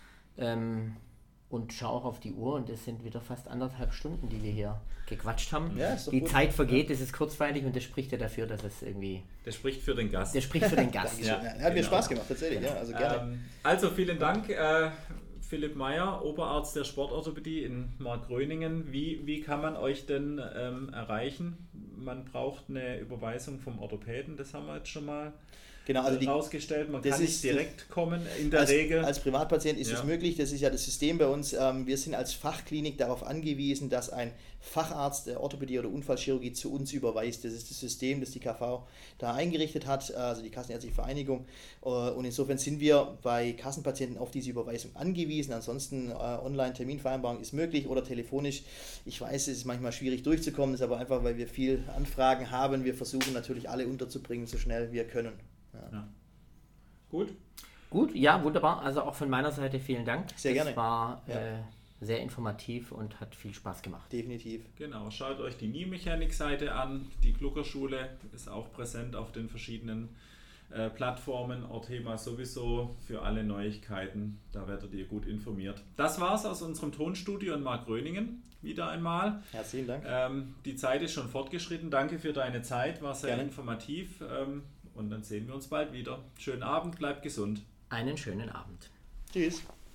Und schaue auch auf die Uhr und es sind wieder fast 1,5 Stunden, die wir hier gequatscht haben. Ja, ist doch die gut. Zeit vergeht, es ist kurzweilig und das spricht ja dafür, dass es irgendwie... Das spricht für den Gast. Das spricht für den Gast. Ja, hat mir Spaß gemacht, tatsächlich. Ja, also gerne. Also vielen Dank, Philipp Meyer, Oberarzt der Sportorthopädie in Markgröningen. Wie kann man euch denn erreichen? Man braucht eine Überweisung vom Orthopäden, das haben wir jetzt schon mal Genau, also rausgestellt. Man das kann ist nicht direkt kommen in der als, Regel. Als Privatpatient ist Ja. es möglich, das ist ja das System bei uns. Wir sind als Fachklinik darauf angewiesen, dass ein Facharzt der Orthopädie oder Unfallchirurgie zu uns überweist. Das ist das System, das die KV da eingerichtet hat, also die Kassenärztliche Vereinigung. Und insofern sind wir bei Kassenpatienten auf diese Überweisung angewiesen. Ansonsten Online-Terminvereinbarung ist möglich oder telefonisch. Ich weiß, es ist manchmal schwierig durchzukommen, das ist aber einfach, weil wir viel Anfragen haben. Wir versuchen natürlich alle unterzubringen, so schnell wir können. Ja. Gut. Gut, ja, wunderbar. Also auch von meiner Seite vielen Dank. Sehr gerne. Es war Ja. sehr informativ und hat viel Spaß gemacht. Definitiv. Genau, schaut euch die Nie-Mechanik-Seite an. Die Gluckerschule ist auch präsent auf den verschiedenen Plattformen. Orthema sowieso für alle Neuigkeiten. Da werdet ihr gut informiert. Das war's aus unserem Tonstudio in Markgröningen. Wieder einmal. Herzlichen Dank. Die Zeit ist schon fortgeschritten. Danke für deine Zeit. War sehr Gerne. informativ. Und dann sehen wir uns bald wieder. Schönen Abend, bleibt gesund. Einen schönen Abend. Tschüss.